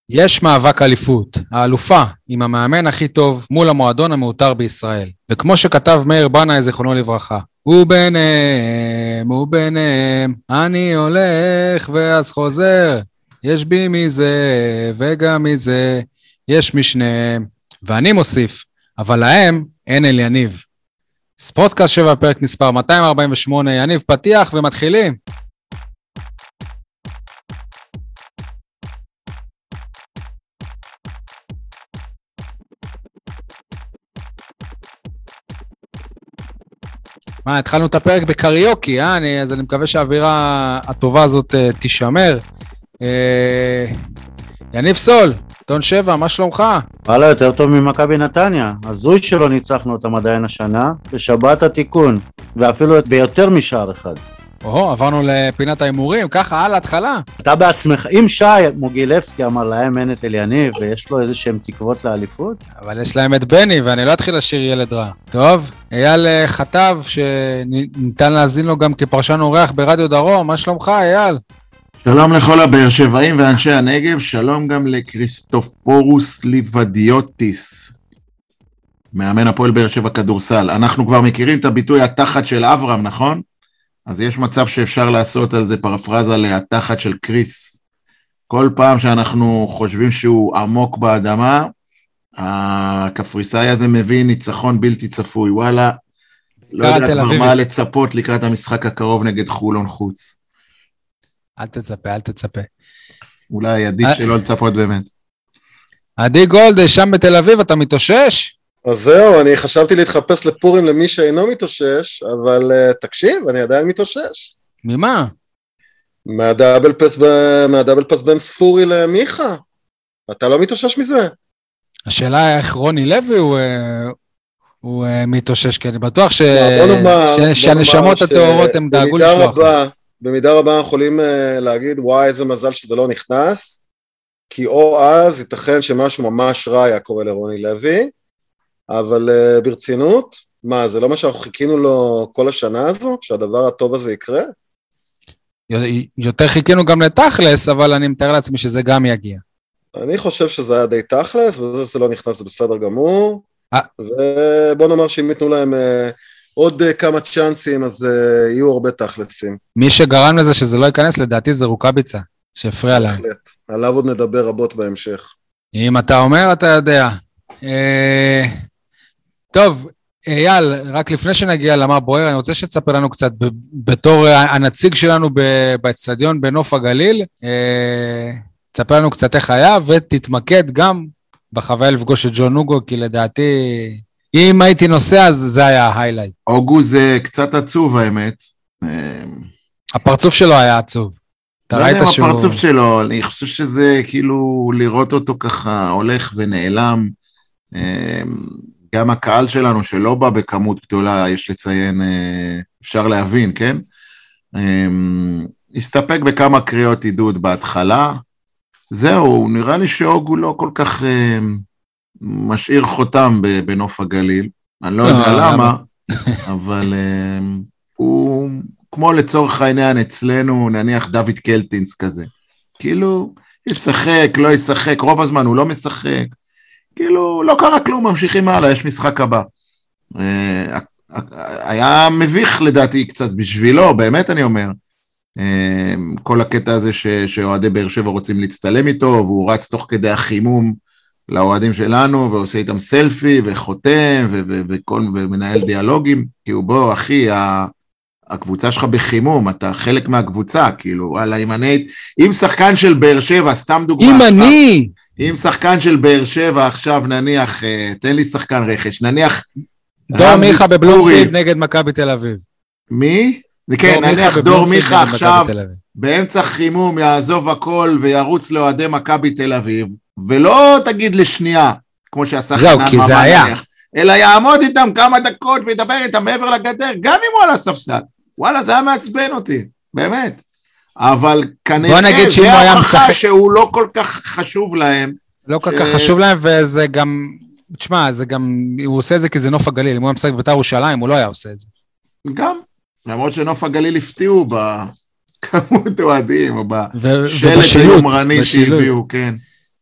יש מאבק אליפות, האלופה עם המאמן הכי טוב מול המועדון המעוטר בישראל. וכמו שכתב מאיר בנאי זיכרונו לברכה, וביניהם, אני הולך ואז חוזר, יש בי מזה וגם מזה, יש משניהם, ואני מוסיף, אבל להם אין אל יניב. ספורטקאסט 7 פרק מספר 248, יניב פתיח ומתחילים. התחלנו את הפרק בקריוקי, אז אני מקווה שהאווירה הטובה הזאת תישמר. יניב סול, טון 7, מה שלומך? וואלה, יותר טוב ממכבי נתניה. הזוי שלא ניצחנו אותם עדיין השנה, בשבת התיקון, ואפילו ביותר משער אחד. עברנו לפינת האימורים, ככה על ההתחלה. אתה בעצמך, אם שי מוגילבסקי אמר להם אין את אליניב, ויש לו איזה שהם תקוות לאליפות? אבל יש להם את בני, ואני לא אתחיל לשיר ילד רע. טוב, אייל חטב, שניתן להזין לו גם כפרשן אורח ברדיו דרום, מה שלומך אייל? שלום לכל הבאר שבעים ואנשי הנגב, שלום גם לקריסטופורוס ליבדיוטיס, מאמן הפועל באר שבע כדורסל. אנחנו כבר מכירים את הביטוי התחת של אברהם, נכון? אז יש מצב שאפשר לעשות על זה פרפרזה להתחת של קריס. כל פעם שאנחנו חושבים שהוא עמוק באדמה, הקפריסאי הזה מביא ניצחון בלתי צפוי. וואלה, לא יודע כבר מה לצפות לקראת המשחק הקרוב נגד חולון חוץ. אל תצפה. אולי עדיף שלא לצפות באמת. עדי גולד, שם בתל אביב, אתה מתאושש? אז זהו, אני חשבתי להתחפש לפורים למי שאינו מתאושש, אבל תקשיב, אני עדיין מתאושש. ממה? מהדאבל פס בין ספורי למיכה. אתה לא מתאושש מזה? השאלה איך רוני לוי הוא מתאושש, כי אני בטוח שהנשמות הטהורות הם דאגו לשלוח. במידה רבה אנחנו יכולים להגיד, וואי איזה מזל שזה לא נכנס, כי או אז ייתכן שמשהו ממש רע היה קורה לרוני לוי, אבל ברצינות, מה, זה לא מה שאנחנו חיכינו לו כל השנה הזו, שהדבר הטוב הזה יקרה? יותר חיכינו גם לתכלס, אבל אני מתאר לעצמי שזה גם יגיע. אני חושב שזה היה די תכלס, וזה לא נכנס, זה בסדר גמור, ובוא נאמר שאם ייתנו להם עוד כמה צ'אנסים, אז יהיו הרבה תכלסים. מי שגרם לזה שזה לא ייכנס, לדעתי זה רוקביצה, שהפריע להם. עליו עוד נדבר רבות בהמשך. אם אתה אומר, אתה יודע. טוב, אייל, רק לפני שנגיע למה בוער, אני רוצה שתספר לנו קצת, בתור הנציג שלנו באצטדיון בנוף הגליל, תספר לנו קצת איך היה, ותתמקד גם בחוויה לפגוש את ג'ון אוגו, כי לדעתי, אם הייתי נוסע, אז זה היה ההיילייט. אוגו זה קצת עצוב, האמת. הפרצוף שלו היה עצוב. לא יודע אם הפרצוף שלו, אני חושב שזה כאילו לראות אותו ככה הולך ונעלם, גם הקהל שלנו שלא בא בכמות גדולה, יש לציין, אפשר להבין, כן? הסתפק בכמה קריאות עידוד בהתחלה, זהו, נראה לי שאוגו לא כל כך משאיר חותם בנוף הגליל, אני לא יודע למה, אבל הוא כמו לצורך העניין אצלנו, נניח דוד קלטינס כזה, כאילו ישחק, לא ישחק, רוב הזמן הוא לא משחק, כאילו, לא קרה כלום, ממשיכים הלאה, יש משחק הבא. היה מביך לדעתי קצת בשבילו, באמת אני אומר, כל הקטע הזה שאוהדי באר שבע רוצים להצטלם איתו, והוא רץ תוך כדי החימום לאוהדים שלנו, ועושה איתם סלפי, וחותם, ומנהל דיאלוגים, כאילו בוא אחי, הקבוצה שלך בחימום, אתה חלק מהקבוצה, כאילו, וואלה, אם שחקן של באר שבע, סתם דוגמה. אם שחקן של באר שבע עכשיו נניח, תן לי שחקן רכש, נניח דור מיכה בבלומפילד נגד מכבי תל אביב. מי? כן, נניח דור מיכה עכשיו באמצע חימום יעזוב הכל וירוץ לאוהדי מכבי תל אביב, ולא תגיד לשנייה, כמו שהשחקן נניח, אלא יעמוד איתם כמה דקות וידבר איתם מעבר לגדר, גם אם הוא על הספסל. וואלה, זה היה מעצבן אותי, באמת. אבל כנראה זה ההוכחה שהוא לא כל כך חשוב להם. לא כל כך חשוב להם, וזה גם, תשמע, זה גם, הוא עושה את זה כי זה נוף הגליל, אם הוא היה משחק בבית"ר ירושלים, הוא לא היה עושה את זה. גם, למרות שנוף הגליל הפתיעו בכמות אוהדים, או בשלט היומרני שהביאו, כן.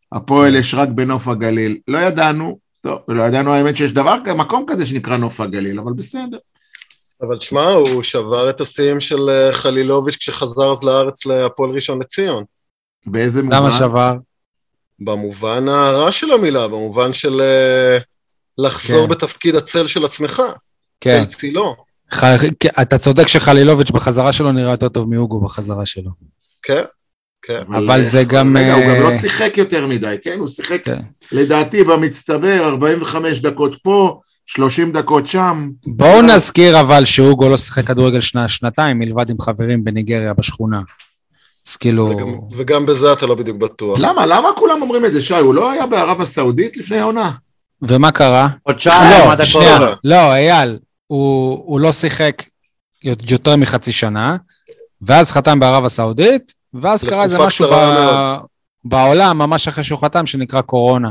הפועל יש רק בנוף הגליל. לא ידענו, טוב, לא ידענו האמת שיש מקום כזה שנקרא נוף הגליל, אבל בסדר. אבל תשמע, הוא שבר את השיאים של חלילוביץ' כשחזר אז לארץ להפועל ראשון לציון. באיזה מובן? למה שבר? במובן הרע של המילה, במובן של לחזור בתפקיד הצל של עצמך. כן. צל צילו. אתה צודק שחלילוביץ' בחזרה שלו נראה יותר טוב מיוגו בחזרה שלו. כן, כן. אבל זה גם... רגע, הוא גם לא שיחק יותר מדי, כן? הוא שיחק, לדעתי, במצטבר, 45 דקות פה, 30 דקות שם. בואו נזכיר אבל שאוגו לא שיחק כדורגל שנתיים, מלבד עם חברים בניגריה בשכונה. אז כאילו... וגם בזה אתה לא בדיוק בטוח. למה? למה כולם אומרים את זה, שי? הוא לא היה בערב הסעודית לפני העונה? ומה קרה? לא, אייל, הוא לא שיחק יותר מחצי שנה, ואז חתם בערב הסעודית, ואז קרה איזה משהו בעולם, ממש אחרי שהוא חתם, שנקרא קורונה.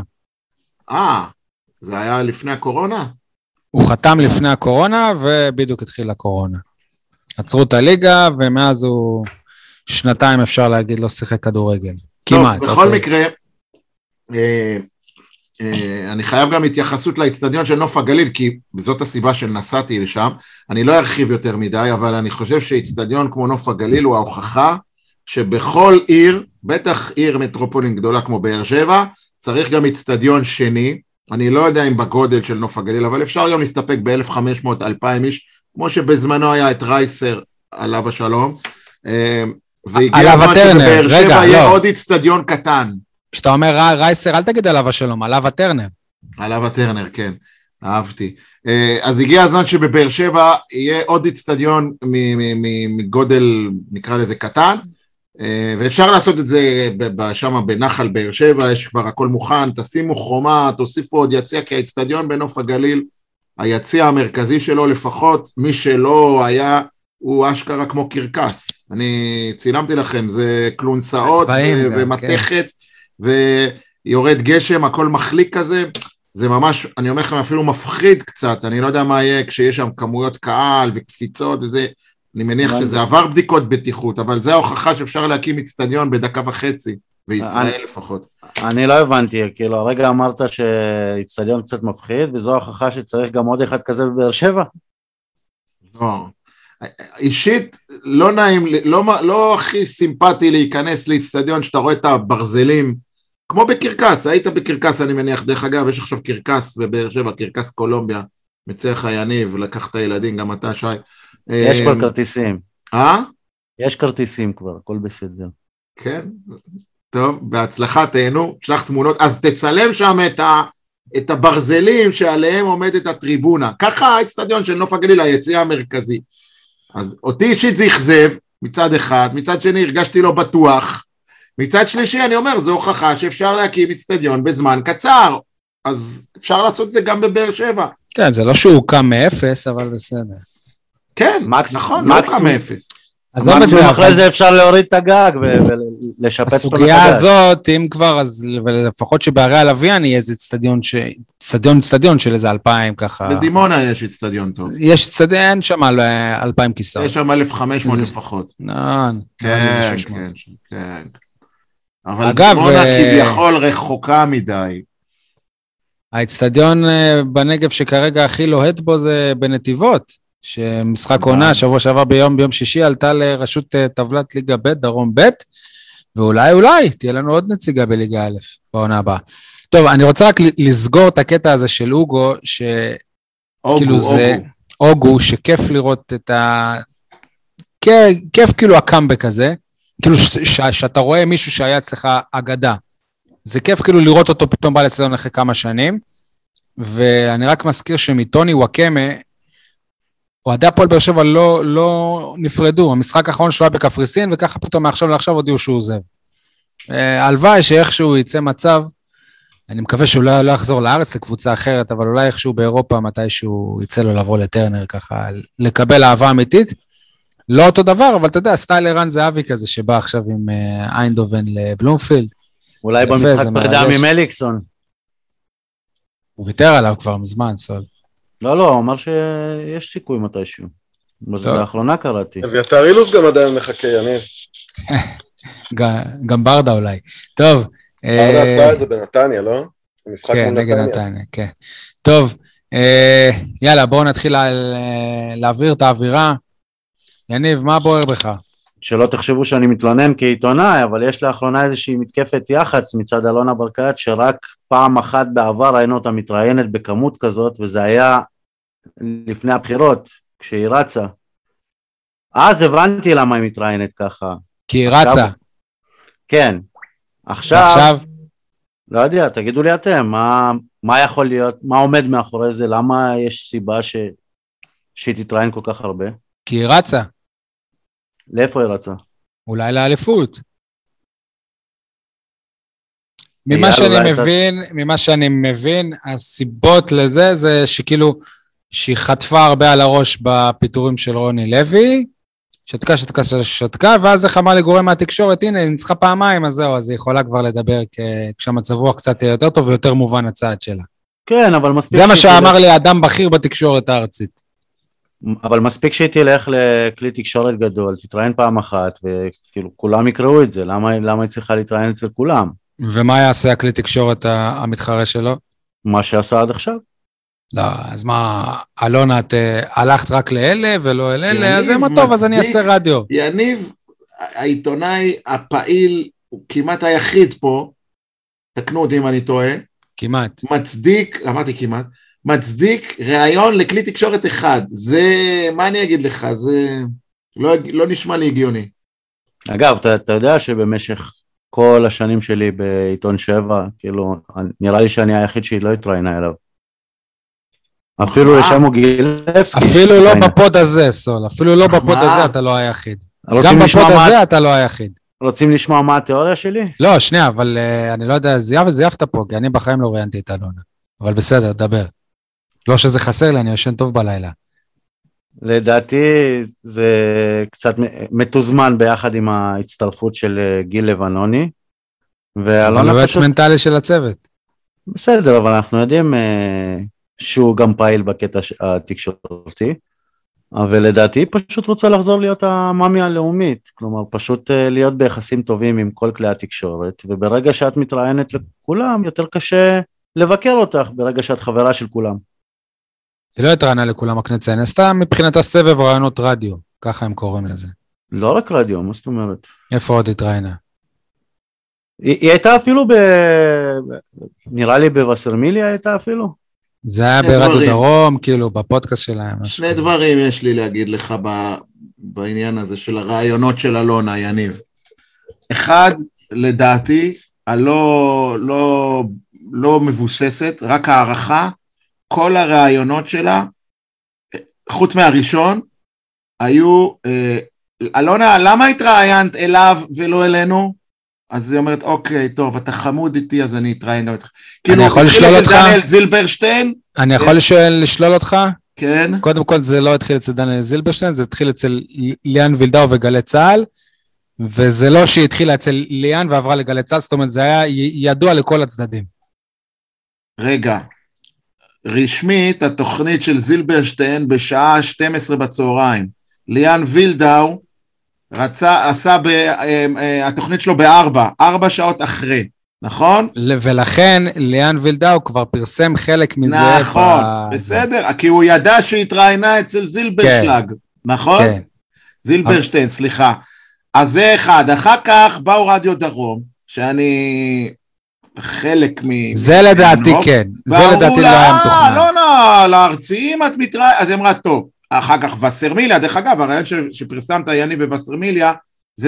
זה היה לפני הקורונה? הוא חתם לפני הקורונה, ובדיוק התחילה הקורונה. עצרו את הליגה, ומאז הוא שנתיים אפשר להגיד לא שיחק כדורגל. כמעט. טוב, בכל מקרה, אני חייב גם התייחסות לאצטדיון של נוף הגליל, כי זאת הסיבה שנסעתי לשם. אני לא ארחיב יותר מדי, אבל אני חושב שאצטדיון כמו נוף הגליל הוא ההוכחה שבכל עיר, בטח עיר מטרופולין גדולה כמו באר שבע, צריך גם אצטדיון שני. אני לא יודע אם בגודל של נוף הגליל, אבל אפשר גם להסתפק ב-1,500-2,000 איש, כמו שבזמנו היה את רייסר עליו השלום, והגיע הזמן שבבאר שבע יהיה עוד אצטדיון קטן. כשאתה אומר רייסר, אל תגיד עליו השלום, עליו הטרנר. עליו הטרנר, כן, אהבתי. אז הגיע הזמן שבבאר שבע יהיה עוד אצטדיון מגודל, נקרא לזה קטן, ואפשר לעשות את זה שם בנחל באר שבע, יש כבר הכל מוכן, תשימו חומה, תוסיפו עוד יציע, כי האצטדיון בנוף הגליל, היציע המרכזי שלו לפחות, מי שלא היה, הוא אשכרה כמו קרקס. אני צילמתי לכם, זה קלונסאות ומתכת, ויורד גשם, הכל מחליק כזה, זה ממש, אני אומר לכם אפילו מפחיד קצת, אני לא יודע מה יהיה כשיש שם כמויות קהל וקפיצות וזה, אני מניח שזה עבר בדיקות בטיחות, אבל זה ההוכחה שאפשר להקים אצטדיון בדקה וחצי, בישראל לפחות. אני לא הבנתי, כאילו הרגע אמרת שאצטדיון קצת מפחיד, וזו ההוכחה שצריך גם עוד אחד כזה בבאר שבע? לא, אישית לא נעים, לא הכי סימפטי להיכנס לאצטדיון שאתה רואה את הברזלים, כמו בקרקס, היית בקרקס אני מניח, דרך אגב יש עכשיו קרקס בבאר שבע, קרקס קולומביה, מצליח היניב, לקח את הילדים, גם אתה שי. יש כבר כרטיסים. יש כרטיסים כבר, הכל בסדר. כן, טוב, בהצלחה תהנו, שלח תמונות, אז תצלם שם את הברזלים שעליהם עומדת הטריבונה, ככה האצטדיון של נוף הגליל, היציאה המרכזי. אז אותי אישית זה יחזב, מצד אחד, מצד שני הרגשתי לא בטוח, מצד שלישי אני אומר, זו הוכחה שאפשר להקים אצטדיון בזמן קצר, אז אפשר לעשות את זה גם בבאר שבע. כן, זה לא שהוא קם מאפס, אבל בסדר. כן, נכון, לא קם מאפס. אז אחרי זה אפשר להוריד את הגג ולשפץ אותו מחדש. הסוגיה הזאת, אם כבר, אז לפחות שבערי הלוויין יהיה איזה אצטדיון של איזה 2,000 ככה. בדימונה יש אצטדיון טוב. יש אצטדיון שם על 2,000 כיסאות. יש שם 1,500 לפחות. כן. אבל דימונה כביכול רחוקה מדי. האצטדיון בנגב שכרגע הכי לוהט בו זה בנתיבות. שמשחק עונה, שבוע שעבר ביום שישי, עלתה לרשות טבלת ליגה ב' דרום ב', ואולי תהיה לנו עוד נציגה בליגה א' בעונה הבאה. טוב, אני רוצה רק לסגור את הקטע הזה של אוגו, שכאילו זה, אוגו, שכיף לראות את כיף כאילו הקאמבק הזה, כאילו שאתה רואה מישהו שהיה אצלך אגדה, זה כיף כאילו לראות אותו פתאום בא לצדון אחרי כמה שנים, ואני רק מזכיר שמיטוני וואקמה, אוהדי הפועל באר שבע לא נפרדו, המשחק האחרון שלו היה בקפריסין, וככה פתאום מעכשיו לעכשיו הודיעו שהוא עוזב. הלוואי שאיכשהו יצא מצב, אני מקווה שהוא לא יחזור לארץ לקבוצה אחרת, אבל אולי איכשהו באירופה, מתישהו יצא לו לבוא לטרנר ככה, לקבל אהבה אמיתית. לא אותו דבר, אבל אתה יודע, סטייל ערן זהבי כזה, שבא עכשיו עם איינדובן לבלומפילד. אולי במשחק פרידה ממליקסון. הוא ויתר עליו כבר מזמן, סול. לא, הוא אמר שיש סיכוי מתישהו. באחרונה קראתי. אביתר אילוז גם עדיין מחכה, יניב. גם ברדה אולי. טוב, ברדה עשה את זה בנתניה, לא? המשחק כן, מול נגד נתניה. נתניה, כן. טוב, יאללה, בואו נתחיל להעביר את האווירה. יניב, מה בוער בך? שלא תחשבו שאני מתלונן כעיתונאי, אבל יש לאחרונה איזושהי מתקפת יח"צ מצד אלונה ברקת, שרק פעם אחת בעבר ראינו אותה מתראיינת בכמות כזאת, וזה היה לפני הבחירות, כשהיא רצה. אז הבנתי למה היא מתראיינת ככה. כי היא רצה. כן. עכשיו, לא יודע, תגידו לי אתם, מה יכול להיות, מה עומד מאחורי זה, למה יש סיבה שהיא תתראיין כל כך הרבה? כי היא רצה. לאיפה היא רצה? אולי לאליפות. ממה שאני מבין, הסיבות לזה זה שכאילו, שהיא חטפה הרבה על הראש בפיטורים של רוני לוי, שתקה, ואז זה חמה לגורם מהתקשורת, הנה, היא ניצחה פעמיים, אז זהו, אז היא יכולה כבר לדבר כשהמצב רוח קצת יותר טוב ויותר מובן הצעד שלה. כן, אבל מספיק... זה מה שאמר לי אדם בכיר בתקשורת הארצית. אבל מספיק שהיא תלך לכלי תקשורת גדול, תתראיין פעם אחת, וכאילו כולם יקראו את זה, למה היא צריכה להתראיין אצל כולם? ומה יעשה הכלי תקשורת המתחרה שלו? מה שעשה עד עכשיו. לא, אז מה, אלונה, את הלכת רק לאלה ולא אלה, אז זה מה טוב, אז אני אעשה רדיו. יניב, העיתונאי הפעיל, הוא כמעט היחיד פה, תקנו אותי אם אני טועה, כמעט. מצדיק ראיון לכלי תקשורת אחד. זה, מה אני אגיד לך, זה לא נשמע לי הגיוני. אגב, אתה יודע שבמשך כל השנים שלי בעיתון 7, כאילו, נראה לי שאני היחיד שהיא לא התראיינה אליו. אפילו לשמו גילבסקי. אפילו לא בפוד הזה, סול. אפילו לא בפוד הזה אתה לא היחיד. גם בפוד הזה אתה לא היחיד. רוצים לשמוע מה התיאוריה שלי? לא, שנייה, אבל אני לא יודע, זייפת פה, כי אני בחיים לא ראיינתי את אלונה. אבל בסדר, דבר. לא שזה חסר לי, אני יושן טוב בלילה. לדעתי זה קצת מתוזמן ביחד עם ההצטרפות של גיל לבנוני. אבל הוא יועץ מנטלי של הצוות. בסדר, אבל אנחנו יודעים שהוא גם פעיל בקטע התקשורתי, אבל לדעתי היא פשוט רוצה לחזור להיות המאמי הלאומית, כלומר פשוט להיות ביחסים טובים עם כל כלי התקשורת, וברגע שאת מתראיינת לכולם, יותר קשה לבקר אותך ברגע שאת חברה של כולם. היא לא התראיינה לכולם הקנצה, נסתה מבחינת הסבב רעיונות רדיו, ככה הם קוראים לזה. לא רק רדיו, מה זאת אומרת? איפה עוד התראיינה? היא הייתה אפילו נראה לי בווסרמיליה הייתה אפילו. זה היה ברדיו דרום, כאילו, בפודקאסט שלהם. שני דברים יש לי להגיד לך בעניין הזה של הרעיונות של אלונה, יניב. אחד, לדעתי, לא מבוססת, רק הערכה, כל הרעיונות שלה, חוץ מהראשון, היו, אלונה, למה התראיינת אליו ולא אלינו? אז היא אומרת, אוקיי, טוב, אתה חמוד איתי, אז אני אתראיין גם איתך. אני יכול לשלול אותך? דניאל זילברשטיין? אני יכול לשלול אותך? כן. קודם כל זה לא התחיל אצל דניאל זילברשטיין, זה התחיל אצל ליאן וילדאו וגלי צהל, וזה לא שהיא התחילה אצל ליאן ועברה לגלי צהל, זאת אומרת, זה היה ידוע לכל הצדדים. רגע, רשמית, התוכנית של זילברשטיין בשעה 12 בצהריים, ליאן וילדאו, עשה התוכנית שלו ב4 שעות אחרי, נכון? ולכן ליאן וילדאו כבר פרסם חלק מזה. נכון, בסדר, כי הוא ידע שהתראיינה אצל זילברשלג, נכון? כן. זילברשטיין, סליחה. אז זה אחד, אחר כך באו רדיו דרום, שאני חלק זה לדעתי כן, זה לדעתי לא היה מתוכנן. לא, לארציים את מתראיינת, אז היא אמרה, טוב. אחר כך וסרמיליה, דרך אגב, הרעיון שפרסמת יניב בווסרמיליה, זה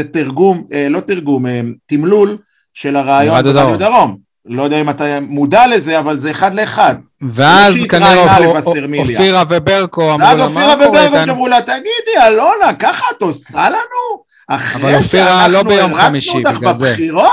תמלול של הרעיון ברדיו דרום. לא יודע אם אתה מודע לזה, אבל זה אחד לאחד. ואז כנראה אופירה וברקו אמרו לה, ואז אופירה וברקו אמרו לה, תגידי, אלונה, ככה את עושה לנו? אבל אופירה לא ביום חמישי, בגלל זה.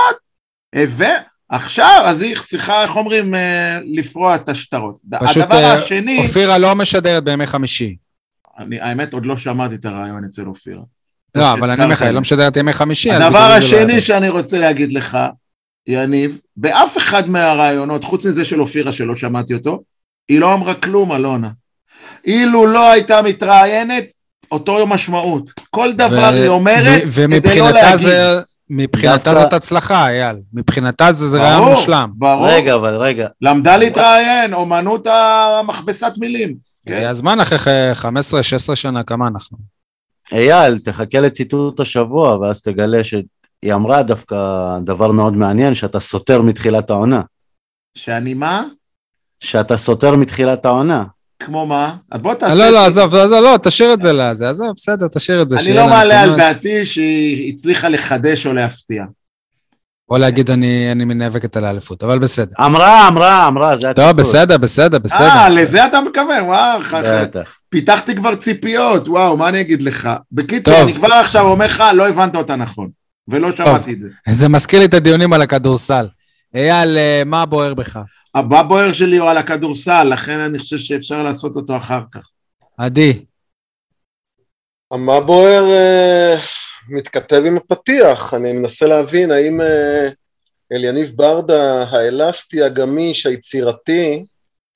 עכשיו, אז היא צריכה, איך אומרים, לפרוע את השטרות. פשוט אופירה לא משדרת בימי חמישי. האמת עוד לא שמעתי את הרעיון אצל אופירה. לא, אבל אני אומר לך, לא משדרת ימי חמישי. הדבר השני שאני רוצה להגיד לך, יניב, באף אחד מהרעיונות, חוץ מזה של אופירה שלא שמעתי אותו, היא לא אמרה כלום, אלונה. אילו לא הייתה מתראיינת, אותו יום משמעות. כל דבר היא אומרת כדי לא להגיד. מבחינתה דווקא- זאת הצלחה, אייל. מבחינתה זה רעיון ברור, מושלם. ברור. רגע. למדה להתראיין, אומנות המכבסת מילים. הגיע הזמן אחרי 15-16 שנה, כמה אנחנו? אייל, תחכה לציטוט השבוע, ואז תגלה שהיא אמרה דווקא דבר מאוד מעניין, שאתה סותר מתחילת העונה. שאני מה? שאתה סותר מתחילת העונה. כמו מה? אז בוא תעשה... לא, עזוב, לא, תשאיר את זה לזה, עזוב, בסדר, תשאיר את זה. אני לא מעלה על דעתי שהיא הצליחה לחדש או להפתיע. או להגיד אני מנאבקת על האליפות, אבל בסדר. אמרה, זה טוב, בסדר. לזה אתה מכוון, וואו, בטח. פיתחתי כבר ציפיות, וואו, מה אני אגיד לך? בקיצור, טוב. אני כבר עכשיו אומר לך, לא הבנת אותה נכון, ולא שמעתי את זה. זה מזכיר לי את הדיונים על הכדורסל. אייל, מה בוער בך? הבא בוער שלי הוא על הכדורסל, לכן אני חושב שאפשר לעשות אותו אחר כך. עדי. מה בוער מתכתב עם הפתיח, אני מנסה להבין האם אליניב ברדה, האלסטי, הגמיש, היצירתי,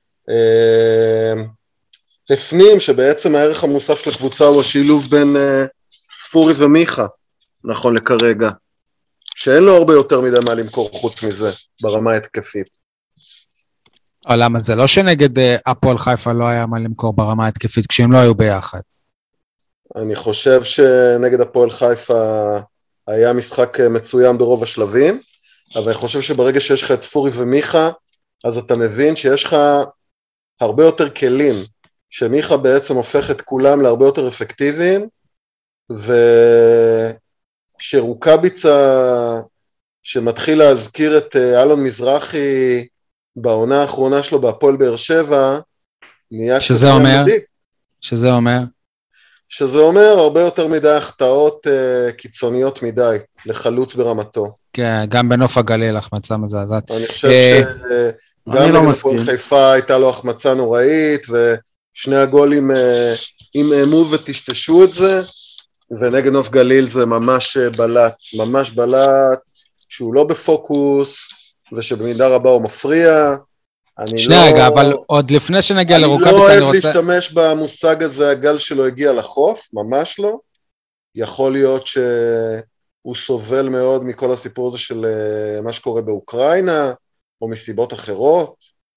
הפנים שבעצם הערך המוסף של הקבוצה הוא השילוב בין ספורי ומיכה, נכון לכרגע, שאין לו הרבה יותר מדי מה למכור חוץ מזה, ברמה התקפית. למה זה לא שנגד הפועל חיפה לא היה מה למכור ברמה התקפית כשהם לא היו ביחד? אני חושב שנגד הפועל חיפה היה משחק מצוין ברוב השלבים, אבל אני חושב שברגע שיש לך את ספורי ומיכה, אז אתה מבין שיש לך הרבה יותר כלים, שמיכה בעצם הופך את כולם להרבה יותר אפקטיביים, ושרוקביצה שמתחיל להזכיר את אלון מזרחי בעונה האחרונה שלו בהפועל באר שבע, נהיה שזה אומר? שזה אומר? שזה אומר הרבה יותר מדי החטאות קיצוניות מדי לחלוץ ברמתו. כן, גם בנוף הגליל החמצה מזעזעת. אני חושב שגם נגד הפועל חיפה הייתה לו החמצה נוראית, ושני הגולים ימאמו וטשטשו את זה, ונגד נוף גליל זה ממש בלט, שהוא לא בפוקוס, ושבמידה רבה הוא מפריע. שנייה רגע, אבל עוד לפני שנגיע לרוקביצה, אני לא אוהב להשתמש במושג הזה, הגל שלו הגיע לחוף, ממש לא. יכול להיות שהוא סובל מאוד מכל הסיפור הזה של מה שקורה באוקראינה, או מסיבות אחרות,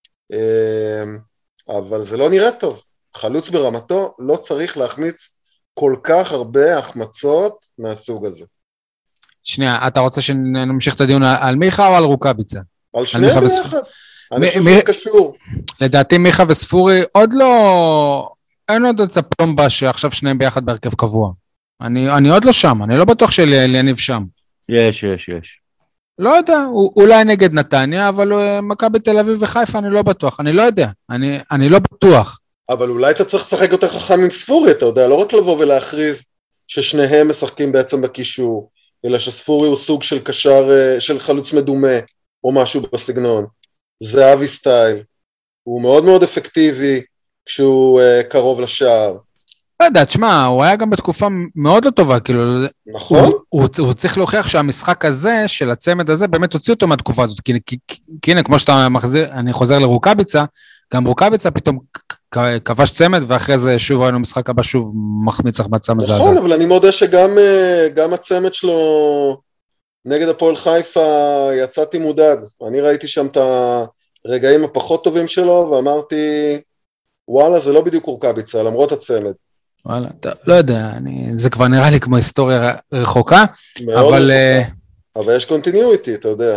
אבל זה לא נראה טוב. חלוץ ברמתו לא צריך להחמיץ כל כך הרבה החמצות מהסוג הזה. שנייה, אתה רוצה שנמשיך את הדיון על מיכה או על רוקביצה? על שניהם ביחד. אני חושב שזה קשור. לדעתי מיכה וספורי עוד לא, אין עוד את הפלומבה שעכשיו שניהם ביחד בהרכב קבוע. אני עוד לא שם, אני לא בטוח שאליניב שם. יש. לא יודע, אולי נגד נתניה, אבל מכבי תל אביב וחיפה אני לא בטוח, אני לא יודע, אני לא בטוח. אבל אולי אתה צריך לשחק יותר חכם עם ספורי, אתה יודע, לא רק לבוא ולהכריז ששניהם משחקים בעצם בקישור, אלא שספורי הוא סוג של קשר, של חלוץ מדומה, או משהו בסגנון. זה אבי סטייל, הוא מאוד מאוד אפקטיבי כשהוא קרוב לשער. לא יודע, תשמע, הוא היה גם בתקופה מאוד לא טובה, כאילו, נכון? הוא צריך להוכיח שהמשחק הזה, של הצמד הזה, באמת הוציא אותו מהתקופה הזאת, כי הנה, כמו שאתה מחזיר, אני חוזר לרוקביצה, גם רוקביצה פתאום כבש צמד, ואחרי זה שוב היינו משחק הבא, שוב מחמיץ החמצה מזעזעת. נכון, אבל אני מודה שגם הצמד שלו נגד הפועל חיפה יצאתי מודאג. אני ראיתי שם את הרגעים הפחות טובים שלו, ואמרתי, וואלה, זה לא בדיוק רוקביצה, למרות הצמד. וואלה, לא יודע, זה כבר נראה לי כמו היסטוריה רחוקה, אבל... אבל יש קונטיניויטי, אתה יודע.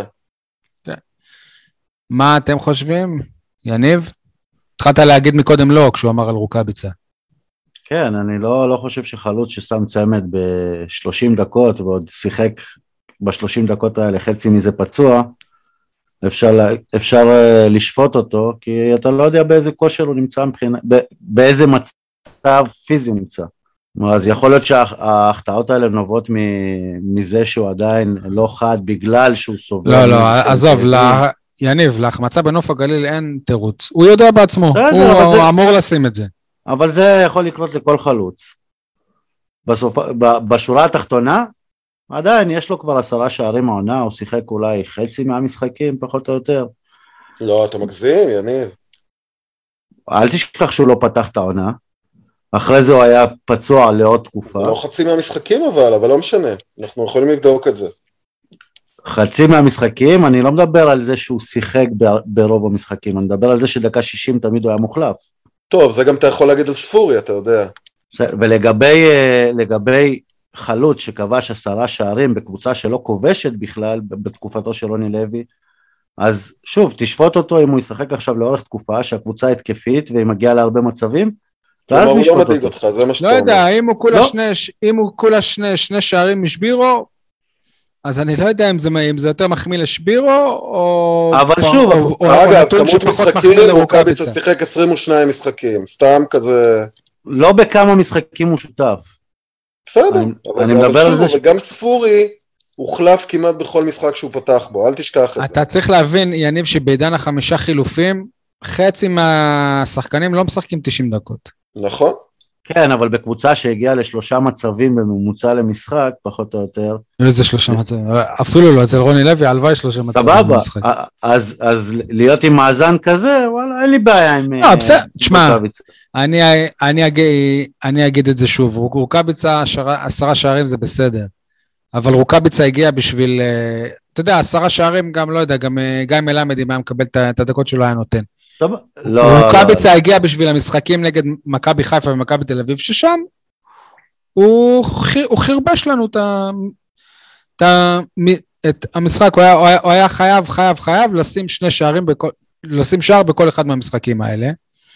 מה אתם חושבים? יניב? התחלת להגיד מקודם לא, כשהוא אמר על רוקביצה. כן, אני לא חושב שחלוץ ששם צמד ב-30 דקות, ועוד שיחק ב-30 דקות האלה, חצי מזה פצוע, אפשר לשפוט אותו, כי אתה לא יודע באיזה כושר הוא נמצא, באיזה מצב פיזי הוא נמצא. אז יכול להיות שההחטאות האלה נובעות מזה שהוא עדיין לא חד, בגלל שהוא סובל. לא, עזוב, יניב, להחמצה בנוף הגליל אין תירוץ. הוא יודע בעצמו, הוא אמור לשים את זה. אבל זה יכול לקרות לכל חלוץ. בשורה התחתונה, עדיין יש לו כבר 10 שערים העונה, הוא שיחק אולי חצי מהמשחקים, פחות או יותר. לא, אתה מגזים, יניב. אל תשכח שהוא לא פתח את העונה. אחרי זה הוא היה פצוע לעוד תקופה. זה לא חצי מהמשחקים אבל לא משנה. אנחנו יכולים לבדוק את זה. חצי מהמשחקים, אני לא מדבר על זה שהוא שיחק ברוב המשחקים, אני מדבר על זה שדקה 60 תמיד הוא היה מוחלף. טוב, זה גם אתה יכול להגיד על ספורי, אתה יודע. ולגבי חלוץ שכבש 10 שערים בקבוצה שלא כובשת בכלל, בתקופתו של רוני לוי, אז שוב, תשפוט אותו אם הוא ישחק עכשיו לאורך תקופה, שהקבוצה התקפית והיא מגיעה להרבה מצבים, ואז נשפוט אותו. הוא לא מדאיג אותך, זה מה שאתה אומר. לא יודע, אם הוא כולה שני שערים משבירו, אז אני לא יודע אם זה יותר מחמיא לשבירו, או... אבל שוב... אגב, כמות משחקים, רוקאביצה שיחק 22 משחקים, סתם כזה... לא בכמה משחקים הוא שותף. בסדר, אבל שוב, וגם ספורי הוחלף כמעט בכל משחק שהוא פתח בו, אל תשכח את זה. אתה צריך להבין, יניב, שבעידן 5 חילופים, חצי מהשחקנים לא משחקים 90 דקות. נכון. כן, אבל בקבוצה שהגיעה ל3 מצבים בממוצע למשחק, פחות או יותר. איזה 3 מצבים? אפילו לא, אצל רוני לוי, הלוואי 3 מצבים במשחק. סבבה, אז להיות עם מאזן כזה, וואלה, אין לי בעיה עם... בסדר, תשמע, אני אגיד את זה שוב, רוקאביצה 10 שערים זה בסדר, אבל רוקאביצה הגיע בשביל, אתה יודע, 10 שערים גם, לא יודע, גם גיא מלמד, אם היה מקבל את הדקות שלו היה נותן. רוקאביצה הגיע בשביל המשחקים נגד מכבי חיפה ומכבי תל אביב, ששם הוא חרבש לנו את המשחק, הוא היה חייב לשים 2 שערים, לשים שער בכל אחד מהמשחקים האלה,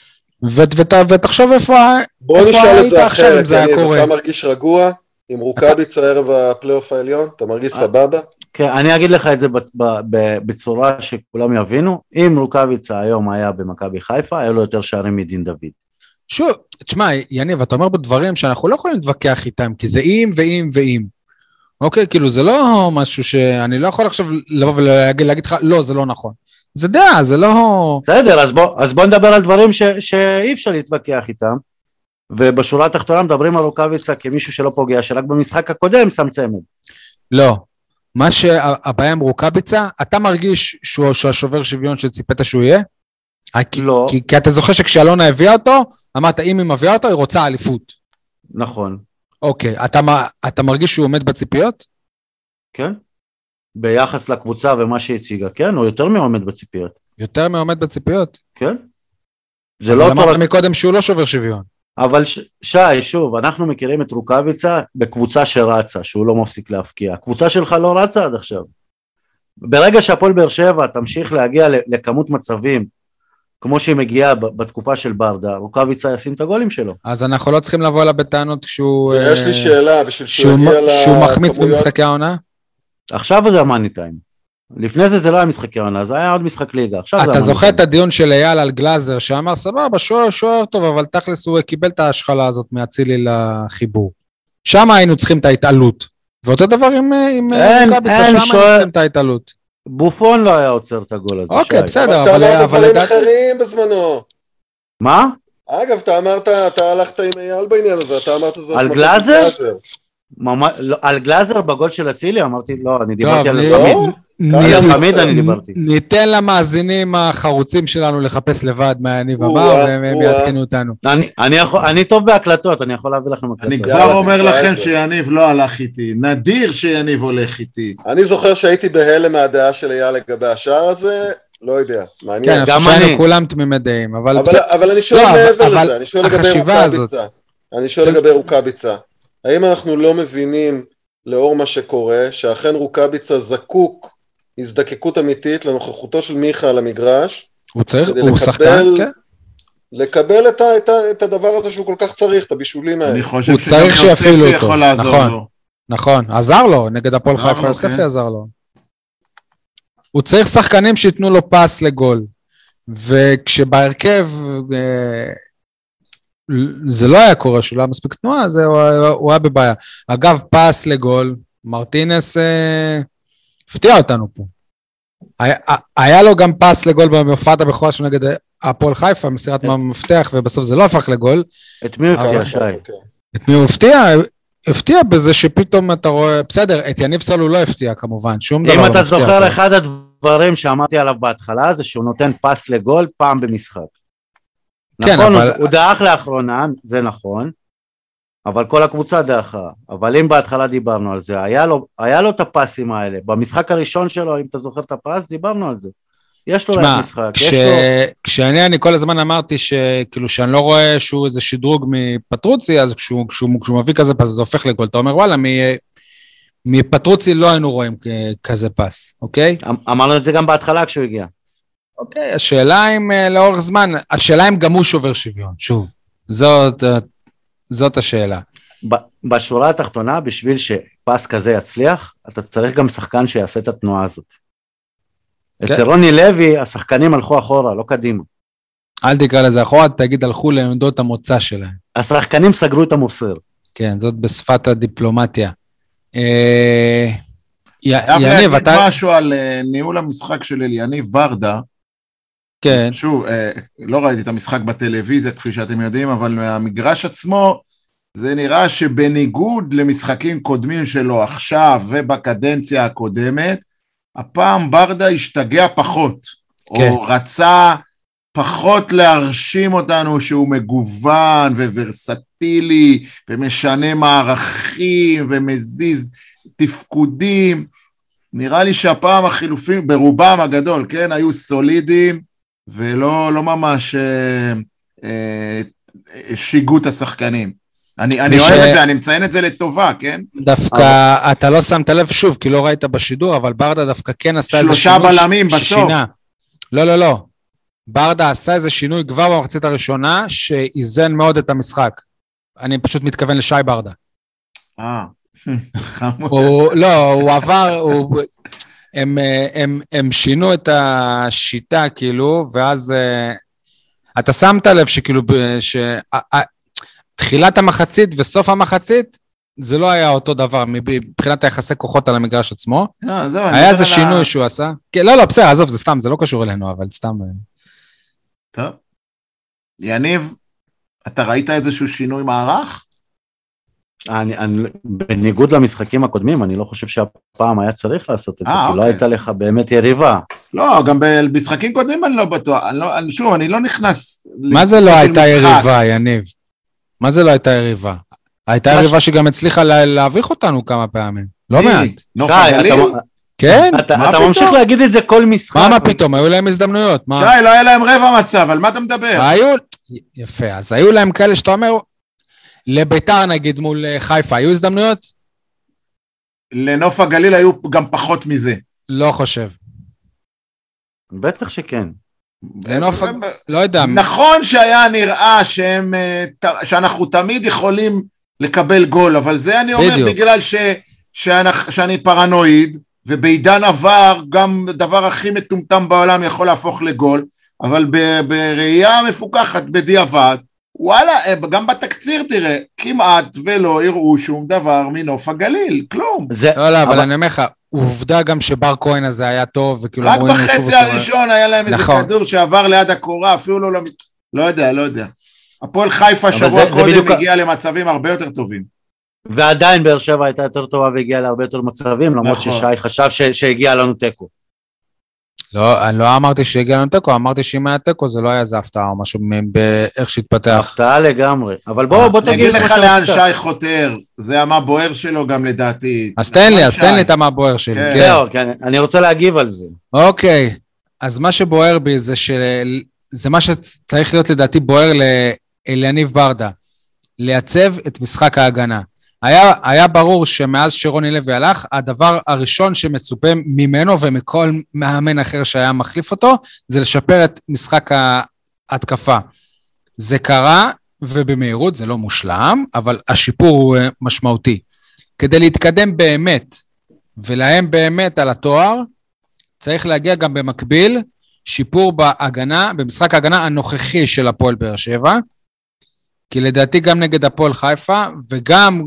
ותחשוב איפה בוא נשאל את זה אחרת, אתה מרגיש רגוע עם רוקאביצה ערב הפלייאוף העליון? אתה מרגיש סבבה? כן, אני אגיד לך את זה בצורה שכולם יבינו, אם רוקאביצה היום היה במכבי חיפה, היה לו יותר שערים מדין דוד. שוב, תשמע, יניב, אתה אומר בדברים שאנחנו לא יכולים להתווכח איתם, כי זה אם. אוקיי, כאילו זה לא משהו שאני לא יכול עכשיו לבוא ולהגיד לך, לא, זה לא נכון. זה דעה, זה לא... בסדר, אז בוא נדבר על דברים שאי אפשר להתווכח איתם, ובשורה התחתונה מדברים על רוקאביצה כמישהו שלא פוגע, שרק במשחק הקודם שם צמד. לא. מה שהבעיה עם רוקאביצה, אתה מרגיש שהוא השובר שוויון שציפית שהוא יהיה? לא. כי אתה זוכר שכשאלונה הביאה אותו, אמרת, אם היא מביאה אותו, היא רוצה אליפות. נכון. אוקיי, אתה מרגיש שהוא עומד בציפיות? כן. ביחס לקבוצה ומה שהציגה, כן, הוא יותר מעומד בציפיות. יותר מעומד בציפיות? כן. זה לא אמרת מקודם שהוא לא שובר שוויון. אבל שי, שוב, אנחנו מכירים את רוקאביצה בקבוצה שרצה, שהוא לא מפסיק להפקיע. הקבוצה שלך לא רצה עד עכשיו. ברגע שהפועל באר שבע תמשיך להגיע לכמות מצבים, כמו שהיא מגיעה בתקופה של ברדה, רוקאביצה ישים את הגולים שלו. אז אנחנו לא צריכים לבוא אליו בטענות כשהוא... יש לי שאלה, בשביל שהוא יגיע לכמויות... שהוא מחמיץ במשחקי העונה? עכשיו זה המאני טיים. לפני זה לא היה משחקי עונה, זה היה עוד משחק ליגה. אתה זוכר את הדיון של אייל על גלאזר, שאמר, סבבה, שוער טוב, אבל תכלס הוא קיבל את ההשחלה הזאת מהצילי לחיבור. שם היינו צריכים את ההתעלות. ואותו דבר עם רוקאביצה, שם היינו צריכים את ההתעלות. בופון לא היה עוצר את הגול הזה. אוקיי, בסדר, אבל אתה אמרת דברים אחרים בזמנו. מה? אגב, אתה הלכת עם אייל בעניין הזה, אתה אמרת זאת. על גלאזר? על גלאזר בגול של הצילי, אמרתי, לא, אני דיברתי על חמיד, אני דיברתי. ניתן למאזינים החרוצים שלנו לחפש לבד מה יניב אמר, והם יעדכנו אותנו. אני טוב בהקלטות, אני יכול להביא לכם הקלטות. אני כבר אומר לכם שיניב לא הלך איתי, נדיר שיניב הולך איתי. אני זוכר שהייתי בהלם מהדעה של אייל לגבי השער הזה, לא יודע, מעניין. כן, חשבנו כולם תמימי דעים, אבל אני שואל מעבר לזה, אני שואל לגבי רוקאביצה. אני שואל לגבי רוקאביצה. האם אנחנו לא מבינים לאור מה שקורה, שאכן רוקאביצה זקוק הזדקקות אמיתית לנוכחותו של מיכה על המגרש, הוא שחקן, כן? לקבל את הדבר הזה שהוא כל כך צריך, את הבישולים האלה. אני חושב שגם יוספי יכול לעזור לו. נכון, עזר לו, נגד הפועל חיפה יוספי עזר לו. הוא צריך שחקנים שיתנו לו פס לגול, וכשבהרכב... זה לא היה קורה, שלא היה מספיק תנועה, הוא היה בבעיה. אגב, פס לגול, מרטינס הפתיע אותנו פה. היה לו גם פס לגול במופעת הבכורה שלו נגד הפועל חיפה, מסירת מפתח, ובסוף זה לא הפך לגול. את מי הוא הפתיע, שי? את מי הוא הפתיע? הפתיע בזה שפתאום אתה רואה, בסדר, את יניב סול הוא לא הפתיע כמובן, שום דבר לא מפתיע. אם אתה זוכר, אחד הדברים שאמרתי עליו בהתחלה, זה שהוא נותן פס לגול פעם במשחק. נכון, הוא דאח לאחרונה, זה נכון, אבל כל הקבוצה דאחרה. אבל אם בהתחלה דיברנו על זה, היה לו את הפסים האלה. במשחק הראשון שלו, אם אתה זוכר את הפס, דיברנו על זה. יש לו רק משחק. כשאני כל הזמן אמרתי שכאילו שאני לא רואה שהוא איזה שדרוג מפטרוצי, אז כשהוא מביא כזה פס, זה הופך לגול. אתה אומר, וואלה, מפטרוצי לא היינו רואים כזה פס, אוקיי? אמרנו את זה גם בהתחלה כשהוא הגיע. אוקיי, השאלה אם לאורך זמן, השאלה אם גם הוא שובר שוויון, שוב. זאת השאלה. בשורה התחתונה, בשביל שפס כזה יצליח, אתה צריך גם שחקן שיעשה את התנועה הזאת. אצל רוני לוי, השחקנים הלכו אחורה, לא קדימה. אל תקרא לזה אחורה, תגיד, הלכו לעמדות המוצא שלהם. השחקנים סגרו את המוסר. כן, זאת בשפת הדיפלומטיה. יניב, אתה... להגיד משהו על ניהול המשחק של יניב ברדה. כן. שוב, לא ראיתי את המשחק בטלוויזיה, כפי שאתם יודעים, אבל מהמגרש עצמו, זה נראה שבניגוד למשחקים קודמים שלו עכשיו ובקדנציה הקודמת, הפעם ברדה השתגע פחות, כן. או רצה פחות להרשים אותנו שהוא מגוון וורסטילי, ומשנה מערכים ומזיז תפקודים. נראה לי שהפעם החילופים, ברובם הגדול, כן, היו סולידיים, ולא ממש שיגעו את השחקנים. אני אוהב את זה, אני מציין את זה לטובה, כן? דווקא אתה לא שמת לב שוב, כי לא ראית בשידור, אבל ברדה דווקא כן עשה איזה שינוי. 3 בלמים בסוף. לא. ברדה עשה איזה שינוי כבר במחצית הראשונה, שאיזן מאוד את המשחק. אני פשוט מתכוון לשי ברדה. לא, הוא עבר, הם שינו את השיטה, כאילו, ואז אתה שמת לב שכאילו, תחילת המחצית וסוף המחצית, זה לא היה אותו דבר, מבחינת היחסי כוחות על המגרש עצמו. היה איזה שינוי שהוא עשה. לא, בסדר, עזוב, זה סתם, זה לא קשור אלינו, אבל סתם. טוב. יניב, אתה ראית איזשהו שינוי מערך? בניגוד למשחקים הקודמים, אני לא חושב שהפעם היה צריך לעשות את זה, כי לא הייתה לך באמת יריבה. לא, גם במשחקים קודמים אני לא בטוח, שוב, אני לא נכנס... מה זה לא הייתה יריבה, יניב? מה זה לא הייתה יריבה? הייתה יריבה שגם הצליחה להביך אותנו כמה פעמים, לא מעט. כן? אתה ממשיך להגיד את זה כל משחק. מה פתאום? היו להם הזדמנויות. שי, לא היה להם רבע מצב, על מה אתה מדבר? יפה, אז היו להם כאלה שאתה אומר... לביתר נגיד מול חיפה, היו הזדמנויות? לנוף הגליל היו גם פחות מזה. לא חושב. בטח שכן. לנוף, לא יודע. נכון שהיה נראה שאנחנו תמיד יכולים לקבל גול, אבל זה אני אומר בגלל שאני פרנואיד, ובעידן עבר גם דבר הכי מטומטם בעולם יכול להפוך לגול, אבל בראייה מפוקחת בדיעבד, וואלה, גם בתקציר תראה, כמעט ולא יראו שום דבר מנוף הגליל, כלום. לא, אבל אני אומר לך, עובדה גם שבר כהן הזה היה טוב, רק בחצי הראשון היה להם איזה כדור שעבר ליד הקורה, אפילו לא יודע. הפועל חיפה שבוע קודם הגיע למצבים הרבה יותר טובים. ועדיין באר שבע הייתה יותר טובה והגיעה להרבה יותר מצבים, למרות ששי חשב שהגיע לנו תיקו. לא, אני לא אמרתי שהגיע לנו תיקו, אמרתי שאם היה תיקו זה לא היה איזה הפתעה או משהו באיך שהתפתח. הפתעה לגמרי, אבל בוא תגיד. נגיד לך לאן שי חותר, זה מה בוער שלו גם לדעתי. אז תן לי את מה בוער שלי. כן, אני רוצה להגיב על זה. אוקיי, אז מה שבוער בי זה מה שצריך להיות לדעתי בוער לאליניב ברדה, לייצב את משחק ההגנה. היה ברור שמאז שרוני לוי הלך, הדבר הראשון שמצופה ממנו ומכל מאמן אחר שהיה מחליף אותו, זה לשפר את משחק ההתקפה. זה קרה, ובמהירות זה לא מושלם, אבל השיפור הוא משמעותי. כדי להתקדם באמת, ולהם באמת על התואר, צריך להגיע גם במקביל, שיפור בהגנה, במשחק ההגנה הנוכחי של הפועל באר שבע, כי לדעתי גם נגד הפועל חיפה, וגם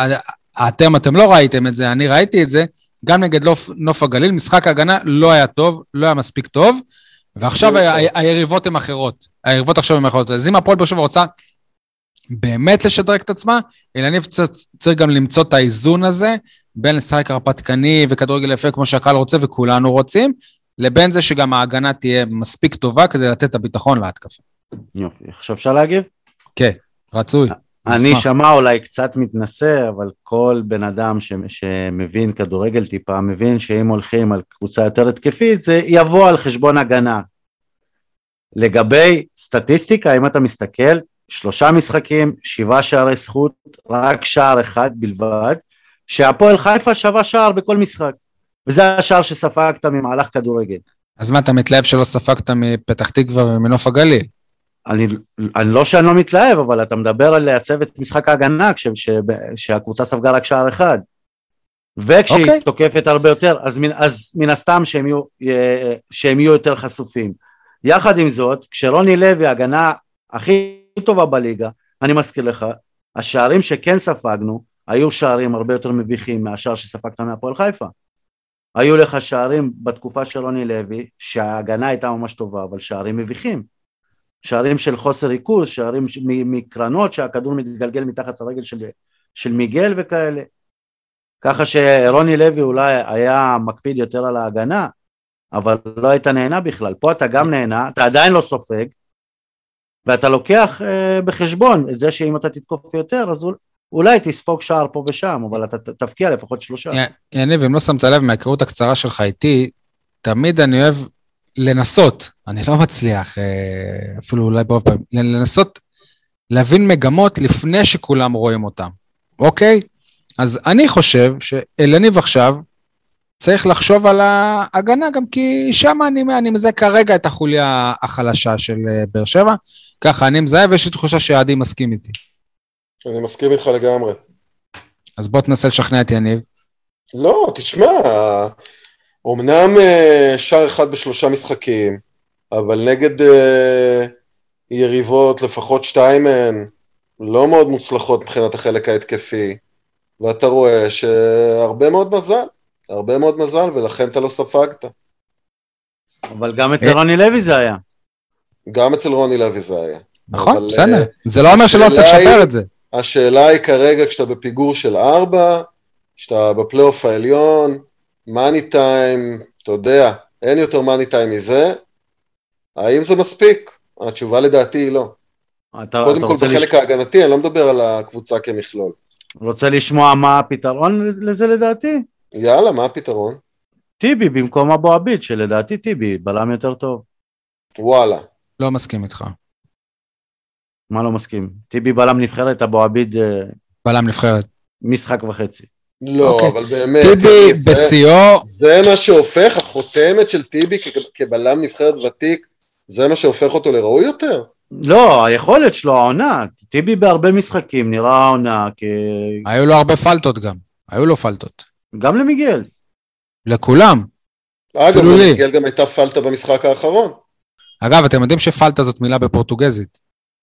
אתם לא ראיתם את זה, אני ראיתי את זה, גם נגד נוף הגליל, משחק ההגנה לא היה טוב, לא היה מספיק טוב, ועכשיו היריבות הן אחרות. היריבות עכשיו הן אחרות. אז אם הפועל באר שבע רוצה באמת לשדרג את עצמה, אליניב צריך גם למצוא את האיזון הזה, בין לשחק הרפתקני וכדורגל יפה כמו שהקהל רוצה וכולנו רוצים, לבין זה שגם ההגנה תהיה מספיק טובה כדי לתת את הביטחון להתקפה. יופי, עכשיו אפשר להגיב? כן. רצוי. אני שמע אולי קצת מתנסה, אבל כל בן אדם שמבין כדורגל טיפה, מבין שאם הולכים על קבוצה יותר התקפית, זה יבוא על חשבון הגנה. לגבי סטטיסטיקה, אם אתה מסתכל, 3 משחקים, 7 שערי זכות, רק שער אחד בלבד, שהפועל חיפה שווה שער בכל משחק, וזה השער שספגת ממהלך כדורגל. אז מה, אתה מתלהב שלא ספגת מפתח תקווה ומנוף הגליל? אני לא שאני לא מתלהב, אבל אתה מדבר על לייצב את משחק ההגנה, שהקבוצה ספגה רק שער אחד, וכשהיא תוקפת הרבה יותר, אז מן הסתם שהם יהיו יותר חשופים. יחד עם זאת, כשרוני לוי, ההגנה הכי טובה בליגה, אני מזכיר לך, השערים שכן ספגנו, היו שערים הרבה יותר מביכים מהשער שספגת מהפועל חיפה. היו לך שערים בתקופה של רוני לוי, שההגנה הייתה ממש טובה, אבל שערים מביכים. שערים של חוסר ריכוז, שערים מקרנות, שהכדור מתגלגל מתחת הרגל של מיגל וכאלה. ככה שרוני לוי אולי היה מקפיד יותר על ההגנה, אבל לא היית נהנה בכלל. פה אתה גם נהנה, אתה עדיין לא סופג, ואתה לוקח בחשבון את זה שאם אתה תתקוף יותר, אז אולי תספוג שער פה ושם, אבל אתה תפקיע לפחות 3. יניב, אם לא שמת לב מההיכרות הקצרה שלך איתי, תמיד אני אוהב לנסות, אני לא מצליח, אפילו אולי בעוד פעם, לנסות להבין מגמות לפני שכולם רואים אותם, אוקיי? אז אני חושב שאלניב עכשיו צריך לחשוב על ההגנה, גם כי שם אני מזהה כרגע את החוליה החלשה של באר שבע, ככה אני מזהה ויש לי תחושה שעדי מסכים איתי. אני מסכים איתך לגמרי. אז בוא תנסה לשכנע את יניב. לא, תשמע, אמנם שער אחד ב3 משחקים, אבל נגד יריבות לפחות 2 מהן, לא מאוד מוצלחות מבחינת החלק ההתקפי, ואתה רואה שהרבה מאוד מזל, ולכן אתה לא ספגת. אבל גם אצל רוני לוי זה היה. גם אצל רוני לוי זה היה. נכון, בסדר. זה לא אומר שלא צריך לשפר את זה. השאלה היא כרגע, כשאתה בפיגור של 4, כשאתה בפלייאוף העליון, מאני טיים, אתה יודע, אין יותר מאני טיים מזה, האם זה מספיק? התשובה לדעתי היא לא. קודם כל בחלק ההגנתי, אני לא מדבר על הקבוצה כמכלול. רוצה לשמוע מה הפתרון לזה לדעתי? יאללה, מה הפתרון? טיבי במקום אבו עביד, שלדעתי טיבי בלם יותר טוב. וואלה. לא מסכים איתך. מה לא מסכים? טיבי בלם נבחרת, אבו עביד בלם נבחרת. משחק וחצי. לא, אבל באמת. טיבי בסיור. זה מה שהופך, החותמת של טיבי כבלם נבחרת ותיק, זה מה שהופך אותו לראוי יותר? לא, היכולת שלו, העונה. טיבי בהרבה משחקים נראה העונה היו לו הרבה פלטות גם. היו לו פלטות. גם למיגל. לכולם. אגב, למיגל גם הייתה פלטה במשחק האחרון. אגב, אתם יודעים שפלטה זאת מילה בפורטוגזית.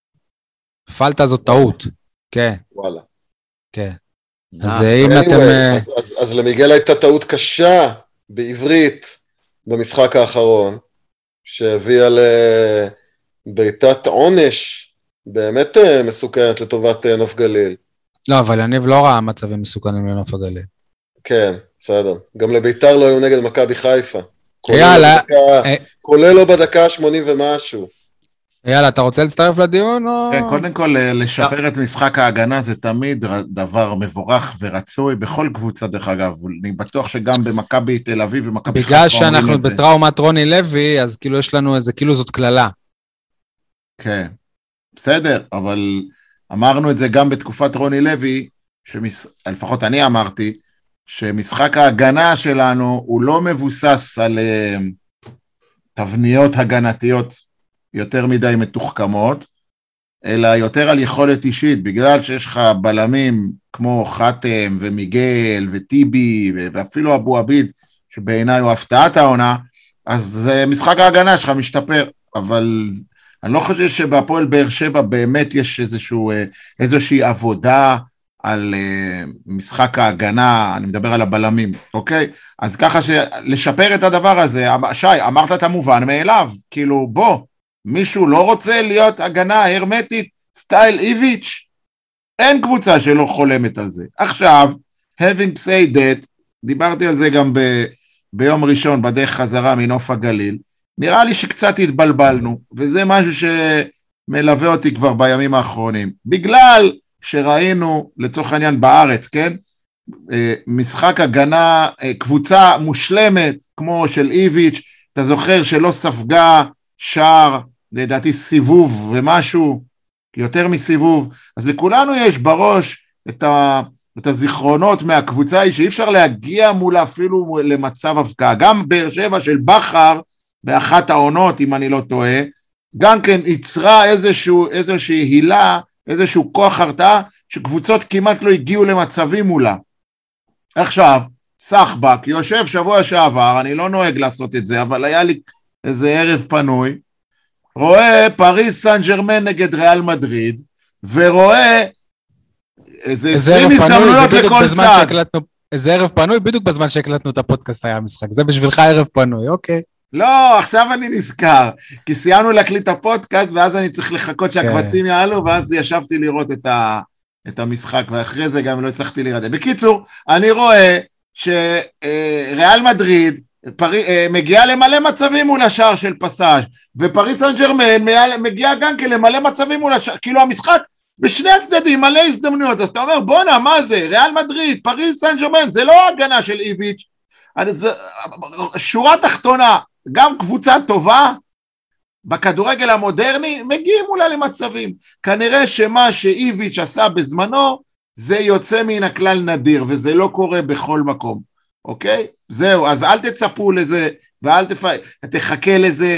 פלטה זאת טעות. כן. וואלה. כן. אז אם אתם... אז למיגל הייתה טעות קשה בעברית במשחק האחרון, שהביאה לביתת עונש באמת מסוכנת לטובת נוף גליל. לא, אבל יניב לא ראה מצבים מסוכנים לנוף הגליל. כן, בסדר. גם לביתר לא היו נגד מכבי חיפה. יאללה. כולל לא בדקה 80 ומשהו. יאללה, אתה רוצה להצטרף לדיון או... כן, קודם כל, לשפר את משחק ההגנה זה תמיד דבר מבורך ורצוי, בכל קבוצה דרך אגב, אני בטוח שגם במכבי תל אביב ומכבי חיפה בגלל שאנחנו בטראומת רוני לוי, אז כאילו יש לנו איזה, כאילו זאת כללה. כן, בסדר, אבל אמרנו את זה גם בתקופת רוני לוי, לפחות אני אמרתי, שמשחק ההגנה שלנו הוא לא מבוסס על תבניות הגנתיות, יותר מדי מתוחכמות, אלא יותר על יכולת אישית, בגלל שיש לך בלמים כמו חתם ומיגל וטיבי ואפילו אבו עביד, שבעיניי הוא הפתעת העונה, אז משחק ההגנה שלך משתפר, אבל אני לא חושב שבהפועל באר שבע באמת יש איזושהי עבודה על משחק ההגנה, אני מדבר על הבלמים, אוקיי? אז ככה לשפר את הדבר הזה, שי, אמרת את המובן מאליו, כאילו בוא, מישהו לא רוצה להיות הגנה הרמטית, סטייל איביץ'? אין קבוצה שלא חולמת על זה. עכשיו, having said that, דיברתי על זה גם ביום ראשון, בדרך חזרה מנוף הגליל, נראה לי שקצת התבלבלנו, וזה משהו שמלווה אותי כבר בימים האחרונים. בגלל שראינו לצורך העניין בארץ, כן? משחק הגנה, קבוצה מושלמת כמו של איביץ', אתה זוכר שלא ספגה שער, לדעתי סיבוב ומשהו, יותר מסיבוב, אז לכולנו יש בראש את הזיכרונות מהקבוצה היא שאי אפשר להגיע מולה אפילו למצב הבקעה, גם באר שבע של בחר באחת העונות אם אני לא טועה, גם כן יצרה איזושהי הילה, איזשהו כוח הרתעה, שקבוצות כמעט לא הגיעו למצבים מולה. עכשיו, סחבק יושב שבוע שעבר, אני לא נוהג לעשות את זה, אבל היה לי איזה ערב פנוי, רואה פריס סן ז'רמן נגד ריאל מדריד, ורואה איזה 20 הזדמנויות לכל צד. איזה ערב פנוי, בדיוק בזמן שהקלטנו את הפודקאסט היה המשחק, זה בשבילך ערב פנוי, אוקיי. לא, עכשיו אני נזכר, כי סיימנו להקליט את הפודקאסט, ואז אני צריך לחכות שהקבצים יעלו, ואז ישבתי לראות את המשחק, ואחרי זה גם לא הצלחתי לראות. בקיצור, אני רואה שריאל מדריד מגיעה למלא מצבים מול השער של פסאז', ופריס סן ז'רמן מגיעה גם כן למלא מצבים מול השער, כאילו המשחק בשני הצדדים מלא הזדמנויות, אז אתה אומר בונה מה זה, ריאל מדריד, פריס סן ז'רמן, זה לא הגנה של איביץ', שורה תחתונה, גם קבוצה טובה, בכדורגל המודרני, מגיעים אולי למצבים, כנראה שמה שאיביץ' עשה בזמנו, זה יוצא מן הכלל נדיר, וזה לא קורה בכל מקום, אוקיי? זהו, אז אל תצפו לזה, ואל תחכה לזה,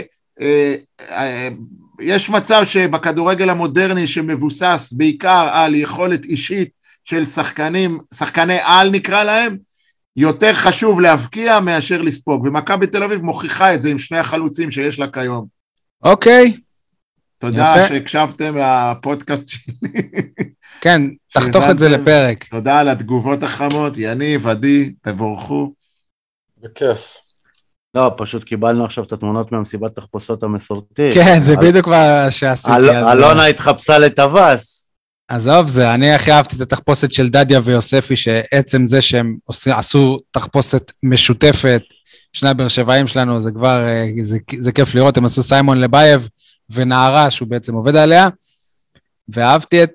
יש מצב שבכדורגל המודרני, שמבוסס בעיקר על יכולת אישית, של שחקני על נקרא להם, יותר חשוב להבקיע מאשר לספוג, ומכבי תל אביב מוכיחה את זה עם שני החלוצים שיש לה כיום. אוקיי. תודה שהקשבתם לפודקאסט שלי. כן, תחתוך את זה לפרק. תודה על התגובות החמות, יניב, עדי, תבורכו. בכיף. לא, פשוט קיבלנו עכשיו את התמונות מהמסיבת תחפושות המסורתית. כן, זה בדיוק מה שעשיתי. אלונה התחפשה לטווס. עזוב זה, אני הכי אהבתי את התחפושת של דדיה ויוספי, שעצם זה שהם עשו תחפושת משותפת, שני באר שבעים שלנו, זה כבר, זה כיף לראות, הם עשו סיימון לבייב ונערה, שהוא בעצם עובד עליה, ואהבתי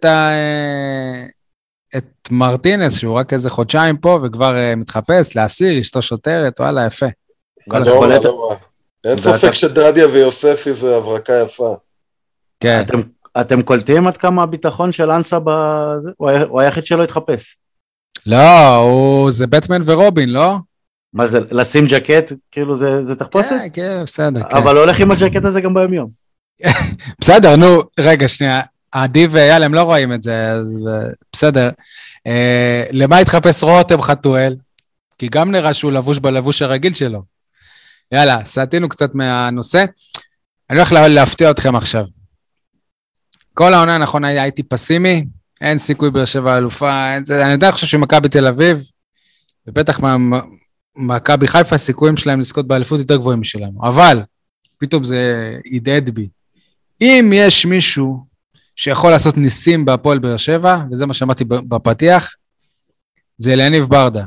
את מרטינס, שהוא רק איזה חודשיים פה, וכבר מתחפש לאסיר, אשתו שוטרת, וואלה, יפה. אין ספק שדדיה ויוספי זה הברקה יפה. כן. אתם קולטים עד כמה הביטחון של אנסה בזה? הוא היחיד שלא התחפש. לא, זה בטמן ורובין, לא? מה זה, לשים ג'קט? כאילו זה תחפושת? כן, כן, בסדר. אבל הוא הולך עם הג'קט הזה גם ביום יום. בסדר, נו, רגע, שנייה. עדי ואייל, הם לא רואים את זה, אז בסדר. למה התחפש רותם חתואל? כי גם נראה שהוא לבוש בלבוש הרגיל שלו. יאללה, סעתינו קצת מהנושא. אני הולך להפתיע אתכם עכשיו. כל העונה נכון הייתי פסימי, אין סיכוי באר שבע אלופה, אני יודע חושב שמכבי תל אביב, ובטח מכבי חיפה, הסיכויים שלהם לזכות באליפות יותר גבוהים משלנו, אבל פתאום זה ידעד בי. אם יש מישהו שיכול לעשות ניסים בהפועל באר שבע, וזה מה שאמרתי בפתיח, זה יניב ברדה.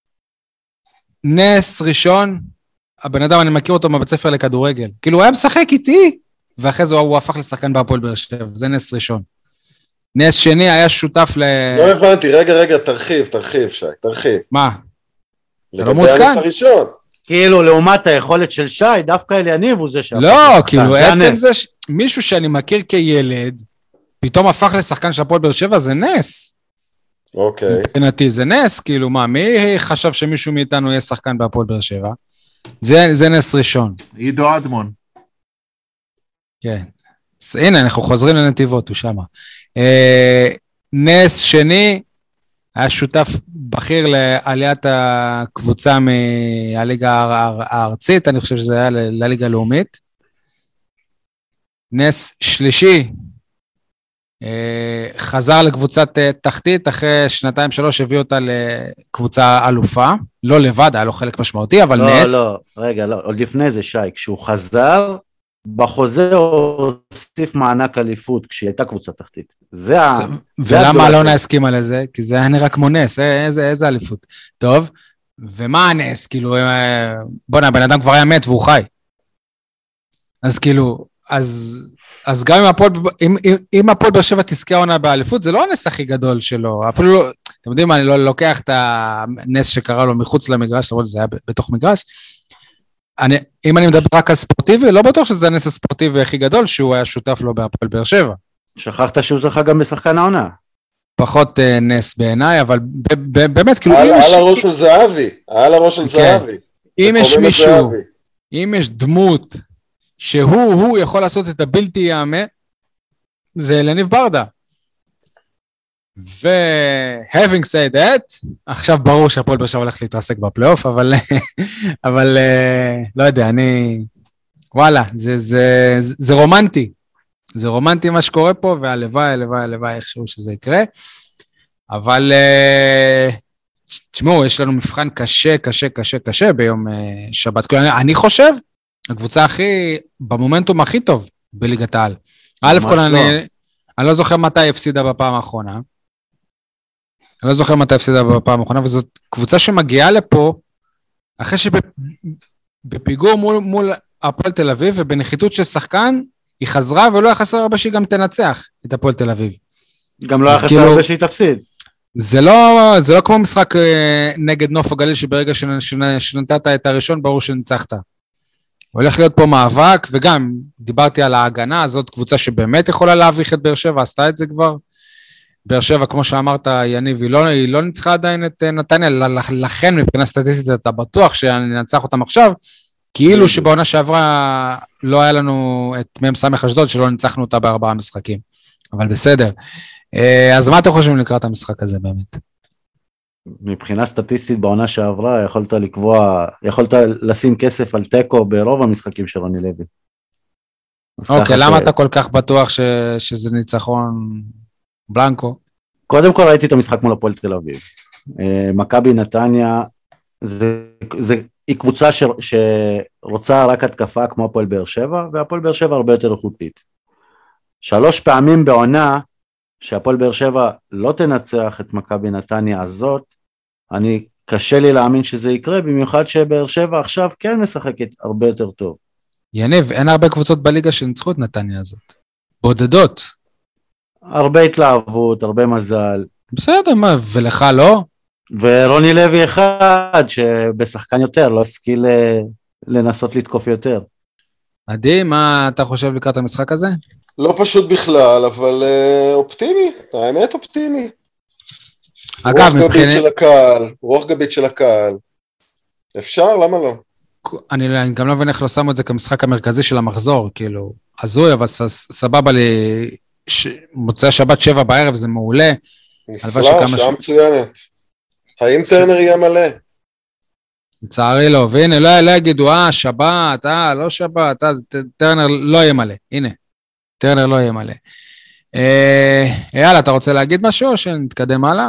נס ראשון, הבן אדם אני מכיר אותו מבית ספר לכדורגל, כאילו הוא היה משחק איתי, ואחרי זה הוא הפך לשחקן בהפועל באר שבע, זה נס ראשון. נס שני היה שותף לא הבנתי, רגע, תרחיב, שי, תרחיב. מה? לגבי הנס הראשון. כאילו, לעומת היכולת של שי, דווקא אליניב הוא זה שהפך. לא, כאילו, עצם זה, מישהו שאני מכיר כילד, פתאום הפך לשחקן של הפועל באר שבע, זה נס. אוקיי. מבחינתי, זה נס, כאילו, מה, מי חשב שמישהו מאיתנו יהיה שחקן בהפועל באר שבע? זה נס ראשון. עידו אדמון. כן. הנה, אנחנו חוזרים לנתיבות, הוא שמה. נס שני, היה שותף בכיר לעליית הקבוצה מהליגה הארצית, אני חושב שזה היה לליגה הלאומית. נס שלישי, חזר לקבוצת תחתית, אחרי 2-3 הביא אותה לקבוצה אלופה, לא לבד, היה לו חלק משמעותי, אבל נס... לא, רגע, לא, עוד לפני זה שי, כשהוא חזר, בחוזה הוא הוסיף מענק אליפות, כשהיא הייתה קבוצה תחתית. ולמה אלונה הסכימה לזה? כי זה היה נראה כמו נס, איזה אליפות. טוב, ומה הנס? כאילו, בוא'נה, הבן אדם כבר היה מת והוא חי. אז כאילו, אז גם אם הפועל באר שבע תזכה העונה באליפות, זה לא הנס הכי גדול שלו, אפילו לא, אתם יודעים מה, אני לא לוקח את הנס שקרה לו מחוץ למגרש, למרות זה היה בתוך מגרש, אם אני מדבר רק על ספורטיבי, לא בטוח שזה הנס הספורטיבי הכי גדול, שהוא היה שותף לו בהפועל באר שבע. שכחת שהוא זכה גם בשחקן העונה. פחות נס בעיניי, אבל באמת, כאילו... על הראש של זהבי, על הראש של זהבי. אם יש מישהו, אם יש דמות, שהוא יכול לעשות את הבלתי יאמן, זה אליניב ברדה. ו-having said that, עכשיו ברור שהפועל באר שבע הולך להתרסק בפלייאוף, אבל לא יודע, וואלה, זה רומנטי. זה רומנטי מה שקורה פה, והלוואי איכשהו שזה יקרה. אבל תשמעו, יש לנו מבחן קשה ביום שבת. אני חושב, הקבוצה במומנטום הכי טוב בליגת העל. א' כל אני לא זוכר מתי הפסידה בפעם האחרונה. וזאת קבוצה שמגיעה לפה, אחרי שבפיגור מול הפועל תל אביב, ובנחיתות של שחקן, היא חזרה ולא היה חסר הרבה שהיא גם תנצח את הפועל תל אביב. גם לא היה חסר הרבה שהיא תפסיד. זה לא כמו משחק נגד נוף הגליל, שברגע שנתת את הראשון, ברור שניצחת. הולך להיות פה מאבק, וגם דיברתי על ההגנה, זאת קבוצה שבאמת יכולה להביך את באר שבע, עשתה את זה כבר. באר שבע, כמו שאמרת, יניב, היא לא ניצחה עדיין את נתניה, לכן מבחינה סטטיסטית אתה בטוח שאני נצח אותם עכשיו, כאילו שבעונה שעברה לא היה לנו את מ"ם סמך אשדוד, שלא ניצחנו אותה ב4 משחקים. אבל בסדר. אז מה אתם חושבים לקראת המשחק הזה באמת? מבחינה סטטיסטית בעונה שעברה, יכולת לשים כסף על טקו ברוב המשחקים של רוני לוי. אוקיי, למה אתה כל כך בטוח שזה ניצחון בלנקו? קודם כל ראיתי את המשחק מול הפועל תל אביב. מכבי נתניה, היא קבוצה שרוצה רק התקפה כמו הפועל באר שבע, והפועל באר שבע הרבה יותר איכותית. 3 פעמים בעונה, שהפועל באר שבע לא תנצח את מכבי נתניה הזאת, קשה לי להאמין שזה יקרה, במיוחד שבאר שבע עכשיו כן משחקת הרבה יותר טוב. יניב, אין הרבה קבוצות בליגה שניצחו את נתניה הזאת. בודדות. הרבה התלהבות, הרבה מזל. בסדר, מה, ולך לא? ורוני לוי אחד, שבשחקן יותר, לא השכיל לנסות לתקוף יותר. עדי, מה אתה חושב לקראת המשחק הזה? לא פשוט בכלל, אבל אופטימי, האמת אופטימי. אגב, רוח גבית של הקהל. אפשר, למה לא? אני גם לא מבין איך לא שמו את זה כמשחק המרכזי של המחזור, כאילו, הזוי, אבל סבבה לי, מוצאי שבת 7 בערב, זה מעולה. נפלא, שעה מצוינת. האם טרנר יהיה מלא? לצערי לא, והנה, לא יגידו, שבת, לא שבת, טרנר לא יהיה מלא, הנה, טרנר לא יהיה מלא. יאללה, אתה רוצה להגיד משהו או שנתקדם הלאה?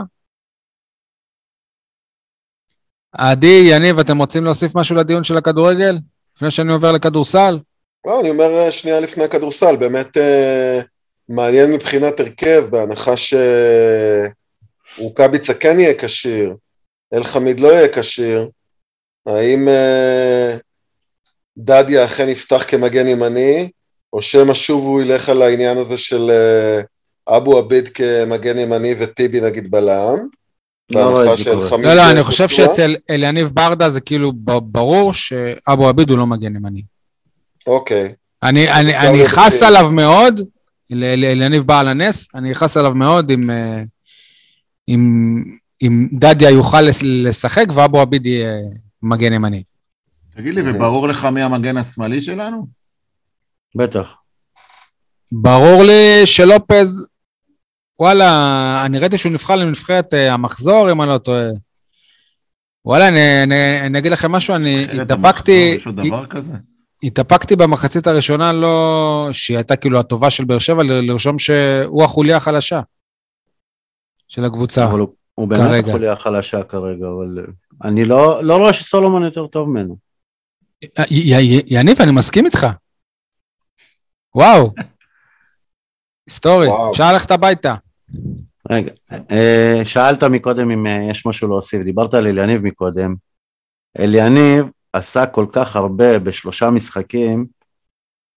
עדי, יניב, אתם רוצים להוסיף משהו לדיון של הכדורגל? לפני שאני עובר לכדורסל? לא, אני אומר שנייה לפני הכדורסל, באמת מעניין מבחינת הרכב, בהנחה שרוקאביצה כן יהיה קשיר, אל חמיד לא יהיה קשיר, האם דדיה אכן יפתח כמגן ימני, או שמא שוב הוא ילך על העניין הזה של אבו עביד כמגן ימני וטיבי נגיד בלם, לא, אני חושב שאצל אליניב ברדה זה כאילו ברור שאבו עביד הוא לא מגן ימני. אוקיי. אני חס עליו מאוד, אליניב בעל הנס, אני חס עליו מאוד אם דדיה יוכל לשחק ואבו עביד יהיה מגן ימני. תגיד לי, וברור לך מי המגן השמאלי שלנו? בטח. ברור לי שלופז, וואלה, אני ראיתי שהוא נבחר לנבחרת המחזור, אם אני לא טועה. וואלה, אני אגיד לכם משהו, אני התאפקתי במחצית הראשונה, שהיא הייתה כאילו הטובה של באר שבע, לרשום שהוא החוליה החלשה של הקבוצה. אבל הוא באמת החוליה החלשה כרגע, אבל אני לא רואה שסולומון יותר טוב ממנו. יניב, אני מסכים איתך. וואו. היסטורי, אפשר ללכת הביתה. רגע, שאלת מקודם אם יש משהו להוסיף, דיברת על אליניב מקודם. אליניב עשה כל כך הרבה ב3 משחקים,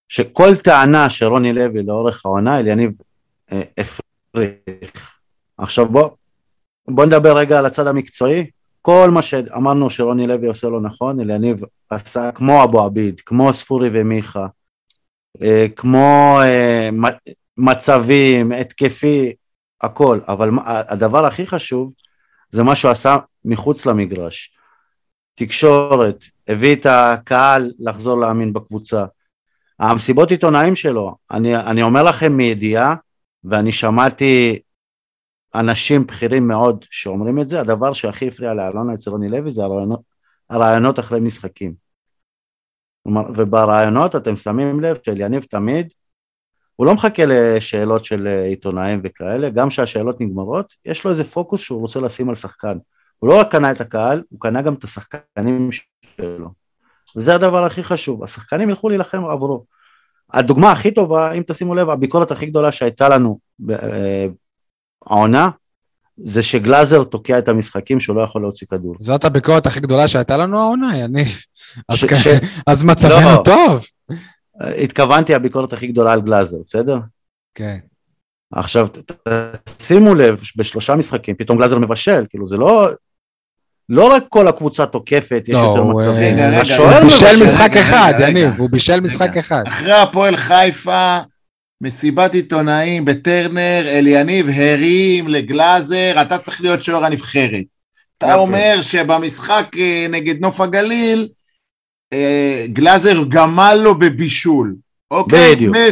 שכל טענה שרוני לוי לאורך העונה, אליניב הפריך. עכשיו בוא נדבר רגע על הצד המקצועי, כל מה שאמרנו שרוני לוי עושה לו נכון, אליניב עשה כמו אבו עביד, כמו ספורי ומיכה, כמו מצבים, התקפי, הכל, אבל הדבר הכי חשוב, זה מה שהוא עשה מחוץ למגרש, תקשורת, הביא את הקהל לחזור להאמין בקבוצה, המסיבות עיתונאים שלו, אני אומר לכם מידיעה, ואני שמעתי אנשים בכירים מאוד שאומרים את זה, הדבר שהכי הפריע לאלונה אצל רוני לוי, זה הרעיונות אחרי משחקים, וברעיונות אתם שמים לב שאליניב תמיד, הוא לא מחכה לשאלות של עיתונאים וכאלה, גם שהשאלות נגמרות, יש לו איזה פוקוס שהוא רוצה לשים על שחקן, הוא לא רק קנה את הקהל, הוא קנה גם את השחקנים שלו, וזה הדבר הכי חשוב, השחקנים ילכו להילחם עבורו. הדוגמה הכי טובה, אם תשימו לב, הביקורת הכי גדולה שהייתה לנו העונה, זה שגלאזר תוקע את המשחקים שהוא לא יכול להוציא כדור. זאת הביקורת הכי גדולה שהייתה לנו העונה, יניב. אז מצבנו טוב. התכוונתי הביקורת הכי גדולה על גלאזר, בסדר? כן. עכשיו, שימו לב, בשלושה משחקים, פתאום גלאזר מבשל, כאילו זה לא רק כל הקבוצה תוקפת, יש יותר מצבים. הוא בישל משחק אחד, יניב, הוא בישל משחק אחד. אחרי הפועל חיפה, מסיבת עיתונאים בטרנר, אליניב הרים לגלאזר, אתה צריך להיות שוער הנבחרת. אתה אומר שבמשחק נגד נוף הגליל, גלאזר גמל לו בבישול. אוקיי?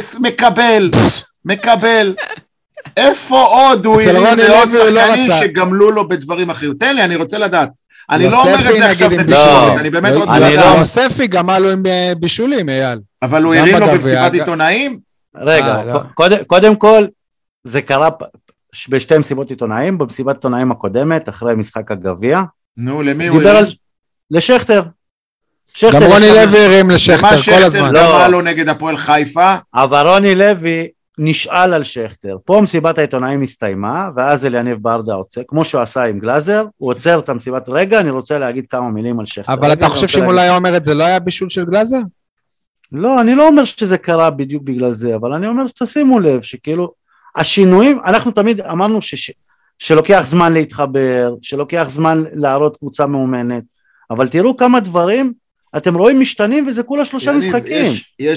מקבל. איפה עוד הוא הרים לעוד שחקנים שגמלו לו בדברים אחרים? תן לי, אני רוצה לדעת. אני לא אומר את זה עכשיו בבישולים, אני באמת רוצה לדעת. יוספי גמל לו עם בישולים, אייל. אבל הוא הרים לו במסיבת עיתונאים? רגע, קודם כל, זה קרה בשתי מסיבות עיתונאים, במסיבת עיתונאים הקודמת, אחרי משחק הגביע. נו, למי הוא הרים? לשכטר. גם רוני לוי הרים לשכטר כל הזמן. מה שכטר גמל לו נגד הפועל חיפה? אבל רוני לוי נשאל על שכטר. פה מסיבת העיתונאים הסתיימה, ואז אליניב ברדה עוצר, כמו שהוא עשה עם גלאזר, הוא עוצר את המסיבת, רגע, אני רוצה להגיד כמה מילים על שכטר. אבל אתה חושב שאם אולי אומר את זה, לא היה בישול של גלאזר? לא, אני לא אומר שזה קרה בדיוק בגלל זה, אבל אני אומר שתשימו לב שכאילו, השינויים, אנחנו תמיד אמרנו שלוקח זמן להתחבר, שלוקח זמן להראות קבוצה מאומנת, אבל תראו כמה דברים, אתם רואים משתנים וזה כולה 3 משחקים.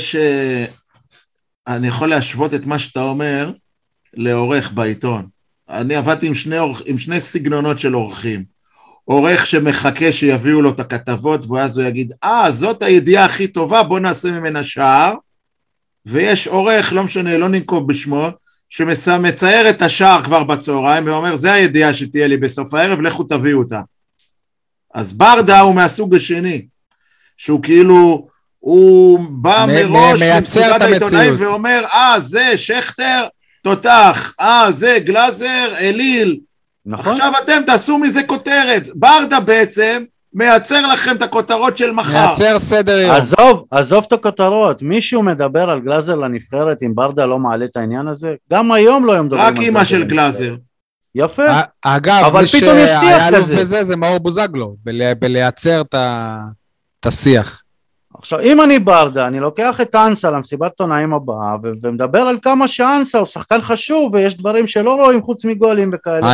אני יכול להשוות את מה שאתה אומר לעורך בעיתון. אני עבדתי עם שני סגנונות של עורכים. עורך שמחכה שיביאו לו את הכתבות, ואז הוא יגיד, זאת הידיעה הכי טובה, בוא נעשה ממנה שער, ויש עורך, לא משנה, לא ננקוב בשמו, שמצייר את השער כבר בצהריים, ואומר, זה הידיעה שתהיה לי בסוף הערב, לכו תביאו אותה. אז ברדה הוא מהסוג השני, שהוא כאילו, הוא בא מראש מסיבת העיתונאים ואומר, זה שכטר, תותח, זה גלאזר, אליל, נכון? עכשיו אתם תעשו מזה כותרת, ברדה בעצם מייצר לכם את הכותרות של מחר. מייצר סדר יום. עזוב את הכותרות, מישהו מדבר על גלאזר לנבחרת, אם ברדה לא מעלה את העניין הזה, גם היום לא מדברים רק אמא של גלאזר. יפה. אגב, מי שהיה לו בזה זה מאור בוזגלו, בלייצר את השיח. עכשיו, אם אני ברדה, אני לוקח את אנסה למסיבת עיתונאים הבאה, ומדבר על כמה שאנסה הוא שחקן חשוב, ויש דברים שלא רואים חוץ מגולים וכאלה.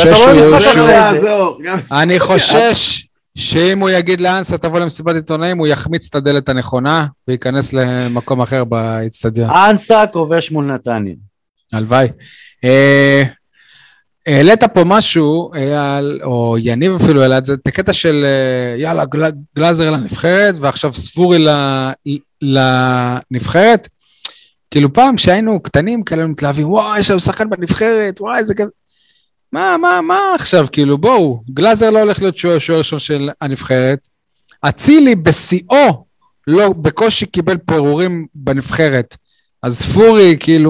אני חושש שאם הוא יגיד לאנסה, תבוא למסיבת עיתונאים, הוא יחמיץ את הדלת הנכונה, וייכנס למקום אחר באצטדיון. אנסה כובש מול נתניה. הלוואי. העלית פה משהו, או יניב אפילו העלה את זה, את הקטע של יאללה גלאזר לנבחרת, ועכשיו ספורי לנבחרת, כאילו פעם שהיינו קטנים כאלה מתלהבים, וואי יש לנו שחקן בנבחרת, וואי זה גם, מה עכשיו, כאילו בואו, גלאזר לא הולך להיות שוער ראשון של הנבחרת, אצילי בשיאו, לא בקושי קיבל פירורים בנבחרת, אז ספורי כאילו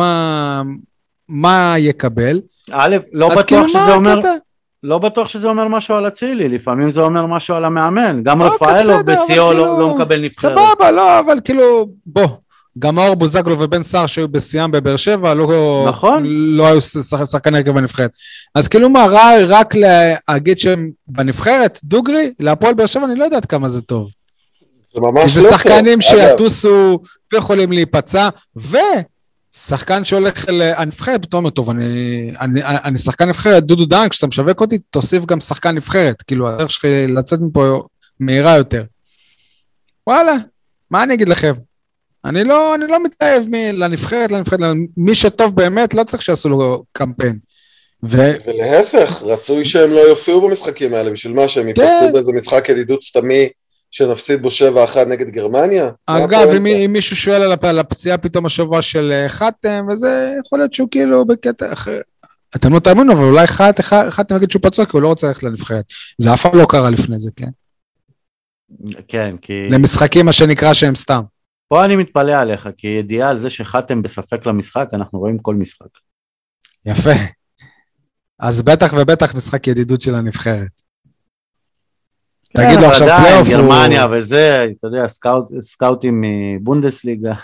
מה יקבל? לא בטוח שזה אומר משהו על אצילי, לפעמים זה אומר משהו על המאמן, גם רפאלוב בסיאו לא מקבל נבחרת. סבבה, לא, אבל כאילו, גם מאור בוזגלו ובן סער שהיו בשיאם בבאר שבע, לא היו שחקני הרכב בנבחרת. אז כאילו מה, רק להגיד שהם בנבחרת, דוגרי, להפועל באר שבע, אני לא יודעת כמה זה טוב. זה ממש זה לא טוב. שחקנים אגב, שיטוסו ויכולים להיפצע, ושחקן שהולך לנבחרת, פתאום טוב, אני שחקן נבחרת, דודו דן, כשאתה משווק אותי, תוסיף גם שחקן נבחרת, כאילו, הדרך שלך לצאת מפה מהירה יותר. וואלה, מה אני אגיד לכם? אני לא מתאהב לנבחרת, מי שטוב באמת, לא צריך שיעשו לו קמפיין. ולהפך, רצוי שהם לא יופיעו במשחקים האלה, בשביל מה שהם ייפצעו באיזה משחק ידידות סתמי, שנפסיד בו 7-1 נגד גרמניה? אגב, אם מישהו שואל על הפציעה פתאום השבוע של חתם, וזה יכול להיות שהוא כאילו בקטע אחר. אתם לא תאמינו, אבל אולי חתם יגיד שהוא פצוע, כי הוא לא רוצה ללכת לנבחרת. זה אף פעם לא קרה לפני זה, כן? כן, כי... למשחקים, מה שנקרא שהם סתם. פה אני מתפלא עליך, כי ידיעה על זה שחתם בספק למשחק, אנחנו רואים כל משחק. יפה. אז בטח ובטח משחק ידידות של הנבחרת. תגיד לו עכשיו פלייאוף. גרמניה וזה, אתה יודע, סקאוטים מבונדסליגה.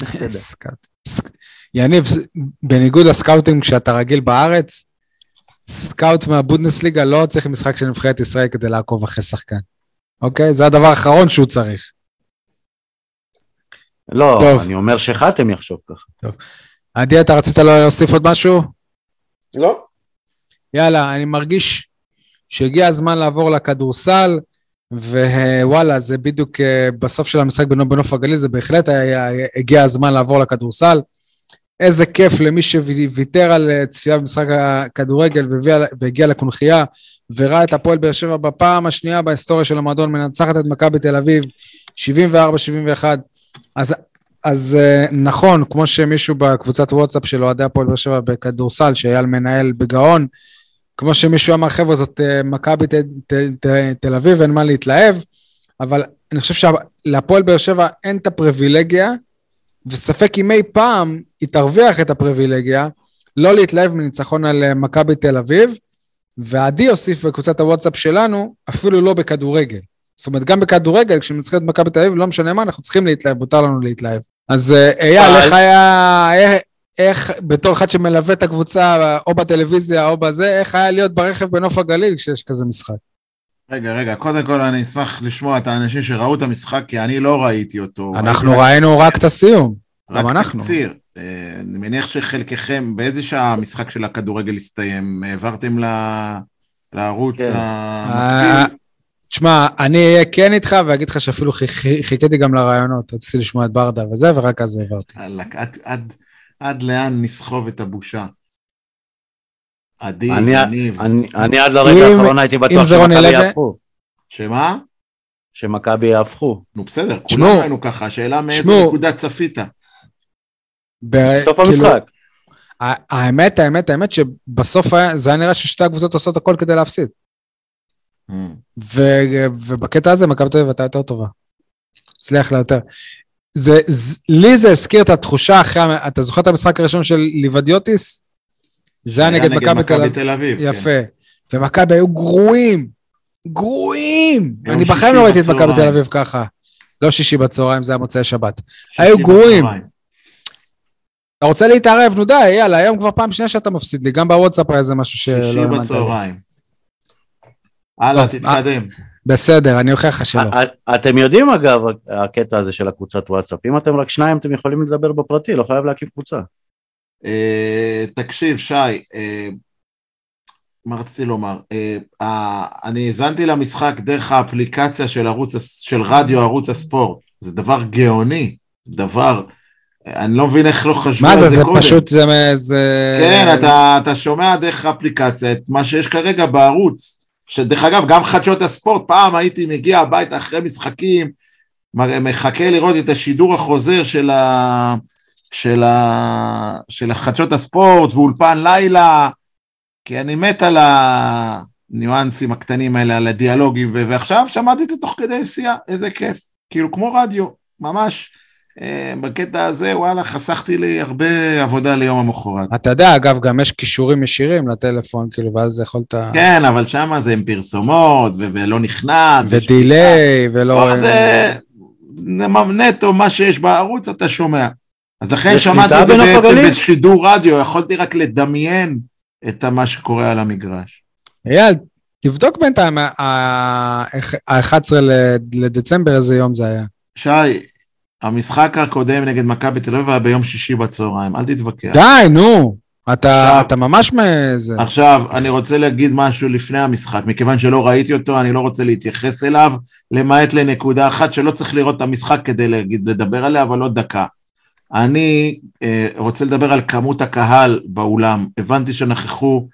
יניב, בניגוד לסקאוטים כשאתה רגיל בארץ, סקאוט מהבונדסליגה לא צריך משחק של נבחרת ישראל כדי לעקוב אחרי שחקן. אוקיי? זה הדבר האחרון שהוא צריך. לא, אני אומר שחתם יחשוב ככה. טוב. עדי, אתה רצית להוסיף עוד משהו? לא. יאללה, אני מרגיש שהגיע הזמן לעבור לכדורסל, ווואלה, זה בדיוק בסוף של המשחק בנוף הגליל, זה בהחלט הגיע הזמן לעבור לכדורסל. איזה כיף למי שוויתר על צפייה במשחק הכדורגל והגיע לקונחייה, וראה את הפועל באר שבע בפעם השנייה בהיסטוריה של המועדון, מנצחת את מכבי תל אביב, 74-71. אז נכון, כמו שמישהו בקבוצת וואטסאפ של אוהדי הפועל באר שבע בכדורסל, שאייל מנהל בגאון, כמו שמישהו אמר, חבר'ה, זאת מכבי תל אביב, אין מה להתלהב, אבל אני חושב שלפועל באר שבע אין את הפריבילגיה, וספק אם אי פעם היא תרוויח את הפריבילגיה, לא להתלהב מניצחון על מכבי תל אביב, ועדי הוסיף בקבוצת הוואטסאפ שלנו, אפילו לא בכדורגל. זאת אומרת, גם בכדורגל, כשמנצחים את מכבי תל אביב, לא משנה מה, אנחנו צריכים להתלהב, מותר לנו להתלהב. אז אייל, איך בתור אחד שמלווה את הקבוצה, או בטלוויזיה, או בזה, איך היה להיות ברכב בנוף הגליל, כשיש כזה משחק? רגע, קודם כל אני אשמח לשמוע את האנשים שראו את המשחק, כי אני לא ראיתי אותו. אנחנו ראינו רק את הסיום, גם אנחנו. רק תקציר. אני מניח שחלקכם, באיזה שעה המשחק של הכדורגל הסתיים, העברתם לערוץ המקביל? תשמע, אני אהיה כן איתך, ואגיד לך שאפילו חיכיתי גם לרעיונות, רציתי לשמוע את ברדה וזה, ורק אז העברתי. עד לאן נסחוב את הבושה? אני עד לרגע האחרון הייתי בטוח שמכבי יהפכו. שמה? שמכבי יהפכו. נו בסדר, כולנו היינו ככה, השאלה מאיזה נקודת צפית. בסוף המשחק. האמת שבסוף זה היה נראה ששתי הקבוצות עושות הכל כדי להפסיד. ובקטע הזה מכבי תל אביב הייתה יותר טובה. הצליח לה יותר. לי זה הזכיר את התחושה אחרי, אתה זוכר את המשחק הראשון של ליבדיוטיס? זה היה נגד מכבי תל אביב. יפה. ומכבי היו גרועים. אני בחיים לא ראיתי את מכבי תל אביב ככה. לא שישי בצהריים, זה היה מוצאי שבת. היו גרועים. אתה רוצה להתערב? נו די, יאללה, היום כבר פעם שנייה שאתה מפסיד לי, גם בוואטסאפ היה איזה משהו שלא שישי בצהריים. הלאה, תתקדם. בסדר, אני אוכיח לך שלא. אתם יודעים אגב, הקטע הזה של הקבוצת וואטסאפ, אם אתם רק שניים, אתם יכולים לדבר בפרטי, לא חייב להקים קבוצה. תקשיב, שי, מה רציתי לומר? אני הזנתי למשחק דרך האפליקציה של רדיו ערוץ הספורט. זה דבר גאוני, זה דבר... אני לא מבין איך לא חשבו על זה קודם. מה זה, זה פשוט, זה... כן, אתה שומע דרך האפליקציה את מה שיש כרגע בערוץ, שדרך אגב, גם חדשות הספורט, פעם הייתי מגיע הביתה אחרי משחקים, מחכה לראות את השידור החוזר של חדשות הספורט, ואולפן לילה, כי אני מת על הניואנסים הקטנים האלה, על הדיאלוגים, ועכשיו שמעתי את זה תוך כדי נסיעה, איזה כיף, כאילו כמו רדיו, ממש. בקטע הזה, וואלה, חסכתי לי הרבה עבודה ליום המחרת. אתה יודע, אגב, גם יש קישורים ישירים לטלפון, כאילו, ואז יכולת... כן, אבל שם זה עם פרסומות, ולא נכנעת. ודילי, ולא... זה נטו, מה שיש בערוץ, אתה שומע. אז לכן שמעתי את זה בעצם בשידור רדיו, יכולתי רק לדמיין את מה שקורה על המגרש. אייל, תבדוק בינתיים, ה-11 לדצמבר, איזה יום זה היה. שי, המשחק הקודם נגד מכבי תל אביב היה ביום שישי בצהריים, אל תתווכח. די, נו, אתה ממש מזה. עכשיו, אני רוצה להגיד משהו לפני המשחק, מכיוון שלא ראיתי אותו, אני לא רוצה להתייחס אליו, למעט לנקודה אחת שלא צריך לראות את המשחק כדי לדבר עליה, אבל עוד דקה. אני רוצה לדבר על כמות הקהל באולם, הבנתי שנכחו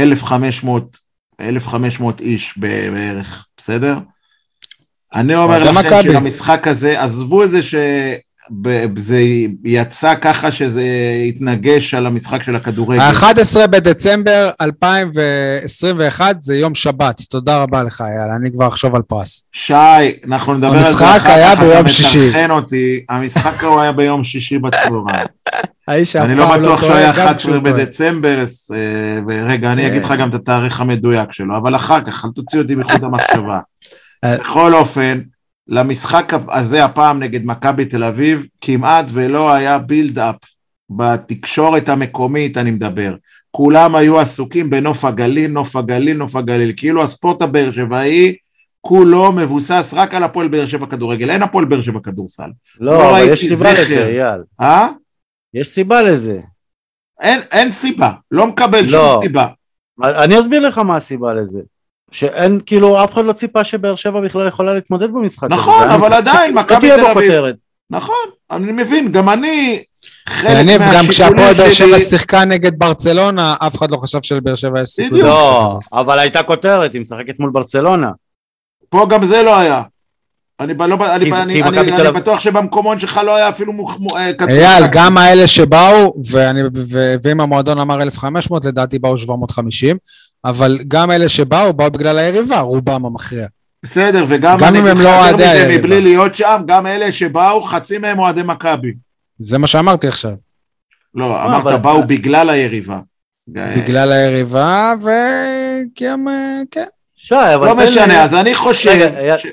1,500 איש בערך, בסדר? אני אומר לכם שבמשחק הזה, עזבו את זה שזה יצא ככה שזה יתנגש על המשחק של הכדורגל. ה-11 בדצמבר 2021 זה יום שבת, תודה רבה לך, יאללה, אני כבר אחשוב על פרס. שי, אנחנו נדבר על זה המשחק היה ביום שישי. המשחק היה ביום שישי בצהריים. אני לא בטוח שהוא היה 11 בדצמבר, ורגע, אני אגיד לך גם את התאריך המדויק שלו, אבל אחר כך, אל תוציא אותי מחוץ המחשבה. בכל אופן, למשחק הזה הפעם נגד מכבי תל אביב, כמעט ולא היה בילד-אפ בתקשורת המקומית, אני מדבר. כולם היו עסוקים בנוף הגליל, נוף הגליל, נוף הגליל, כאילו הספורט הבאר שבעי, כולו מבוסס רק על הפועל באר שבע כדורגל, אין הפועל באר שבע כדורסל. לא, אבל יש סיבה לזה, אייל. יש סיבה לזה. אין סיבה, לא מקבל שום סיבה. אני אסביר לך מה הסיבה לזה. שאין, כאילו, אף אחד לא ציפה שבאר שבע בכלל יכולה להתמודד במשחק. נכון, אבל עדיין, מכבי תל אביב. נכון, אני מבין, גם אני, חלק מהשיקולים שלי. גם כשהפועל באר שבע שיחקה נגד ברצלונה, אף אחד לא חשב שלבאר שבע יש סיכוי. לא, אבל הייתה כותרת, היא משחקת מול ברצלונה. פה גם זה לא היה. אני בטוח שבמקומון שלך לא היה אפילו כתוב. אייל, גם האלה שבאו, ואם המועדון אמר 1,500, לדעתי באו 750, אבל גם אלה שבאו בגלל היריבה, רובם המכריע. בסדר, וגם אם הם לא אוהדי היריבה. מבלי להיות שם, גם אלה שבאו, חצי מהם אוהדי מכבי. זה מה שאמרתי עכשיו. לא, אמרת באו בגלל היריבה. בגלל היריבה, וגם, כן. לא משנה, אז אני חושב...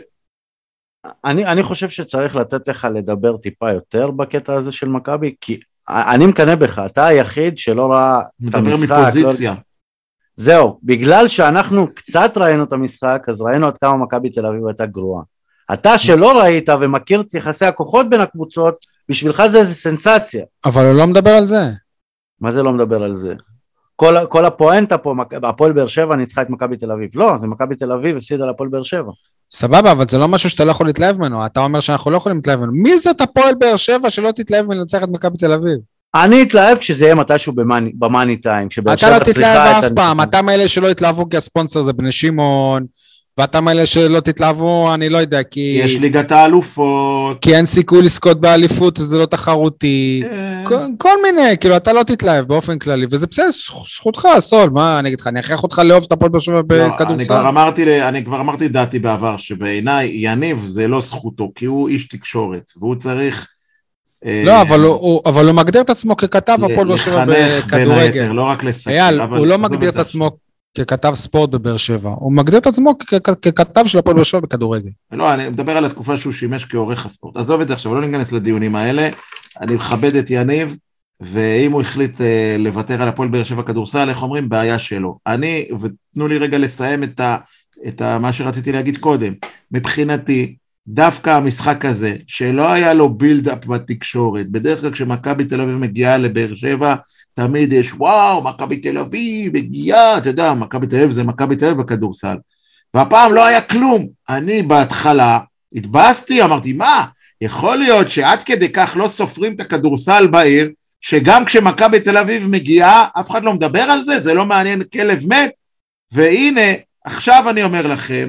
אני חושב שצריך לתת לך לדבר טיפה יותר בקטע הזה של מכבי, כי אני מקנא בך, אתה היחיד שלא ראה את המשחק. מדבר מפוזיציה. זהו, בגלל שאנחנו קצת ראינו את המשחק, אז ראינו עד כמה מכבי תל אביב הייתה גרועה. אתה שלא ראית ומכיר את יחסי הכוחות בין הקבוצות, בשבילך זה איזה סנסציה. אבל הוא לא מדבר על זה. מה זה לא מדבר על זה? כל הפואנטה פה, הפועל באר שבע ניצחה את מכבי תל אביב. לא, זה מכבי תל אביב הפסידה לפועל באר שבע. סבבה, אבל זה לא משהו שאתה לא יכול להתלהב ממנו, אתה אומר שאנחנו לא יכולים להתלהב ממנו. מי זאת הפועל באר שבע שלא תתלהב מלנצח את מכבי תל אביב? אני אתלהב כשזה יהיה מתישהו במאני טיים. אתה לא תתלהב אף פעם, אתה מאלה שלא יתלהבו כי הספונסר זה בני שמעון, ואתה מאלה שלא תתלהבו, אני לא יודע, כי... יש ליגת האלופות. כי אין סיכוי לזכות באליפות, זה לא תחרותי. כל מיני, כאילו, אתה לא תתלהב באופן כללי, וזה בסדר, זכותך, סול, מה אני אגיד לך, אני אכריח אותך לאהוב את הפועל באר שבע בכדורסל. אני כבר אמרתי דעתי בעבר, שבעיניי יניב זה לא זכותו, כי הוא איש תקשורת, והוא צריך... לא, אבל הוא מגדיר את עצמו ככתב הפועל באר שבע בכדורגל. לא רק לסכם. אייל, הוא לא מגדיר את עצמו ככתב ספורט בבאר שבע, הוא מגדיר את עצמו ככתב של הפועל באר שבע בכדורגל. לא, אני מדבר על התקופה שהוא שימש כעורך הספורט. עזוב את זה עכשיו, לא ניכנס לדיונים האלה, אני מכבד את יניב, ואם הוא החליט לוותר על הפועל באר שבע כדורסל, איך אומרים? בעיה שלו. ותנו לי רגע לסיים את מה שרציתי להגיד קודם. מבחינתי, דווקא המשחק הזה, שלא היה לו בילד-אפ בתקשורת, בדרך כלל כשמכבי תל אביב מגיעה לבאר שבע, תמיד יש וואו, מכבי תל אביב, מגיעה, אתה יודע, מכבי תל אביב זה מכבי תל אביב בכדורסל. והפעם לא היה כלום. אני בהתחלה התבאסתי, אמרתי, מה? יכול להיות שעד כדי כך לא סופרים את הכדורסל בעיר, שגם כשמכבי תל אביב מגיעה, אף אחד לא מדבר על זה, זה לא מעניין כלב מת, והנה, עכשיו אני אומר לכם,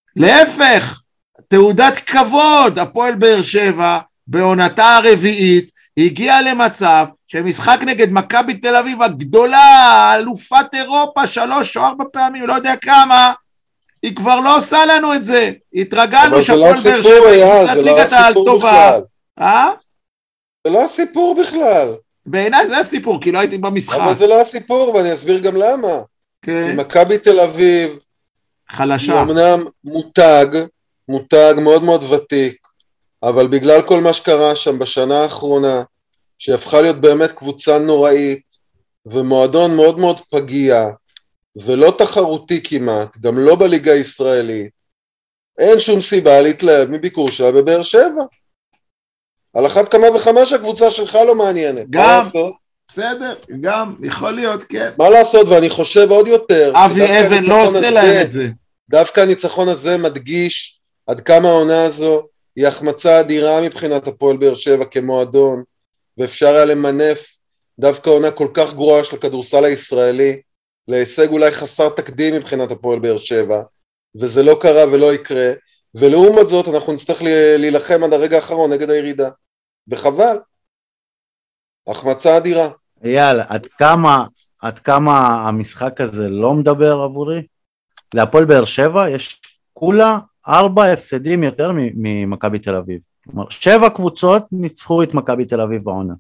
להפך, תעודת כבוד, הפועל באר שבע, בעונתה הרביעית, הגיעה למצב שמשחק נגד מכבי תל אביב הגדולה, אלופת אירופה 3 או 4 פעמים, לא יודע כמה, היא כבר לא עושה לנו את זה. התרגלנו שהפועל באר שבע, זה לא הסיפור בכלל. זה לא הסיפור בכלל. בעיניי זה הסיפור, כי לא הייתי במשחק. אבל זה לא הסיפור, ואני אסביר גם למה. כי מכבי תל אביב, חלשה. היא אמנם מותג מאוד מאוד ותיק, אבל בגלל כל מה שקרה שם בשנה האחרונה, שהפכה להיות באמת קבוצה נוראית, ומועדון מאוד מאוד פגיע, ולא תחרותי כמעט, גם לא בליגה הישראלית, אין שום סיבה להתלהב מביקור שלה בבאר שבע. על אחת כמה וכמה שהקבוצה שלך לא מעניינת. גם, בסדר, גם, יכול להיות, כן. מה לעשות, ואני חושב עוד יותר, אבי אבן לא עושה להם את זה. דווקא הניצחון הזה מדגיש עד כמה העונה הזו היא החמצה אדירה מבחינת הפועל באר שבע כמועדון, ואפשר היה למנף דווקא עונה כל כך גרועה של הכדורסל הישראלי, להישג אולי חסר תקדים מבחינת הפועל באר שבע, וזה לא קרה ולא יקרה, ולעומת זאת אנחנו נצטרך להילחם עד הרגע האחרון נגד הירידה, וחבל, החמצה אדירה. אייל, עד כמה המשחק הזה לא מדבר עבורי? להפועל באר שבע יש כולה 4 הפסדים יותר ממכבי תל אביב. כלומר, 7 קבוצות ניצחו את מכבי תל אביב בעונה.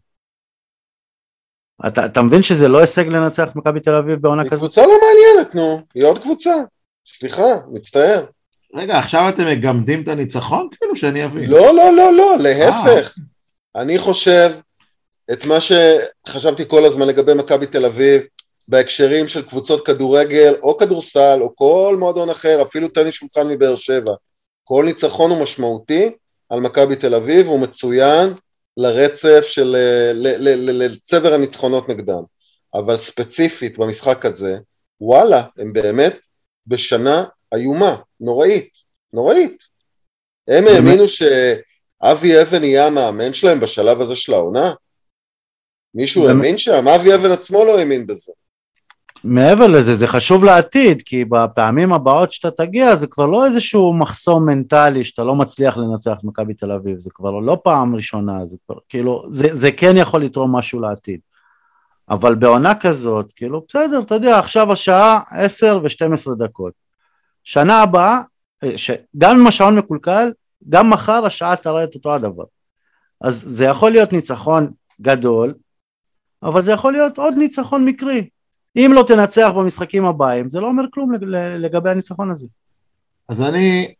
אתה מבין שזה לא הישג לנצח את מכבי תל אביב בעונה כזאת? היא קבוצה לא מעניינת, נו. היא עוד קבוצה. סליחה, מצטער. רגע, עכשיו אתם מגמדים את הניצחון? כאילו שאני אבין. לא, להפך. אני חושב את מה שחשבתי כל הזמן לגבי מכבי תל אביב, בהקשרים של קבוצות כדורגל או כדורסל או כל מועדון אחר, אפילו טניס שולחן מבאר שבע. כל ניצחון הוא משמעותי על מכבי תל אביב, הוא מצוין לרצף של, לצבר הניצחונות נגדם. אבל ספציפית במשחק הזה, וואלה, הם באמת בשנה איומה, נוראית. הם האמינו שאבי אבן יהיה המאמן שלהם בשלב הזה של העונה? מישהו האמין שם? אבי אבן עצמו לא האמין בזה. מעבר לזה, זה חשוב לעתיד, כי בפעמים הבאות שאתה תגיע, זה כבר לא איזשהו מחסום מנטלי, שאתה לא מצליח לנצח מכבי תל אביב, זה כבר לא פעם ראשונה, זה כבר, כאילו, זה כן יכול לתרום משהו לעתיד. אבל בעונה כזאת, כאילו, בסדר, אתה יודע, עכשיו השעה 10 ו-12 דקות. שנה הבאה, גם אם השעון מקולקל, גם מחר השעה תראה את אותו הדבר. אז זה יכול להיות ניצחון גדול, אבל זה יכול להיות עוד ניצחון מקרי. אם לא תנצח במשחקים הבאים, זה לא אומר כלום לגבי הניצחון הזה. אז אני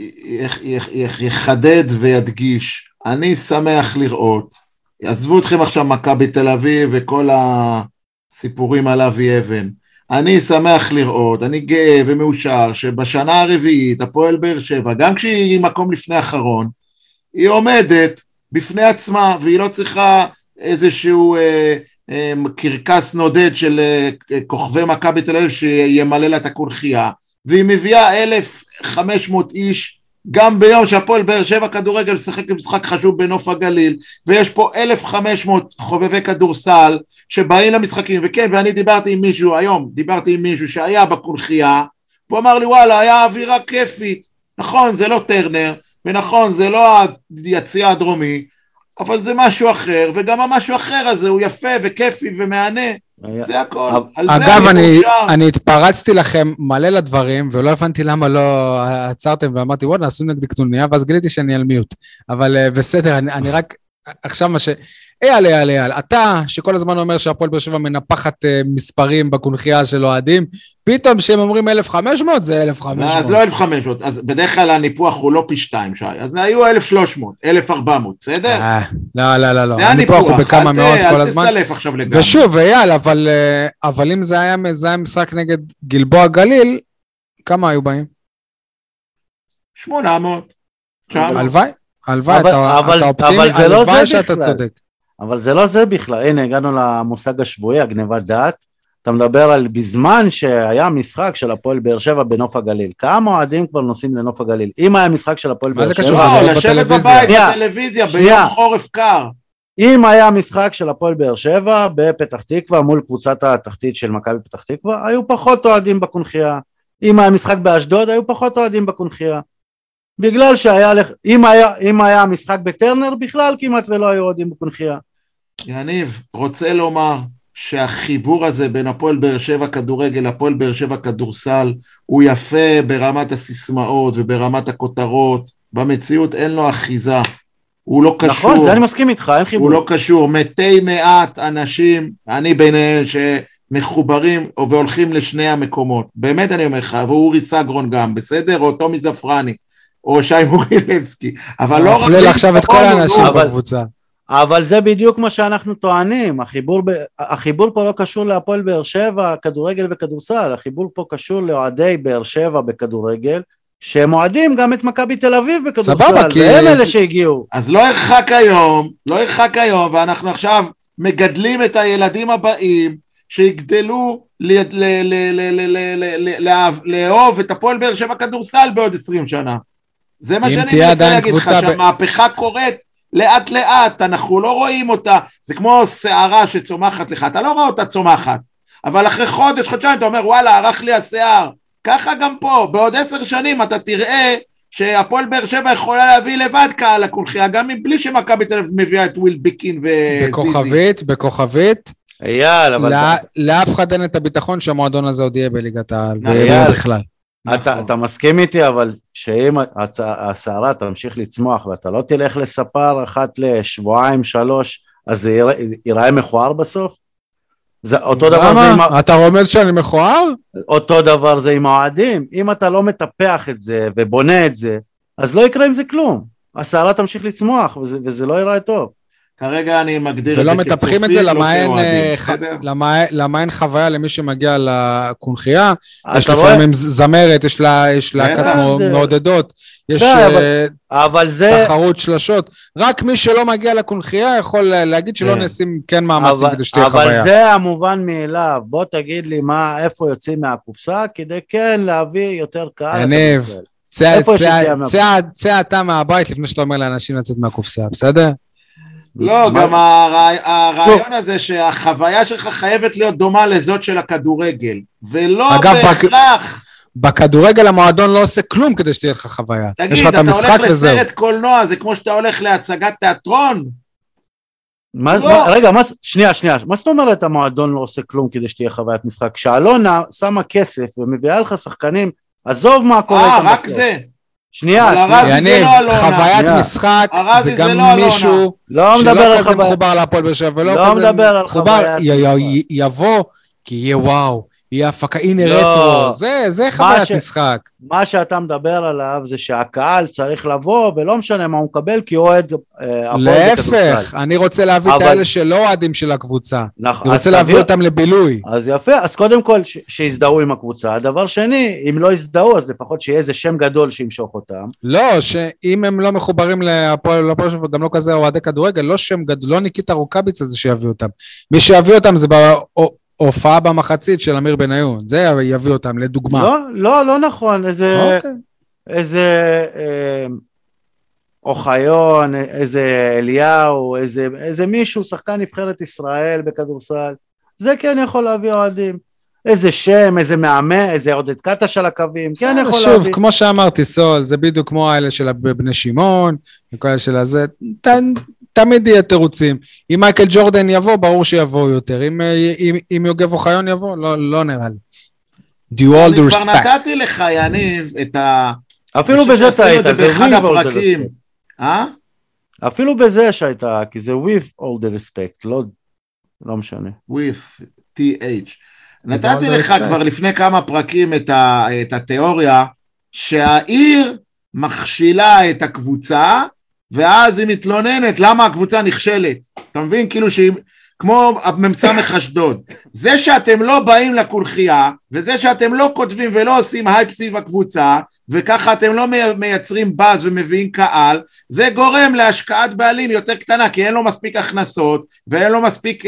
יחדד וידגיש, אני שמח לראות, עזבו אתכם עכשיו מכבי תל אביב וכל הסיפורים על אבי אבן, אני שמח לראות, אני גאה ומאושר שבשנה הרביעית, הפועל באר שבע, גם כשהיא מקום לפני האחרון, היא עומדת בפני עצמה, והיא לא צריכה איזשהו קרקס נודד של כוכבי מכבי תל אביב שימלא לה את הקונחייה, והיא מביאה 1,500 איש, גם ביום שהפועל באר שבע כדורגל משחק משחק חשוב בנוף הגליל, ויש פה 1,500 חובבי כדורסל שבאים למשחקים, וכן, ואני דיברתי עם מישהו שהיה בקונחייה, והוא אמר לי וואלה, היה אווירה כיפית, נכון זה לא טרנר, ונכון זה לא היציע הדרומי, אבל זה משהו אחר, וגם המשהו אחר הזה הוא יפה וכיפי ומענה, זה הכל. אגב, אני התפרצתי לכם מלא לדברים, ולא הבנתי למה לא עצרתם, ואמרתי, וואו, נעשו נגדי קטוניה, ואז גיליתי שאני על מיוט. אבל בסדר, אני רק, עכשיו מה אייל, אתה שכל הזמן אומר שהפועל באר שבע מנפחת מספרים בקונחייה של אוהדים, פתאום שהם אומרים 1,500 זה 1,500. אז לא 1,500, אז בדרך כלל הניפוח הוא לא פי 2 שי, אז היו 1,300, 1,400, בסדר? לא, הניפוח הוא בכמה מאות כל הזמן. אל תסלף עכשיו לגמרי. ושוב, אייל, אבל אם זה היה משחק נגד גלבוע גליל, כמה היו באים? 800. הלוואי, אתה אופטימי, הלוואי שאתה צודק. אבל זה לא זה בכלל, הנה הגענו למושג השבועי, הגניבת דעת, אתה מדבר על בזמן שהיה משחק של הפועל באר שבע בנוף הגליל, כמה אוהדים כבר נוסעים לנוף הגליל, אם היה משחק של הפועל באר שבע, לא, לשבת בבית בטלוויזיה ביום חורף קר, אם היה משחק של הפועל באר שבע בפתח תקווה מול קבוצת התחתית של מכבי פתח תקווה, היו פחות אוהדים בקונחייה, אם היה משחק באשדוד, היו פחות אוהדים בקונחייה, בגלל שהיה, אם היה משחק בטרנר בכלל כמעט ולא היו אוהדים בקונחייה. יניב, רוצה לומר שהחיבור הזה בין הפועל באר שבע כדורגל, הפועל באר שבע כדורסל, הוא יפה ברמת הסיסמאות וברמת הכותרות, במציאות אין לו אחיזה, הוא לא קשור. נכון, זה אני מסכים איתך, אין חיבור. הוא לא קשור, מתי מעט אנשים, אני ביניהם שמחוברים והולכים לשני המקומות, באמת אני אומר לך, ואורי סגרון גם, בסדר? או תומי זפרני, או שי מורילבסקי, אבל לא רק... נפלל עכשיו את כל האנשים בקבוצה. אבל זה בדיוק מה שאנחנו טוענים, החיבור פה לא קשור להפועל באר שבע, כדורגל וכדורסל, החיבור פה קשור לאוהדי באר שבע בכדורגל, שהם אוהדים גם את מכבי תל אביב בכדורסל, סבבה, כי... והם אלה שהגיעו. אז לא ירחק היום, ואנחנו עכשיו מגדלים את הילדים הבאים, שיגדלו לאהוב את הפועל באר שבע כדורסל בעוד 20 שנה. זה מה שאני מנסה להגיד לך, שהמהפכה קורית לאט לאט, אנחנו לא רואים אותה, זה כמו שערה שצומחת לך, אתה לא רואה אותה צומחת, אבל אחרי חודש, חודשיים, אתה אומר, וואלה, ערך לי השיער, ככה גם פה, בעוד 10 שנים אתה תראה שהפועל באר שבע יכולה להביא לבד קהל לקולחיה, גם מבלי שמכבי תל אביב מביאה את וויל ביקין וזיזי. בכוכבית, אייל, אבל... לאף אחד אין את הביטחון שהמועדון הזה עוד יהיה בליגת העל, בכלל. אתה מסכים איתי, אבל שאם השערה תמשיך לצמוח, ואתה לא תלך לספר אחת לשבועיים, 3, אז זה ייראה מכוער בסוף? אותו דבר זה עם... אתה רומז שאני מכוער? אותו דבר זה עם האוהדים. אם אתה לא מטפח את זה ובונה את זה, אז לא יקרה עם זה כלום. השערה תמשיך לצמוח, וזה לא ייראה טוב. כרגע אני מגדיר ולא מטפחים את זה, למה אין חוויה למי שמגיע לקונחייה, יש לפעמים זמרת, יש להקת מעודדות, יש תחרות שלשות, רק מי שלא מגיע לקונחייה יכול להגיד שלא נעשים כן מאמצים כדי שתהיה חוויה. אבל זה המובן מאליו, בוא תגיד לי איפה יוצאים מהקופסה, כדי כן להביא יותר קהל. עניב, צא אתה מהבית לפני שאתה אומר לאנשים לצאת מהקופסה, בסדר? לא, גם הרעיון הזה שהחוויה שלך חייבת להיות דומה לזאת של הכדורגל, ולא בהכרח. בכדורגל המועדון לא עושה כלום כדי שתהיה לך חוויה. תגיד, אתה הולך לסרט קולנוע, זה כמו שאתה הולך להצגת תיאטרון? רגע, שנייה, מה זאת אומרת המועדון לא עושה כלום כדי שתהיה חוויית משחק? כשאלונה שמה כסף ומביאה לך שחקנים, עזוב מה קורה. רק זה. שנייה, יניב, חוויית משחק זה גם מישהו שלא כזה מחובר להפועל באר שבע, ולא כזה מחובר, יבוא, כי יהיה וואו, יהיה הפקה, הנה רטרו, זה חוויית משחק. מה שאתה מדבר עליו זה שהקהל צריך לבוא, ולא משנה מה הוא מקבל, כי הוא אוהד הפועל בכדורסל. להפך, אני רוצה להביא את האלה שלא אוהדים של הקבוצה, אני רוצה להביא אותם לבילוי. אז יפה, אז קודם כל שיזדהו עם הקבוצה, הדבר שני, אם לא יזדהו, אז לפחות שיהיה איזה שם גדול שימשוך אותם. לא, שאם הם לא מחוברים להפועל וגם לא כזה אוהדי כדורגל, לא שם גדול, לא ניקיטה רוקאביץ הזה שיביא אותם. מי שיביא אותם זה הופעה במחצית של אמיר בניון, זה יביא אותם לדוגמה. לא נכון, איזה אוחיון, איזה אליהו, איזה מישהו, שחקן נבחרת ישראל בכדורסל, זה כן יכול להביא אוהדים. איזה שם, איזה מאמן, איזה עודד קטש על הקווים, כן יכול להביא. שוב, כמו שאמרתי, סול, זה בדיוק כמו האלה של בני שמעון, וכל האלה של הזה, תמיד יהיה תירוצים. אם מייקל ג'ורדן יבוא, ברור שיבוא יותר. אם יוגב אוחיון יבוא, לא נראה לי. Due all the respect. אני כבר נתתי לך, יניב, את ה... אפילו בזה שהייתה, זה באחד הפרקים. אפילו בזה שהייתה, כי זה with all the respect, לא משנה. with, TH. נתתי לך כבר לפני כמה פרקים את התיאוריה, שהעיר מכשילה את הקבוצה, ואז היא מתלוננת למה הקבוצה נכשלת. אתה מבין? כאילו שהיא, כמו הממצא אשדוד. זה שאתם לא באים לקולחייה, וזה שאתם לא כותבים ולא עושים הייפ סביב הקבוצה, וככה אתם לא מייצרים באז ומביאים קהל, זה גורם להשקעת בעלים יותר קטנה, כי אין לו מספיק הכנסות, ואין לו מספיק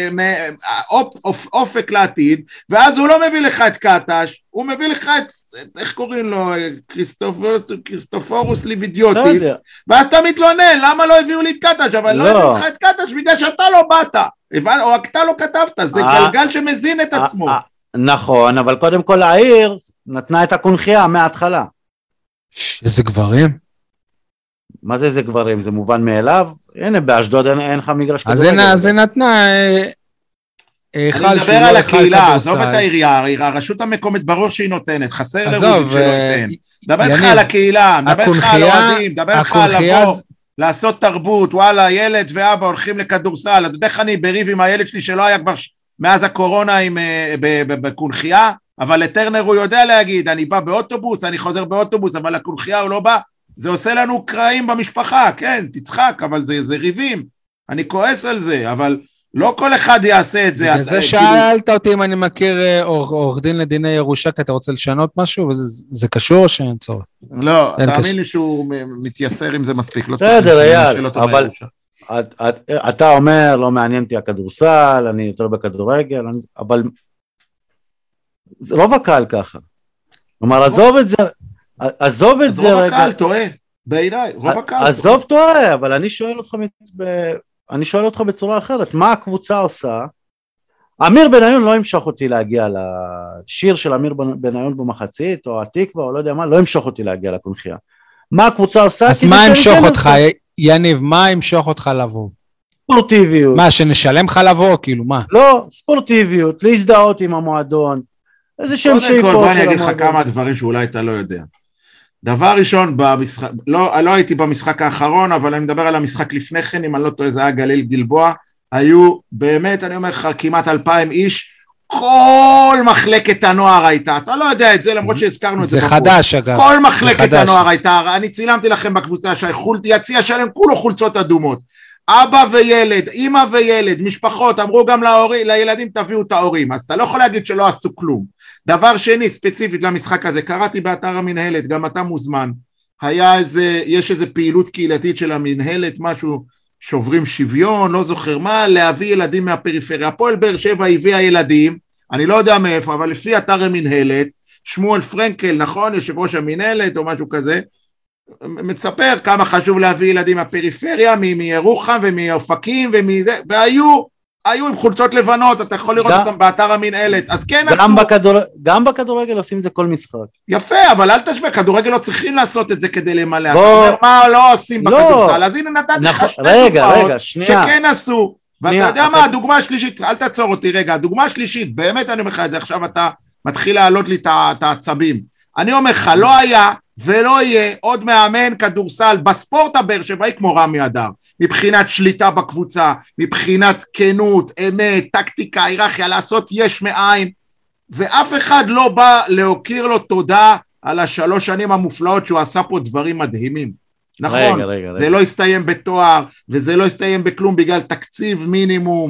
אופק לעתיד, ואז הוא לא מביא לך את קטש, הוא מביא לך את, איך קוראים לו, כריסטופורוס ליבידיוטיס, ואז אתה מתלונן, למה לא הביאו לי את קטש, אבל לא הביאו לך את קטש, בגלל שאתה לא באת, או אתה לא כתבת, זה גלגל שמזין את עצמו. נכון, אבל קודם כל העיר נתנה את הקונחייה מההתחלה. איזה גברים? מה זה איזה גברים? זה מובן מאליו? הנה, באשדוד אין לך מגרש כדורגל. אז זה נתנה... אני מדבר על הקהילה, עזוב את העירייה, הרשות המקומית ברור שהיא נותנת, חסר לרודים שלא ייתן. דבר איתך על הקהילה, דבר איתך על אוהדים, דבר איתך על לבוא, לעשות תרבות, וואלה, ילד ואבא הולכים לכדורסל, אתה יודע איך אני בריב עם הילד שלי שלא היה כבר מאז הקורונה בקונחייה, אבל לטרנר הוא יודע להגיד, אני בא באוטובוס, אני חוזר באוטובוס, אבל לקונחייה הוא לא בא, זה עושה לנו קרעים במשפחה, כן, תצחק, אבל זה ריבים, אני כועס על זה, אבל לא כל אחד יעשה את זה. בגלל זה שאלת אותי אם אני מכיר עורך דין לדיני ירושה, כי אתה רוצה לשנות משהו, וזה קשור או שאין צורך? לא, תאמין לי שהוא מתייסר אם זה מספיק, לא בסדר, אייל, אבל אתה אומר, לא מעניין אותי הכדורסל, אני יותר בכדורגל, אבל רוב הקהל ככה. כלומר, עזוב את זה רוב רגע. הקהל טועה, בעיניי, רוב הקהל. עזוב טועה, אבל אני שואל אותך בצורה אחרת, מה הקבוצה עושה? אמיר בניון לא ימשוך אותי להגיע לשיר של אמיר בניון במחצית, או התקווה, או לא יודע מה, לא ימשוך אותי להגיע לקונחייה. מה הקבוצה עושה? אז מה ימשוך אותך, יניב, מה ימשוך אותך לבוא? ספורטיביות. מה, שנשלם לך לבוא, כאילו, מה? לא, ספורטיביות, להזדהות עם המועדון, איזה שם שאיפות של המועדון. בוא אני אגיד לך כמה דברים שאולי אתה לא יודע. דבר ראשון, לא הייתי במשחק האחרון, אבל אני מדבר על המשחק לפני כן, אם אני לא טועה, זה היה גליל גלבוע, היו באמת, אני אומר לך, כמעט 2,000 איש, כל מחלקת הנוער הייתה, אתה לא יודע את זה, למרות שהזכרנו את זה. זה חדש אגב. כל מחלקת הנוער הייתה, אני צילמתי לכם בקבוצה, יציע שלם, כולו חולצות אדומות, אבא וילד, אמא וילד, משפחות, אמרו גם לילדים תביאו את ההורים, אז אתה לא יכול להגיד שלא עשו כלום. דבר שני, ספציפית למשחק הזה, קראתי באתר המנהלת, גם אתה מוזמן, יש איזה פעילות קהילתית של המנהלת, משהו, שוברים שוויון, לא זוכר מה, להביא ילדים מהפריפריה, הפועל באר שבע הביאה ילדים, אני לא יודע מאיפה, אבל לפי אתר המנהלת, שמואל פרנקל, נכון, יושב ראש המנהלת או משהו כזה, מצפר כמה חשוב להביא ילדים מהפריפריה, מירוחם ומאופקים ומזה, והיו עם חולצות לבנות, אתה יכול לראות אותם באתר המנהלת, אז כן עשו. גם בכדורגל עושים זה כל משחק. יפה, אבל אל תשווה, כדורגל לא צריכים לעשות את זה כדי למלא. אתה אומר מה לא עושים בכדורסל, אז הנה נתתי לך שתי דוגמאות שכן עשו, ואתה יודע מה, הדוגמה השלישית, אל תעצור אותי רגע, הדוגמה השלישית, באמת אני אומר לך את זה, עכשיו אתה מתחיל להעלות לי את העצבים. אני אומר לך, לא היה ולא יהיה עוד מאמן כדורסל בספורט הבאר שבעי כמו רמי אדר, מבחינת שליטה בקבוצה, מבחינת כנות, אמת, טקטיקה, היררכיה, לעשות יש מאין, ואף אחד לא בא להוקיר לו תודה על 3 שנים המופלאות שהוא עשה פה דברים מדהימים. נכון, זה לא הסתיים בתואר, וזה לא הסתיים בכלום בגלל תקציב מינימום,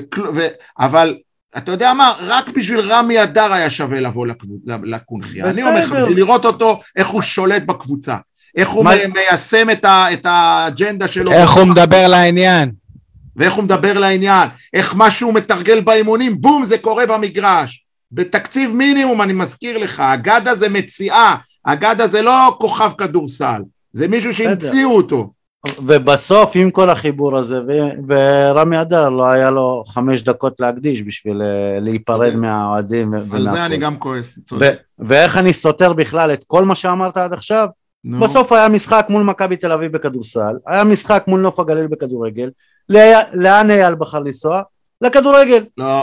אבל אתה יודע מה, רק בשביל רמי אדר היה שווה לבוא לקונחייה. אני אומר לך, בשביל לראות אותו, איך הוא שולט בקבוצה, איך הוא מיישם את האג'נדה שלו. איך הוא מדבר לעניין. ואיך הוא מדבר לעניין, איך משהו מתרגל באימונים, בום, זה קורה במגרש. בתקציב מינימום, אני מזכיר לך, הגדה זה מציאה, הגדה זה לא כוכב כדורסל, זה מישהו שהמציאו אותו. ובסוף עם כל החיבור הזה, ורמי אדר לא היה לו 5 דקות להקדיש בשביל להיפרד מהאוהדים. על זה אני גם כועס. ואיך אני סותר בכלל את כל מה שאמרת עד עכשיו? בסוף היה משחק מול מכבי תל אביב בכדורסל, היה משחק מול נוף הגליל בכדורגל, לאן אייל בחר לנסוע? לכדורגל. לא,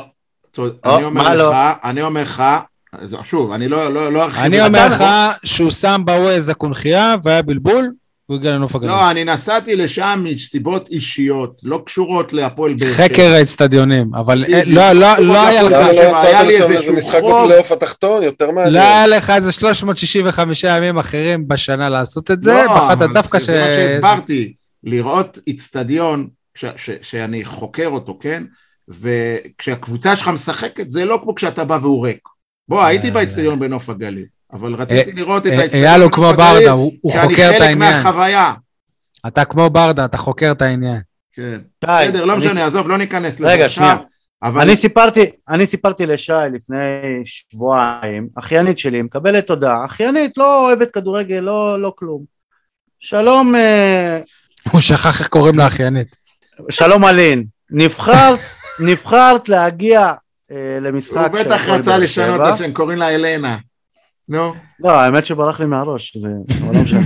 אני אומר לך, שוב, אני לא ארחיב. אני אומר לך שהוא שם בווייז הקונחייה והיה בלבול, הוא הגיע לנוף הגליל. לא, אני נסעתי לשם מסיבות אישיות, לא קשורות להפועל באר שבע. חקר האצטדיונים, אבל לא היה לך. היה לי איזה משחק בפלייאוף התחתון, יותר מעניין. לא היה לך איזה 365 ימים אחרים בשנה לעשות את זה, בחרת דווקא זה מה שהסברתי, לראות אצטדיון, שאני חוקר אותו, כן? וכשהקבוצה שלך משחקת, זה לא כמו כשאתה בא והוא ריק. בוא, הייתי באצטדיון בנוף הגליל. אבל רציתי לראות את האצטדיון. היה לו כמו ברדה, הוא חוקר את העניין. חלק מהחוויה. אתה כמו ברדה, אתה חוקר את העניין. כן. בסדר, לא משנה, עזוב, לא ניכנס לזה. רגע, שנייה. אני סיפרתי לשי לפני שבועיים, אחיינית שלי, מקבלת תודה, אחיינית לא אוהבת כדורגל, לא כלום. שלום... הוא שכח איך קוראים לה אחיינית. שלום אלין, נבחרת להגיע למשחק... הוא בטח רצה לשנות את השם, קוראים לה אלנה. נו. לא, האמת שברח לי מהראש, זה לא משנה.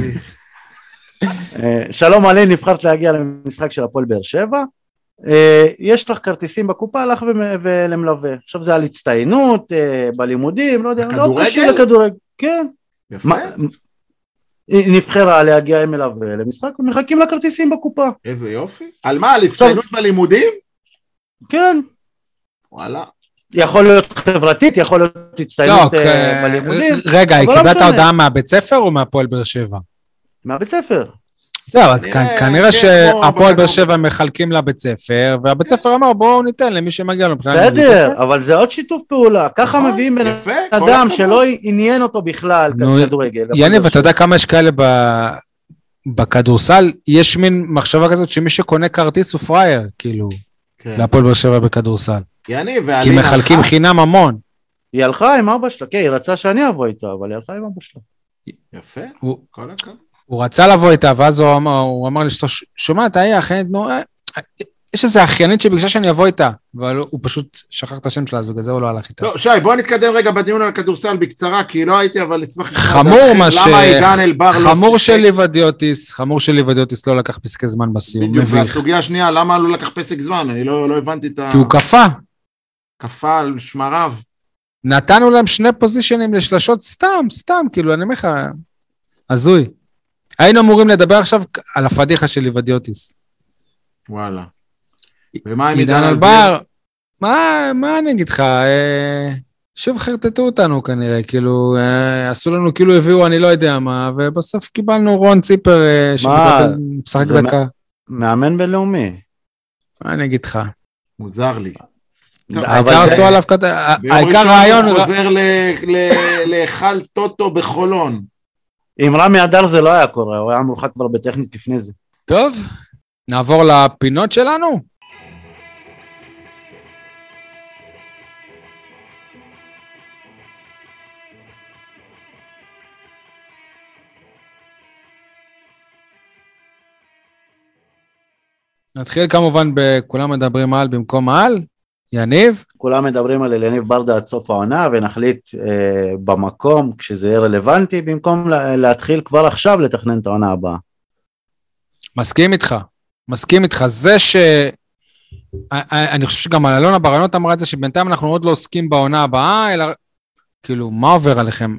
שלום אלין, נבחרת להגיע למשחק של הפועל באר שבע, יש לך כרטיסים בקופה, הלך ולמלווה. עכשיו זה על הצטיינות, בלימודים, לא יודע, לא קשור לכדורגל. כן. יפה. נבחרה להגיע עם מלווה למשחק, ומחכים לכרטיסים בקופה. איזה יופי. על מה? על הצטיינות בלימודים? כן. וואלה. יכול להיות חברתית, יכול להיות הצטיינות בלימודים. רגע, היא קיבלה את ההודעה מהבית ספר או מהפועל באר שבע? מהבית ספר. זהו, אז כנראה שהפועל באר בגדול. שבע מחלקים לבית ספר, והבית ספר אמר בואו ניתן למי שמגיע לו. בסדר, אבל זה עוד שיתוף פעולה, ככה נכון, מביאים בן יפה, כל אדם הכבוד. שלא עניין אותו בכלל נו, כדורגל. יניב, אתה יודע כמה יש כאלה בכדורסל? יש מין מחשבה כזאת שמי שקונה כרטיס הוא פרייר, כאילו, כן. להפועל באר שבע בכדורסל. יניב, כי ואלינה מחלקים הלכה? חינם המון. היא הלכה עם אבא שלה, כן, היא רצה שאני אבוא איתו, אבל היא הלכה עם אבא שלה. יפה, הוא- כל הכבוד. הוא רצה לבוא איתה, ואז הוא אמר לי, שומעת, ההיא האחיינית, נו, יש איזה אחיינית שביקשה שאני אבוא איתה, אבל הוא פשוט שכח את השם שלה, אז בגלל זה הוא לא הלך איתה. טוב, שי, בוא נתקדם רגע בדיון על הכדורסל בקצרה, כי לא הייתי, אבל אשמח... חמור מה למה עידן אלבר לא חמור שיחק? חמור של ליבדיוטיס לא לקח פסקי זמן בסיום, בדיוק, מביך. והסוגיה השנייה, למה לא לקח פסק זמן? אני לא הבנתי את כי הוא קפה. כפה על שמריו. נתנו להם 2 פוזישנים לשלשות, סתם, כאילו, אני אומר לך, הזוי. היינו אמורים לדבר עכשיו על הפדיחה של ליבדיוטיס. וואלה. ומה עם עידן אלבר, מה אני אגיד לך, שוב חרטטו אותנו כנראה, כאילו, עשו לנו כאילו הביאו אני לא יודע מה, ובסוף קיבלנו רון ציפר שמשחק זה דקה. מאמן בינלאומי. מה אני אגיד לך? מוזר לי. העיקר עשו עליו, העיקר רעיון, הוא חוזר להיכל טוטו בחולון. עם רמי אדר זה לא היה קורה, הוא היה מורחק כבר בטכנית לפני זה. טוב, נעבור לפינות שלנו. נתחיל כמובן בכולם מדברים על במקום על, יניב. כולם מדברים על אליניב ברדה עד סוף העונה, ונחליט במקום כשזה יהיה רלוונטי, במקום להתחיל כבר עכשיו לתכנן את העונה הבאה. מסכים איתך, זה אני חושב שגם אלונה ברעיונות אמרה את זה, שבינתיים אנחנו עוד לא עוסקים בעונה הבאה, אלא כאילו, מה עובר עליכם?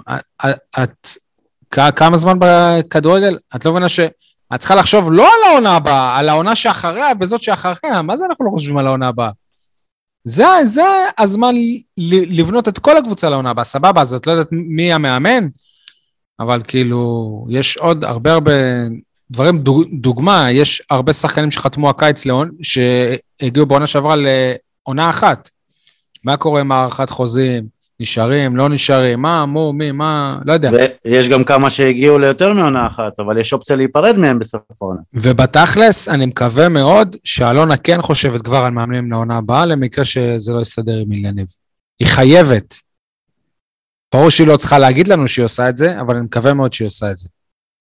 כמה זמן בכדורגל? את לא מבינה את צריכה לחשוב לא על העונה הבאה, על העונה שאחריה וזאת שאחריה, מה זה אנחנו לא חושבים על העונה הבאה? זה הזמן לבנות את כל הקבוצה לעונה הבאה, סבבה, אז את לא יודעת מי המאמן, אבל כאילו, יש עוד הרבה דברים, דוגמה, יש הרבה שחקנים שחתמו הקיץ שהגיעו בעונה שעברה לעונה אחת. מה קורה עם הערכת חוזים? נשארים, לא נשארים, מה, לא יודע. ויש גם כמה שהגיעו ליותר מעונה אחת, אבל יש אופציה להיפרד מהם בסוף העונה. ובתכלס, אני מקווה מאוד שאלונה כן חושבת כבר על מאמנים לעונה הבאה, למקרה שזה לא יסתדר עם יניב. היא חייבת. ברור שהיא לא צריכה להגיד לנו שהיא עושה את זה, אבל אני מקווה מאוד שהיא עושה את זה.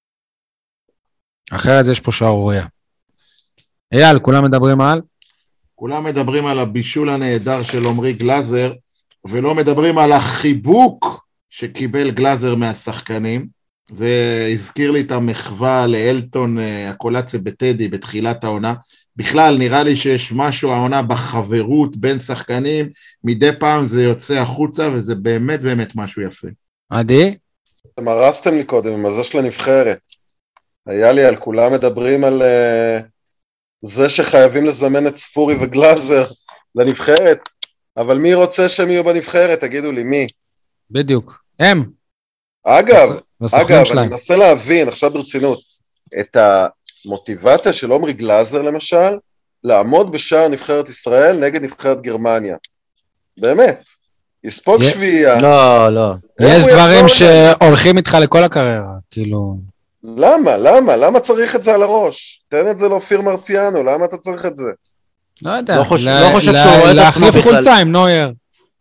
אחרת יש פה שערוריה. אייל, כולם מדברים על? כולם מדברים על הבישול הנהדר של עומרי גלאזר, ולא מדברים על החיבוק שקיבל גלאזר מהשחקנים. זה הזכיר לי את המחווה לאלטון, הקולציה בטדי בתחילת העונה. בכלל נראה לי שיש משהו העונה בחברות בין שחקנים, מדי פעם זה יוצא החוצה, וזה באמת משהו יפה. עדי? אתם הרסתם לי קודם עם הזה של הנבחרת. היה לי על כולם מדברים על זה שחייבים לזמן את ספורי וגלאזר לנבחרת, אבל מי רוצה שהם יהיו בנבחרת? תגידו לי, מי? בדיוק, הם. אגב, שלהם. אני מנסה להבין, עכשיו ברצינות, את המוטיבציה של עומרי גלאזר למשל, לעמוד בשער נבחרת ישראל נגד נבחרת גרמניה. באמת. יספוג שביעייה. לא. יש דברים שהולכים איתך לכל הקריירה, כאילו... למה צריך את זה על הראש? תן את זה לאופיר מרציאנו, למה אתה צריך את זה? לא יודע, לא חושב שהוא רואה את עצמו להחליף בכלל. חולצה עם נויר.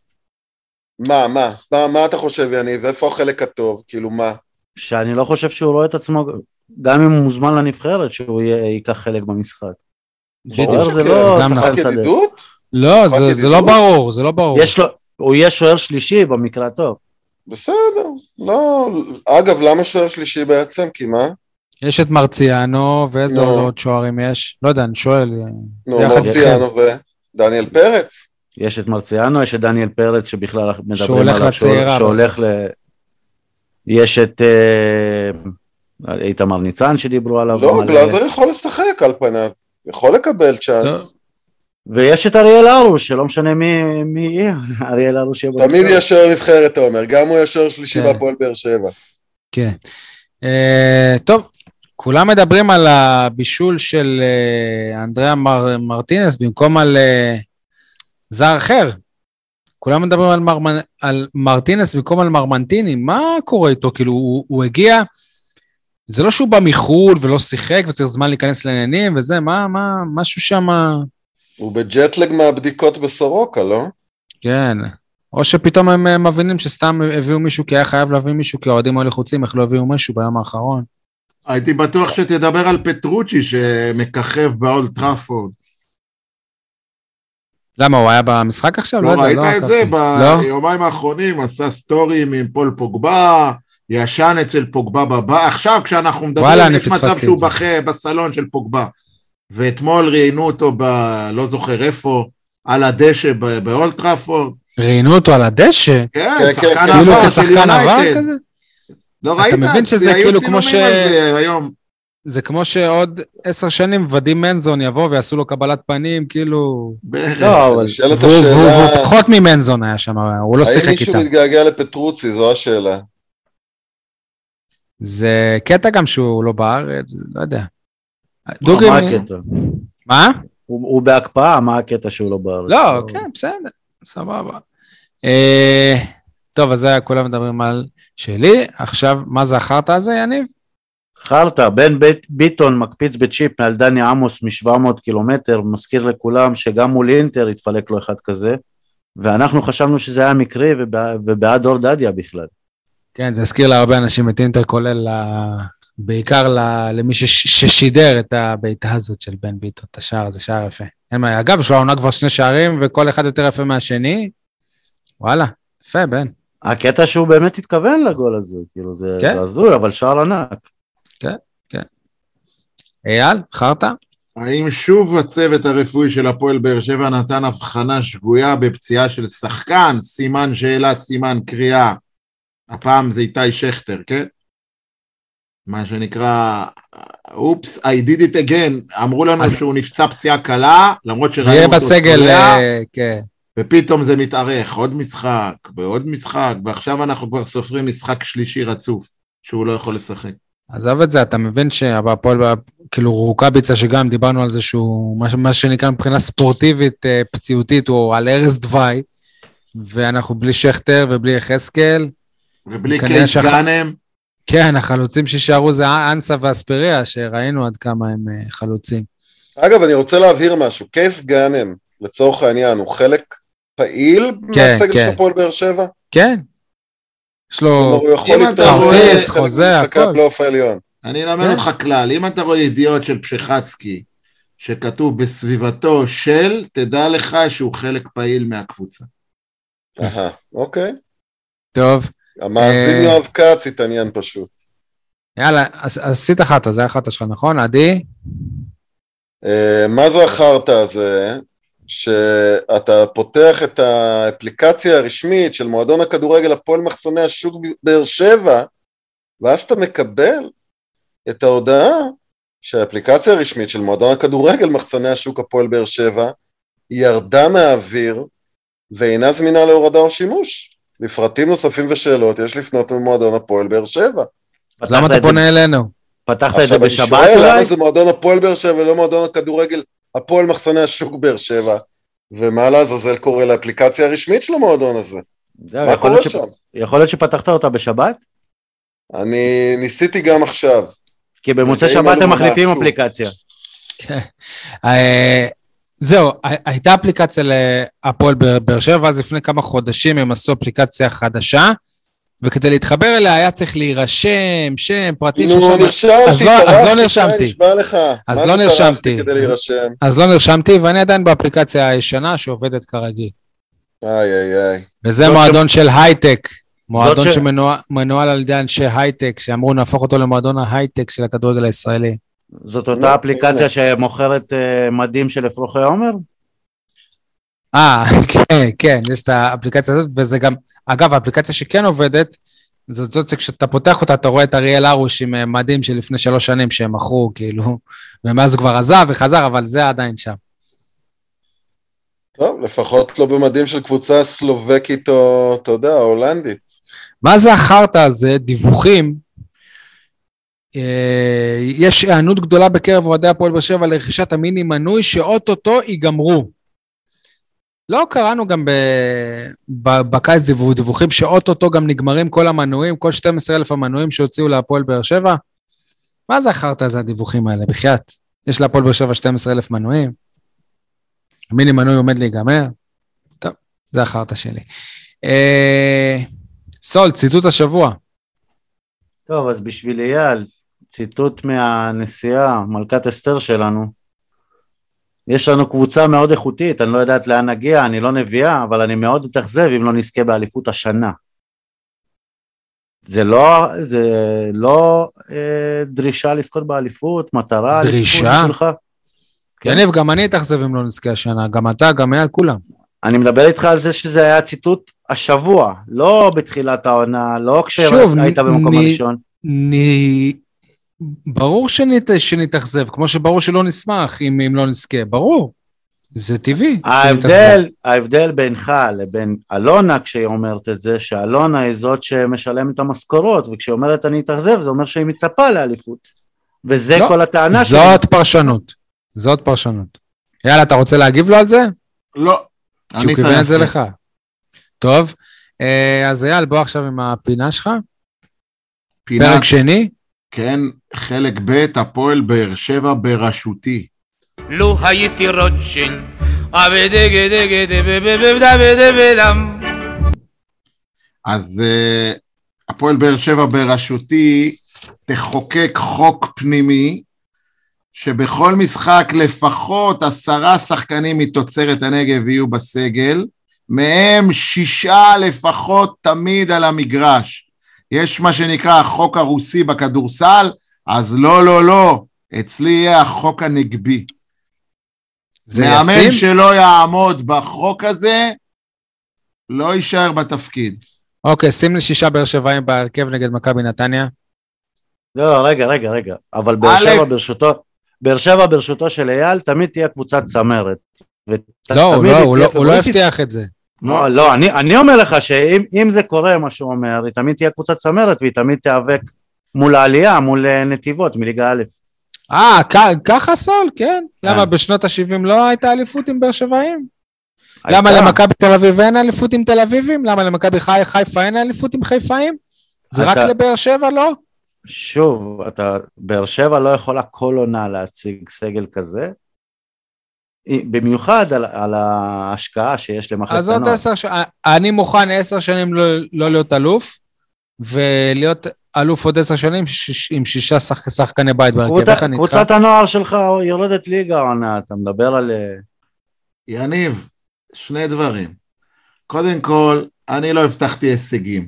מה אתה חושב, יניב? איפה החלק הטוב? כאילו מה? שאני לא חושב שהוא רואה את עצמו, גם אם הוא מוזמן לנבחרת, שהוא ייקח חלק במשחק. ברור זה לא גם משחק ידידות? לא, זה לא ברור, זה לא ברור. הוא יהיה שוער שלישי במקרה הטוב. בסדר, לא, אגב, למה שוער שלישי בעצם? כי מה? יש את מרציאנו, ואיזה עוד שוערים יש? לא יודע, אני שואל. מרציאנו ודניאל פרץ. יש את מרציאנו, יש את דניאל פרץ שבכלל מדברים שהולך עליו, לצעירה שהולך יש את איתמר ניצן שדיברו עליו. לא, גלאזר יכול לשחק על פניו, יכול לקבל צ'אנס. ויש את אריאל ארוש, שלא משנה מי יהיה, אריאל ארוש יהיה... תמיד יש שוער נבחרת, אתה אומר, גם הוא יש שוער שלישי בהפועל באר שבע. כן. טוב, כולם מדברים על הבישול של אנדריאה מרטינס במקום על זר אחר. כולם מדברים על מרטינס במקום על מרמנטיני. מה קורה איתו? כאילו, הוא הגיע, זה לא שהוא בא מחול ולא שיחק וצריך זמן להיכנס לעניינים וזה, משהו שם... הוא בג'טלג מהבדיקות בסורוקה, לא? כן. או שפתאום הם מבינים שסתם הביאו מישהו כי היה חייב להביא מישהו, כי האוהדים היו לחוצים, איך לא הביאו מישהו ביום האחרון. הייתי בטוח שתדבר על פטרוצ'י שמככב באולד טראפורד. למה, הוא היה במשחק עכשיו? לא ראית את זה? ביומיים האחרונים עשה סטורים עם פול פוגבה, ישן אצל פוגבה בבא, עכשיו כשאנחנו מדברים, יש מצב שהוא בסלון של פוגבה, ואתמול ראיינו אותו לא זוכר איפה, על הדשא באולד טראפורד. ראיינו אותו על הדשא? כן, כאילו כשחקן עבר כזה? לא ראית? אתה מבין שזה כאילו כמו זה כמו שעוד 10 שנים ודים מנזון יבוא ויעשו לו קבלת פנים, כאילו... לא, אבל שאלת השאלה... והוא פחות ממנזון היה שם, הוא לא שיחק איתה. האם מישהו מתגעגע לפטרוצי, זו השאלה. זה קטע גם שהוא לא בארץ, לא יודע. מה הקטע? מה? הוא בהקפאה, מה הקטע שהוא לא בארץ? לא, כן, בסדר, סבבה. טוב, אז זה כולם מדברים על שלי, עכשיו, מה זה החרטא הזה, יניב? חרטא, בן ביטון מקפיץ בצ'יפ מעל דני עמוס מ-700 קילומטר, מזכיר לכולם שגם מול אינטר התפלק לו אחד כזה, ואנחנו חשבנו שזה היה מקרי ובעד אור דדיה בכלל. כן, זה הזכיר להרבה אנשים את אינטר, כולל בעיקר למי ששידר את הביתה הזאת של בן ביטון, את השער הזה, שער יפה. אגב, יש לו עונה כבר 2 שערים, וכל אחד יותר יפה מהשני, וואלה, יפה, בן. הקטע שהוא באמת התכוון לגול הזה, כאילו זה הזוי, אבל שער ענק. כן, כן. אייל, חרטא? האם שוב הצוות הרפואי של הפועל באר שבע נתן הבחנה שגויה בפציעה של שחקן, סימן שאלה, סימן קריאה, הפעם זה איתי שכטר, כן? מה שנקרא, אופס, I did it again, אמרו לנו שהוא נפצע פציעה קלה, למרות שראינו אותו צולע, כן. ופתאום זה מתארך, עוד משחק, ועוד משחק, ועכשיו אנחנו כבר סופרים משחק שלישי רצוף, שהוא לא יכול לשחק. עזוב את זה, אתה מבין שהפועל, כאילו רוקאביצה שגם דיברנו על זה שהוא, מה שנקרא מבחינה ספורטיבית, פציעותית, הוא על ערש דווי, ואנחנו בלי שכטר ובלי יחזקאל. ובלי קייס גאנם. כן, החלוצים ששארו זה אנסה ואספריה, שראינו עד כמה הם חלוצים. אגב, אני רוצה להבהיר משהו, קייס גאנם, לצורך העניין, הוא חלק פעיל מהסגל של הפועל באר שבע? כן. יש לו... הוא יכול להתארס, חוזה, הכל. אני אלמד אותך כלל, אם אתה רואה ידיעות של פשחצקי, שכתוב בסביבתו של, תדע לך שהוא חלק פעיל מהקבוצה. אוקיי. טוב. המאזין יואב כץ התעניין פשוט. יאללה, אז עשית חרטא, זה החרטא שלך, נכון? עדי? מה זה החרטא הזה? שאתה פותח את האפליקציה הרשמית של מועדון הכדורגל הפועל מחסני השוק באר שבע, ואז אתה מקבל את ההודעה שהאפליקציה הרשמית של מועדון הכדורגל מחסני השוק הפועל באר שבע ירדה מהאוויר ואינה זמינה להורדה או שימוש. לפרטים נוספים ושאלות יש לפנות ממועדון הפועל באר שבע. אז למה אתה פונה אלינו? פתחת את זה בשבת? עכשיו אני שואל למה זה מועדון הפועל באר שבע ולא מועדון הכדורגל הפועל מחסני השוק באר שבע, ומה לעזאזל קורה לאפליקציה הרשמית של המועדון הזה? מה קורה שם? יכול להיות שפתחת אותה בשבת? אני ניסיתי גם עכשיו. כי במוצא שבת הם מחליפים אפליקציה. זהו, הייתה אפליקציה להפועל באר שבע, אז לפני כמה חודשים הם עשו אפליקציה חדשה, וכדי להתחבר אליה היה צריך להירשם, שם, פרטים אז לא נרשמתי, ואני עדיין באפליקציה הישנה שעובדת כרגיל. וזה מועדון של הייטק, מועדון שמנוהל על ידי אנשי הייטק, שאמרו נהפוך אותו למועדון ההייטק של הכדורגל הישראלי. זאת אותה אפליקציה שמוכרת מדים של אפרוחי עומר? כן, יש את האפליקציה הזאת, וזה גם, אגב, האפליקציה שכן עובדת, זאת כשאתה פותח אותה, אתה רואה את אריאל ארוש עם מדים שלפני 3 שנים שהם מכרו, כאילו, ומאז הוא כבר עזב וחזר, אבל זה עדיין שם. טוב, לפחות לא במדים של קבוצה סלובקית או, אתה יודע, הולנדית. מה זה החרטא הזה? דיווחים יש הענות גדולה בקרב אוהדי הפועל באר שבע לרכישת המיני מנוי שאוטוטו ייגמרו. לא קראנו גם בקיץ דיווחים שאוטוטו גם נגמרים כל המנויים, כל 12,000 המנויים שהוציאו להפועל באר שבע. מה זה אחרת זה הדיווחים האלה? בחייאת. יש להפועל באר שבע 12,000 מנויים. המיני מנוי עומד להיגמר. טוב, זה אחרת שלי. סול, ציטוט השבוע. טוב, אז בשביל אייל, ציטוט מהנשיאה, מלכת אסתר שלנו. יש לנו קבוצה מאוד איכותית, אני לא יודעת לאן נגיע, אני לא נביאה, אבל אני מאוד אתאכזב אם לא נזכה באליפות השנה. זה לא דרישה לזכות באליפות, מטרה. דרישה? יניב, גם אני אתאכזב אם לא נזכה השנה, גם אתה, גם מעל כולם. אני מדבר איתך על זה שזה היה ציטוט השבוע, לא בתחילת העונה, לא כשהיית במקום הראשון. ברור שנתאכזב, כמו שברור שלא נשמח אם לא נזכה, ברור, זה טבעי. ההבדל בינך לבין אלונה כשהיא אומרת את זה, שאלונה היא זאת שמשלמת את המשכורות, וכשהיא אומרת אני אתאכזב, זה אומר שהיא מצפה לאליפות, וזה לא, כל הטענה שלי. זאת פרשנות. יאללה, אתה רוצה להגיב לו על זה? לא. כי הוא כיוון את זה לך. טוב, אז יאללה, בוא עכשיו עם הפינה שלך. פרק שני. כן, חלק ב' הפועל באר שבע בראשותי. לו הייתי רוטשילד, אז הפועל באר שבע בראשותי תחוקק חוק פנימי, שבכל משחק לפחות 10 שחקנים מתוצרת הנגב יהיו בסגל, מהם 6 לפחות תמיד על המגרש. יש מה שנקרא החוק הרוסי בכדורסל, אז לא, אצלי יהיה החוק הנגבי. מאמן שלא יעמוד בחוק הזה, לא יישאר בתפקיד. אוקיי, שים לי 6 באר שבעים בהרכב נגד מכבי נתניה. לא, רגע, אבל באר שבע ברשותו של אייל, תמיד תהיה קבוצת צמרת. לא, הוא לא הבטיח את זה. לא, אני אומר לך שאם זה קורה מה שהוא אומר, היא תמיד תהיה קבוצת צמרת, והיא תמיד תיאבק מול העלייה, מול נתיבות, מליגה א'. ככה סול, כן. למה בשנות ה-70 לא הייתה אליפות עם באר שבעים? למה למכבי תל אביב אין אליפות עם תל אביבים? למה למכבי חיפה אין אליפות עם חיפאים? זה רק לבאר שבע, לא? שוב, באר שבע לא יכולה כל עונה להציג סגל כזה, במיוחד על ההשקעה שיש למחלקת הנוער. אז עוד אני מוכן 10 שנים לא להיות אלוף, ולהיות אלוף עוד 10 שנים עם 6 שחקני בית בהרכב. קבוצת הנוער שלך יורדת ליגה עונה, אתה מדבר על... יניב, 2 דברים. קודם כל, אני לא הבטחתי הישגים.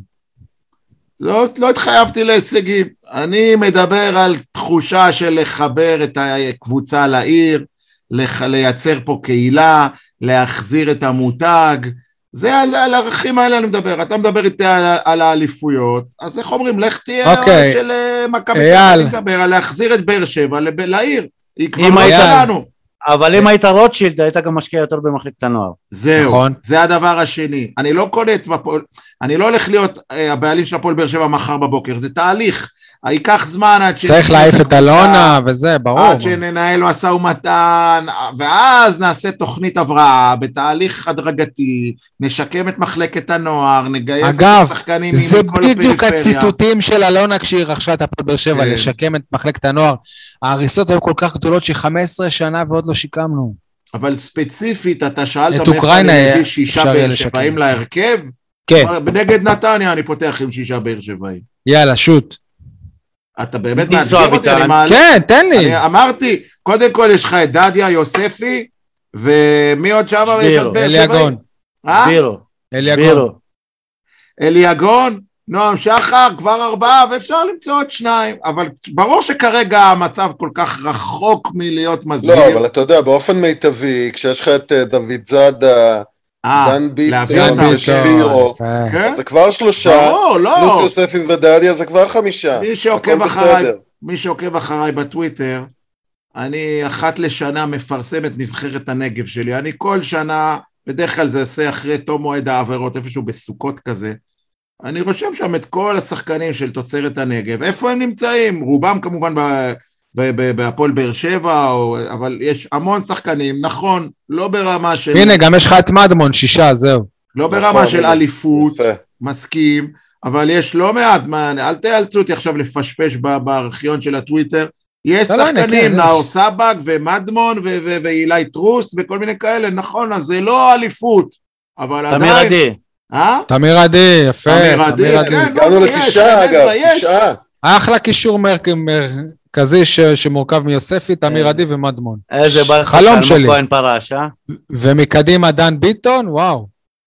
לא התחייבתי להישגים. אני מדבר על תחושה של לחבר את הקבוצה לעיר, לייצר פה קהילה, להחזיר את המותג, זה על הערכים האלה אני מדבר. אתה מדבר איתי על האליפויות, אז איך אומרים, לך תהיה של מכבי, אני מדבר על להחזיר את באר שבע לעיר, היא כבר לא שלנו. אבל אם היית רוטשילד, היית גם משקיע יותר במחלקת הנוער. זהו, זה הדבר השני. אני לא קולט, אני לא הולך להיות הבעלים של הפועל באר שבע מחר בבוקר, זה תהליך. ייקח זמן עד צריך להעיף את אלונה וזה, ברור. עד שננהל משא ומתן, ואז נעשה תוכנית הבראה, בתהליך הדרגתי, נשקם את מחלקת הנוער, נגייס את השחקנים מכל הפריפריה. זה בדיוק הציטוטים של אלונה כשהיא רכשה את הפועל באר שבע, לשקם את מחלקת הנוער. ההריסות היו כל כך גדולות ש15 שנה ועוד לא שיקמנו. אבל ספציפית, אתה שאלת מאיפה אני מביא 6 באר שבעים להרכב? כן. בנגד נתניה אני פותח עם 6 באר שבעים. יאללה, שוט. אתה באמת מאתגר אותי, אני מעלה... כן, תן לי. אני אמרתי, קודם כל יש לך את דדיה, יוספי, ומי עוד שם? אליגון. אליגון, נועם שחר, כבר 4, ואפשר למצוא עוד 2, אבל ברור שכרגע המצב כל כך רחוק מלהיות מזהיר. לא, אבל אתה יודע, באופן מיטבי, כשיש לך את דוד זאדה, דן ביטון ושפירו, זה כבר 3, פלוס יוספים ודדיה זה כבר 5. מי שעוקב אחריי בטוויטר, אני אחת לשנה מפרסם את נבחרת הנגב שלי, אני כל שנה, בדרך כלל זה עושה אחרי תום מועד העבירות, איפשהו בסוכות כזה, אני רושם שם את כל השחקנים של תוצרת הנגב, איפה הם נמצאים? רובם כמובן בהפועל באר שבע, אבל יש המון שחקנים, נכון, לא ברמה של... הנה, גם יש לך את מדמון, 6, זהו. לא ברמה של אליפות, מסכים, אבל יש לא מעט, אל תאלצו אותי עכשיו לפשפש בארכיון של הטוויטר, יש שחקנים, נאור סבק ומדמון ואילי טרוס וכל מיני כאלה, נכון, אז זה לא אליפות, אבל עדיין... תמיר עדי. תמיר עדי, יפה. תמיר עדי, כן, הגענו לתשעה אגב, 9. אחלה קישור מרכזי שמורכב מיוספי, תמיר עדי ומדמון. איזה ברכה, חלום שלי. כהן פרש, ומקדימה דן ביטון, וואו.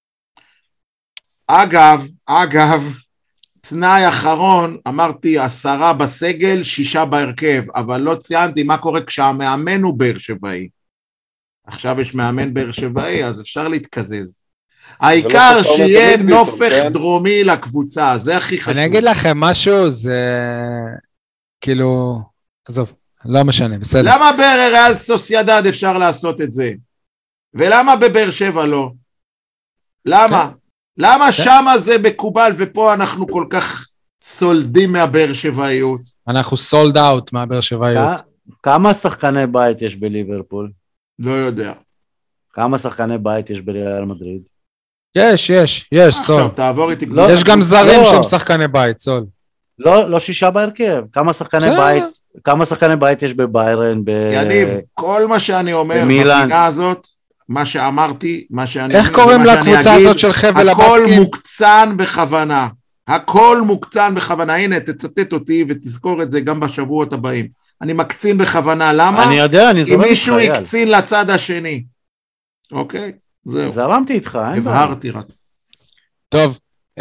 אגב, תנאי אחרון, אמרתי 10 בסגל, 6 בהרכב, אבל לא ציינתי מה קורה כשהמאמן הוא באר שבעי. עכשיו יש מאמן באר שבעי, אז אפשר להתקזז. העיקר שיהיה נופך דרומי לקבוצה, זה הכי חשוב. אני אגיד לכם משהו, זה כאילו, עזוב, לא משנה, בסדר. למה בריאל סוסיידד אפשר לעשות את זה? ולמה בבאר שבע לא? למה? למה שמה זה מקובל ופה אנחנו כל כך סולדים מהבאר שבעיות? אנחנו סולד אאוט מהבאר שבעיות. כמה שחקני בית יש בליברפול? לא יודע. כמה שחקני בית יש בריאל מדריד? יש, סול. עכשיו תעבור איתי. יש גם זרים שהם שחקני בית, סול. לא 6 בהרכב. כמה שחקני בית יש בביירן? יניב, כל מה שאני אומר בפינה הזאת, מה שאמרתי, מה שאני... איך קוראים לקבוצה הזאת של חבל הבסקים? הכל מוקצן בכוונה. הכל מוקצן בכוונה. הנה, תצטט אותי ותזכור את זה גם בשבועות הבאים. אני מקצין בכוונה. למה? אני יודע, אני זורם איתך. אם מישהו יקצין לצד השני. אוקיי? זהו. זרמתי איתך. הבהרתי רק. טוב.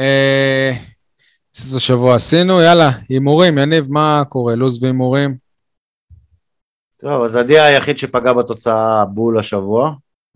סוף השבוע עשינו. יאללה, הימורים. יניב, מה קורה? לוז והימורים? טוב, אז עדי היחיד שפגע בתוצאה בול השבוע.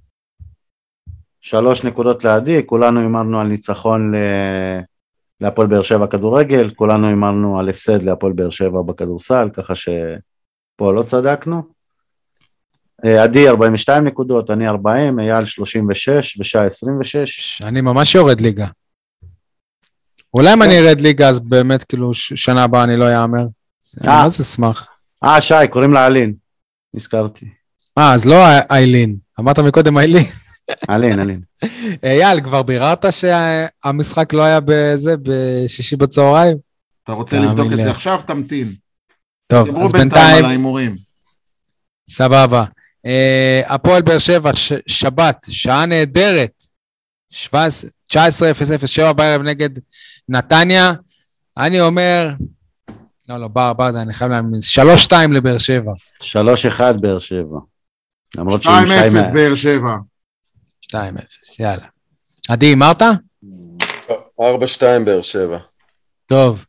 3 נקודות לעדי, כולנו אמרנו על ניצחון להפועל באר שבע כדורגל, כולנו אמרנו על הפסד להפועל באר שבע בכדורסל, ככה שפה לא צדקנו. עדי 42 נקודות, אני 40, אייל 36 ושי 26. אני ממש יורד ליגה. אולי אם אני ארד ליגה, אז באמת כאילו שנה הבאה אני לא יאמר. מה זה שמח? שי, קוראים לה אלין, נזכרתי. אז לא איילין, אמרת מקודם איילין. אלין. אייל, כבר ביררת שהמשחק לא היה בשישי בצהריים? אתה רוצה לבדוק את זה עכשיו? תמתין. טוב, אז בינתיים... על ההימורים. סבבה. הפועל באר שבע, שבת, שעה נהדרת, 19:00, 7 בערב נגד נתניה. אני אומר, לא, בר, אני חייב להאמין, 3-2 לבאר שבע. 3-1 באר שבע. 2-0 באר שבע. 2-0, יאללה. עדי, אמרת? 4-2 באר שבע. טוב.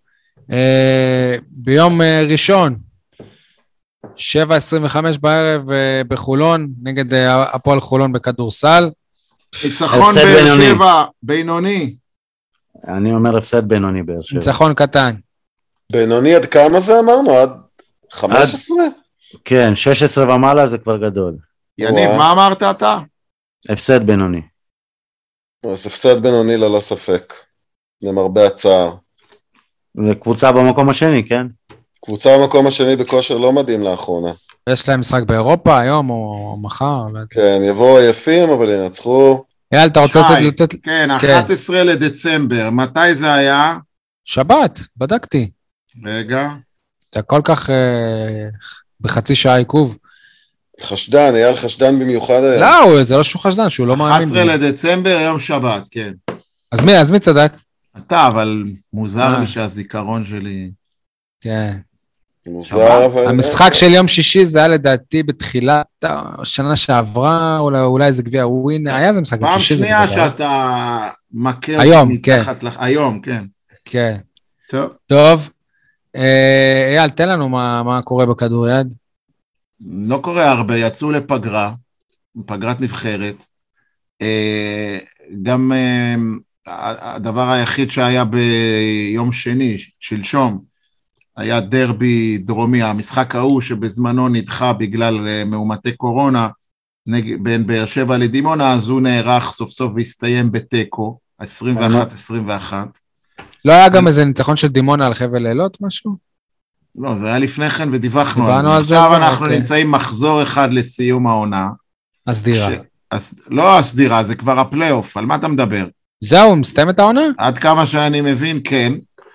ביום ראשון, 7:25 בערב בחולון, נגד הפועל חולון בכדורסל. ניצחון באר שבע, בינוני. אני אומר הפסד בינוני באר שבע. ניצחון קטן. בינוני עד כמה זה אמרנו? עד 15? כן, 16 ומעלה זה כבר גדול. יניב, מה אמרת אתה? הפסד בינוני. אז הפסד בינוני ללא ספק. למרבה הצער. וקבוצה במקום השני, כן? קבוצה במקום השני בכושר לא מדהים לאחרונה. יש להם משחק באירופה היום או מחר? כן, יבואו עייפים, אבל ינצחו. יאללה, אתה רוצה לתת... כן, 11 לדצמבר. מתי זה היה? שבת, בדקתי. רגע. אתה כל כך בחצי שעה עיכוב. חשדן, אייל חשדן במיוחד היה. לא, זה לא שהוא חשדן, שהוא לא מאמין. 11 לדצמבר, יום שבת, כן. אז מי צדק? אתה, אבל מוזר לי שהזיכרון שלי... כן. מוזר, אבל... המשחק של יום שישי זה היה לדעתי בתחילת השנה שעברה, אולי זה גביע ווין, היה זה משחק יום שישי. פעם שנייה שאתה מכיר... היום, כן. היום, כן. כן. טוב. אייל, תן לנו מה קורה בכדוריד. לא קורה הרבה, יצאו לפגרה, פגרת נבחרת. גם הדבר היחיד שהיה ביום שני, שלשום, היה דרבי דרומי, המשחק ההוא שבזמנו נדחה בגלל מאומתי קורונה, בין באר שבע לדימונה, אז הוא נערך סוף סוף והסתיים בטקו, 21-21. לא היה גם איזה ניצחון של דימונה על חבל אילות, משהו? לא, זה היה לפני כן ודיווחנו דיברנו על זה. עכשיו אנחנו אוקיי. נמצאים מחזור אחד לסיום העונה. הסדירה. לא הסדירה, זה כבר הפלייאוף, על מה אתה מדבר? זהו, מסתיים את העונה? עד כמה שאני מבין, כן.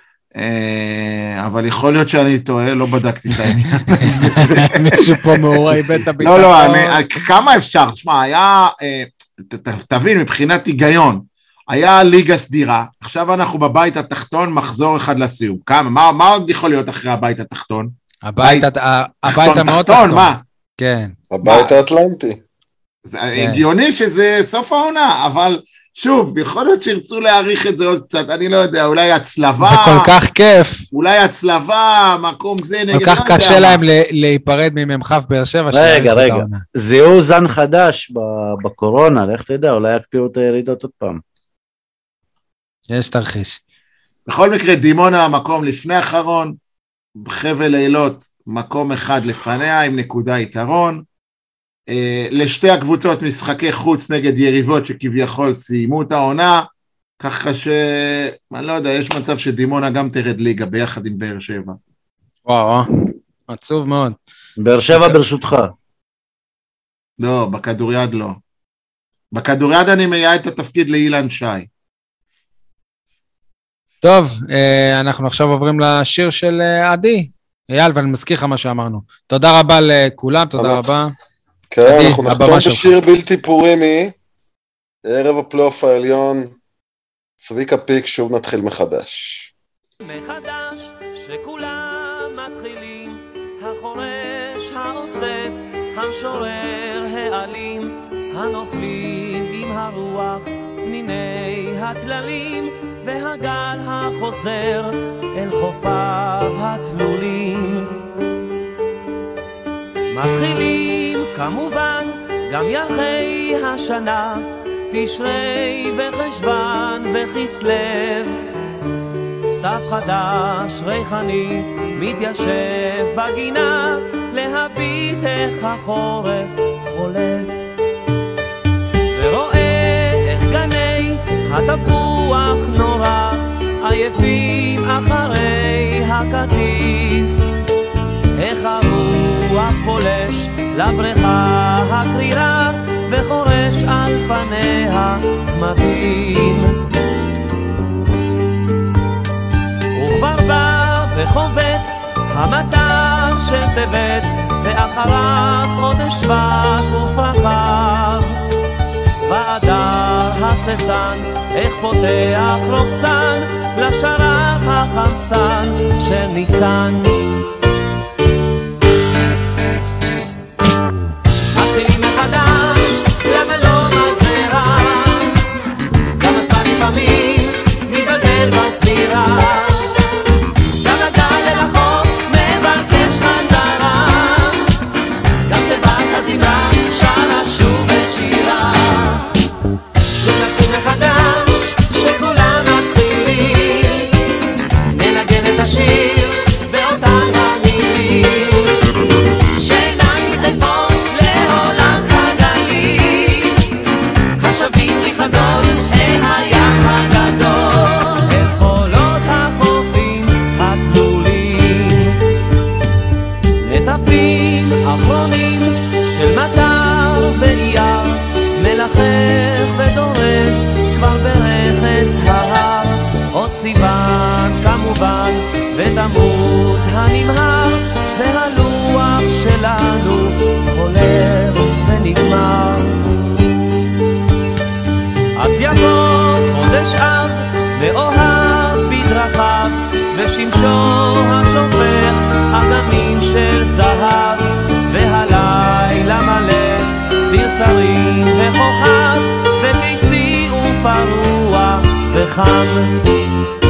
אבל יכול להיות שאני טועה, לא בדקתי את העניין. מישהו פה מאורי בית הביטחון. לא, כמה אפשר? תשמע, היה, תבין, מבחינת היגיון, היה ליגה סדירה, עכשיו אנחנו בבית התחתון, מחזור אחד לסיום. כמה? מה עוד יכול להיות אחרי הבית התחתון? הבית המאוד תחתון. מה? כן. הבית האטלנטי. זה הגיוני שזה סוף העונה, אבל שוב, יכול להיות שירצו להאריך את זה עוד קצת, אני לא יודע, אולי הצלבה... זה כל כך כיף. אולי הצלבה, מקום זה נגד... כל כך קשה להם להיפרד ממחף באר שבע. רגע, זיהו זן חדש בקורונה, לך תדע, אולי יקפיאו את הירידות עוד פעם. יש תרחיש. בכל מקרה, דימונה המקום לפני האחרון, בחבל אילות מקום אחד לפניה עם נקודה יתרון, לשתי הקבוצות משחקי חוץ נגד יריבות שכביכול סיימו את העונה, ככה ש... אני לא יודע, יש מצב שדימונה גם תרד ליגה ביחד עם באר שבע. וואו, עצוב מאוד. באר שבע ברשותך. לא, בכדוריד לא. בכדוריד אני מייעד את התפקיד לאילן שי. טוב, אנחנו עכשיו עוברים לשיר של עדי. אייל, ואני מזכיר לך מה שאמרנו. תודה רבה לכולם, תודה רבה. כן, אנחנו נחתום בשיר בלתי פורימי, ערב הפלייאוף העליון, צביקה פיק, שוב נתחיל מחדש. מחדש שכולם מתחילים, החורש, האוסף, המשורר, העלים, הנופלים עם הרוח, פניני הכללים, והגל החוזר אל חופיו התלולים. מתחילים כמובן גם ירחי השנה, תשרי וחשבן וכסלב, סתיו חדש ריחני מתיישב בגינה, להביט איך החורף חולף, ורואה איך גני התפוח נורא עייפים אחרי הקטיף, איך הרוח פולש לבריכה הקרירה וחורש על פניה מבים, וכבר בא וחובט המטר של טבת, ואחריו חודש שבט ופחר, באדר הססן איך פותח רוקסן לשרב החמסן של ניסן. מתחילים מחדש, למה לא מזרה, גם הזמן לפעמים מתבלבל בסבירה, גם הגל אל החוף מבקש חזרה, גם תיבת הזמרה שרה שוב את שירה. שוב נתחיל מחדש, שכולם מתחילים, ננגן את השיר באותן המילים, שאינן מתעייפות לעולם כגלים, השבים לכבוד אל הים הגדול, אל חולות החופים התלולים, נטפים אחרונים של מטר ואייר, מלחך ודורס כבר ברכס ההר, עוד סיוון כמובן ותמות הנמהר, והלוח שלנו הולך ונגמר. אז יבוא חודש אב ואוהב בדרכיו, ושמשו השופך אגמים של זהב, והלילה מלא צרצרים וכוכב, וקיצי ופרוע וחם.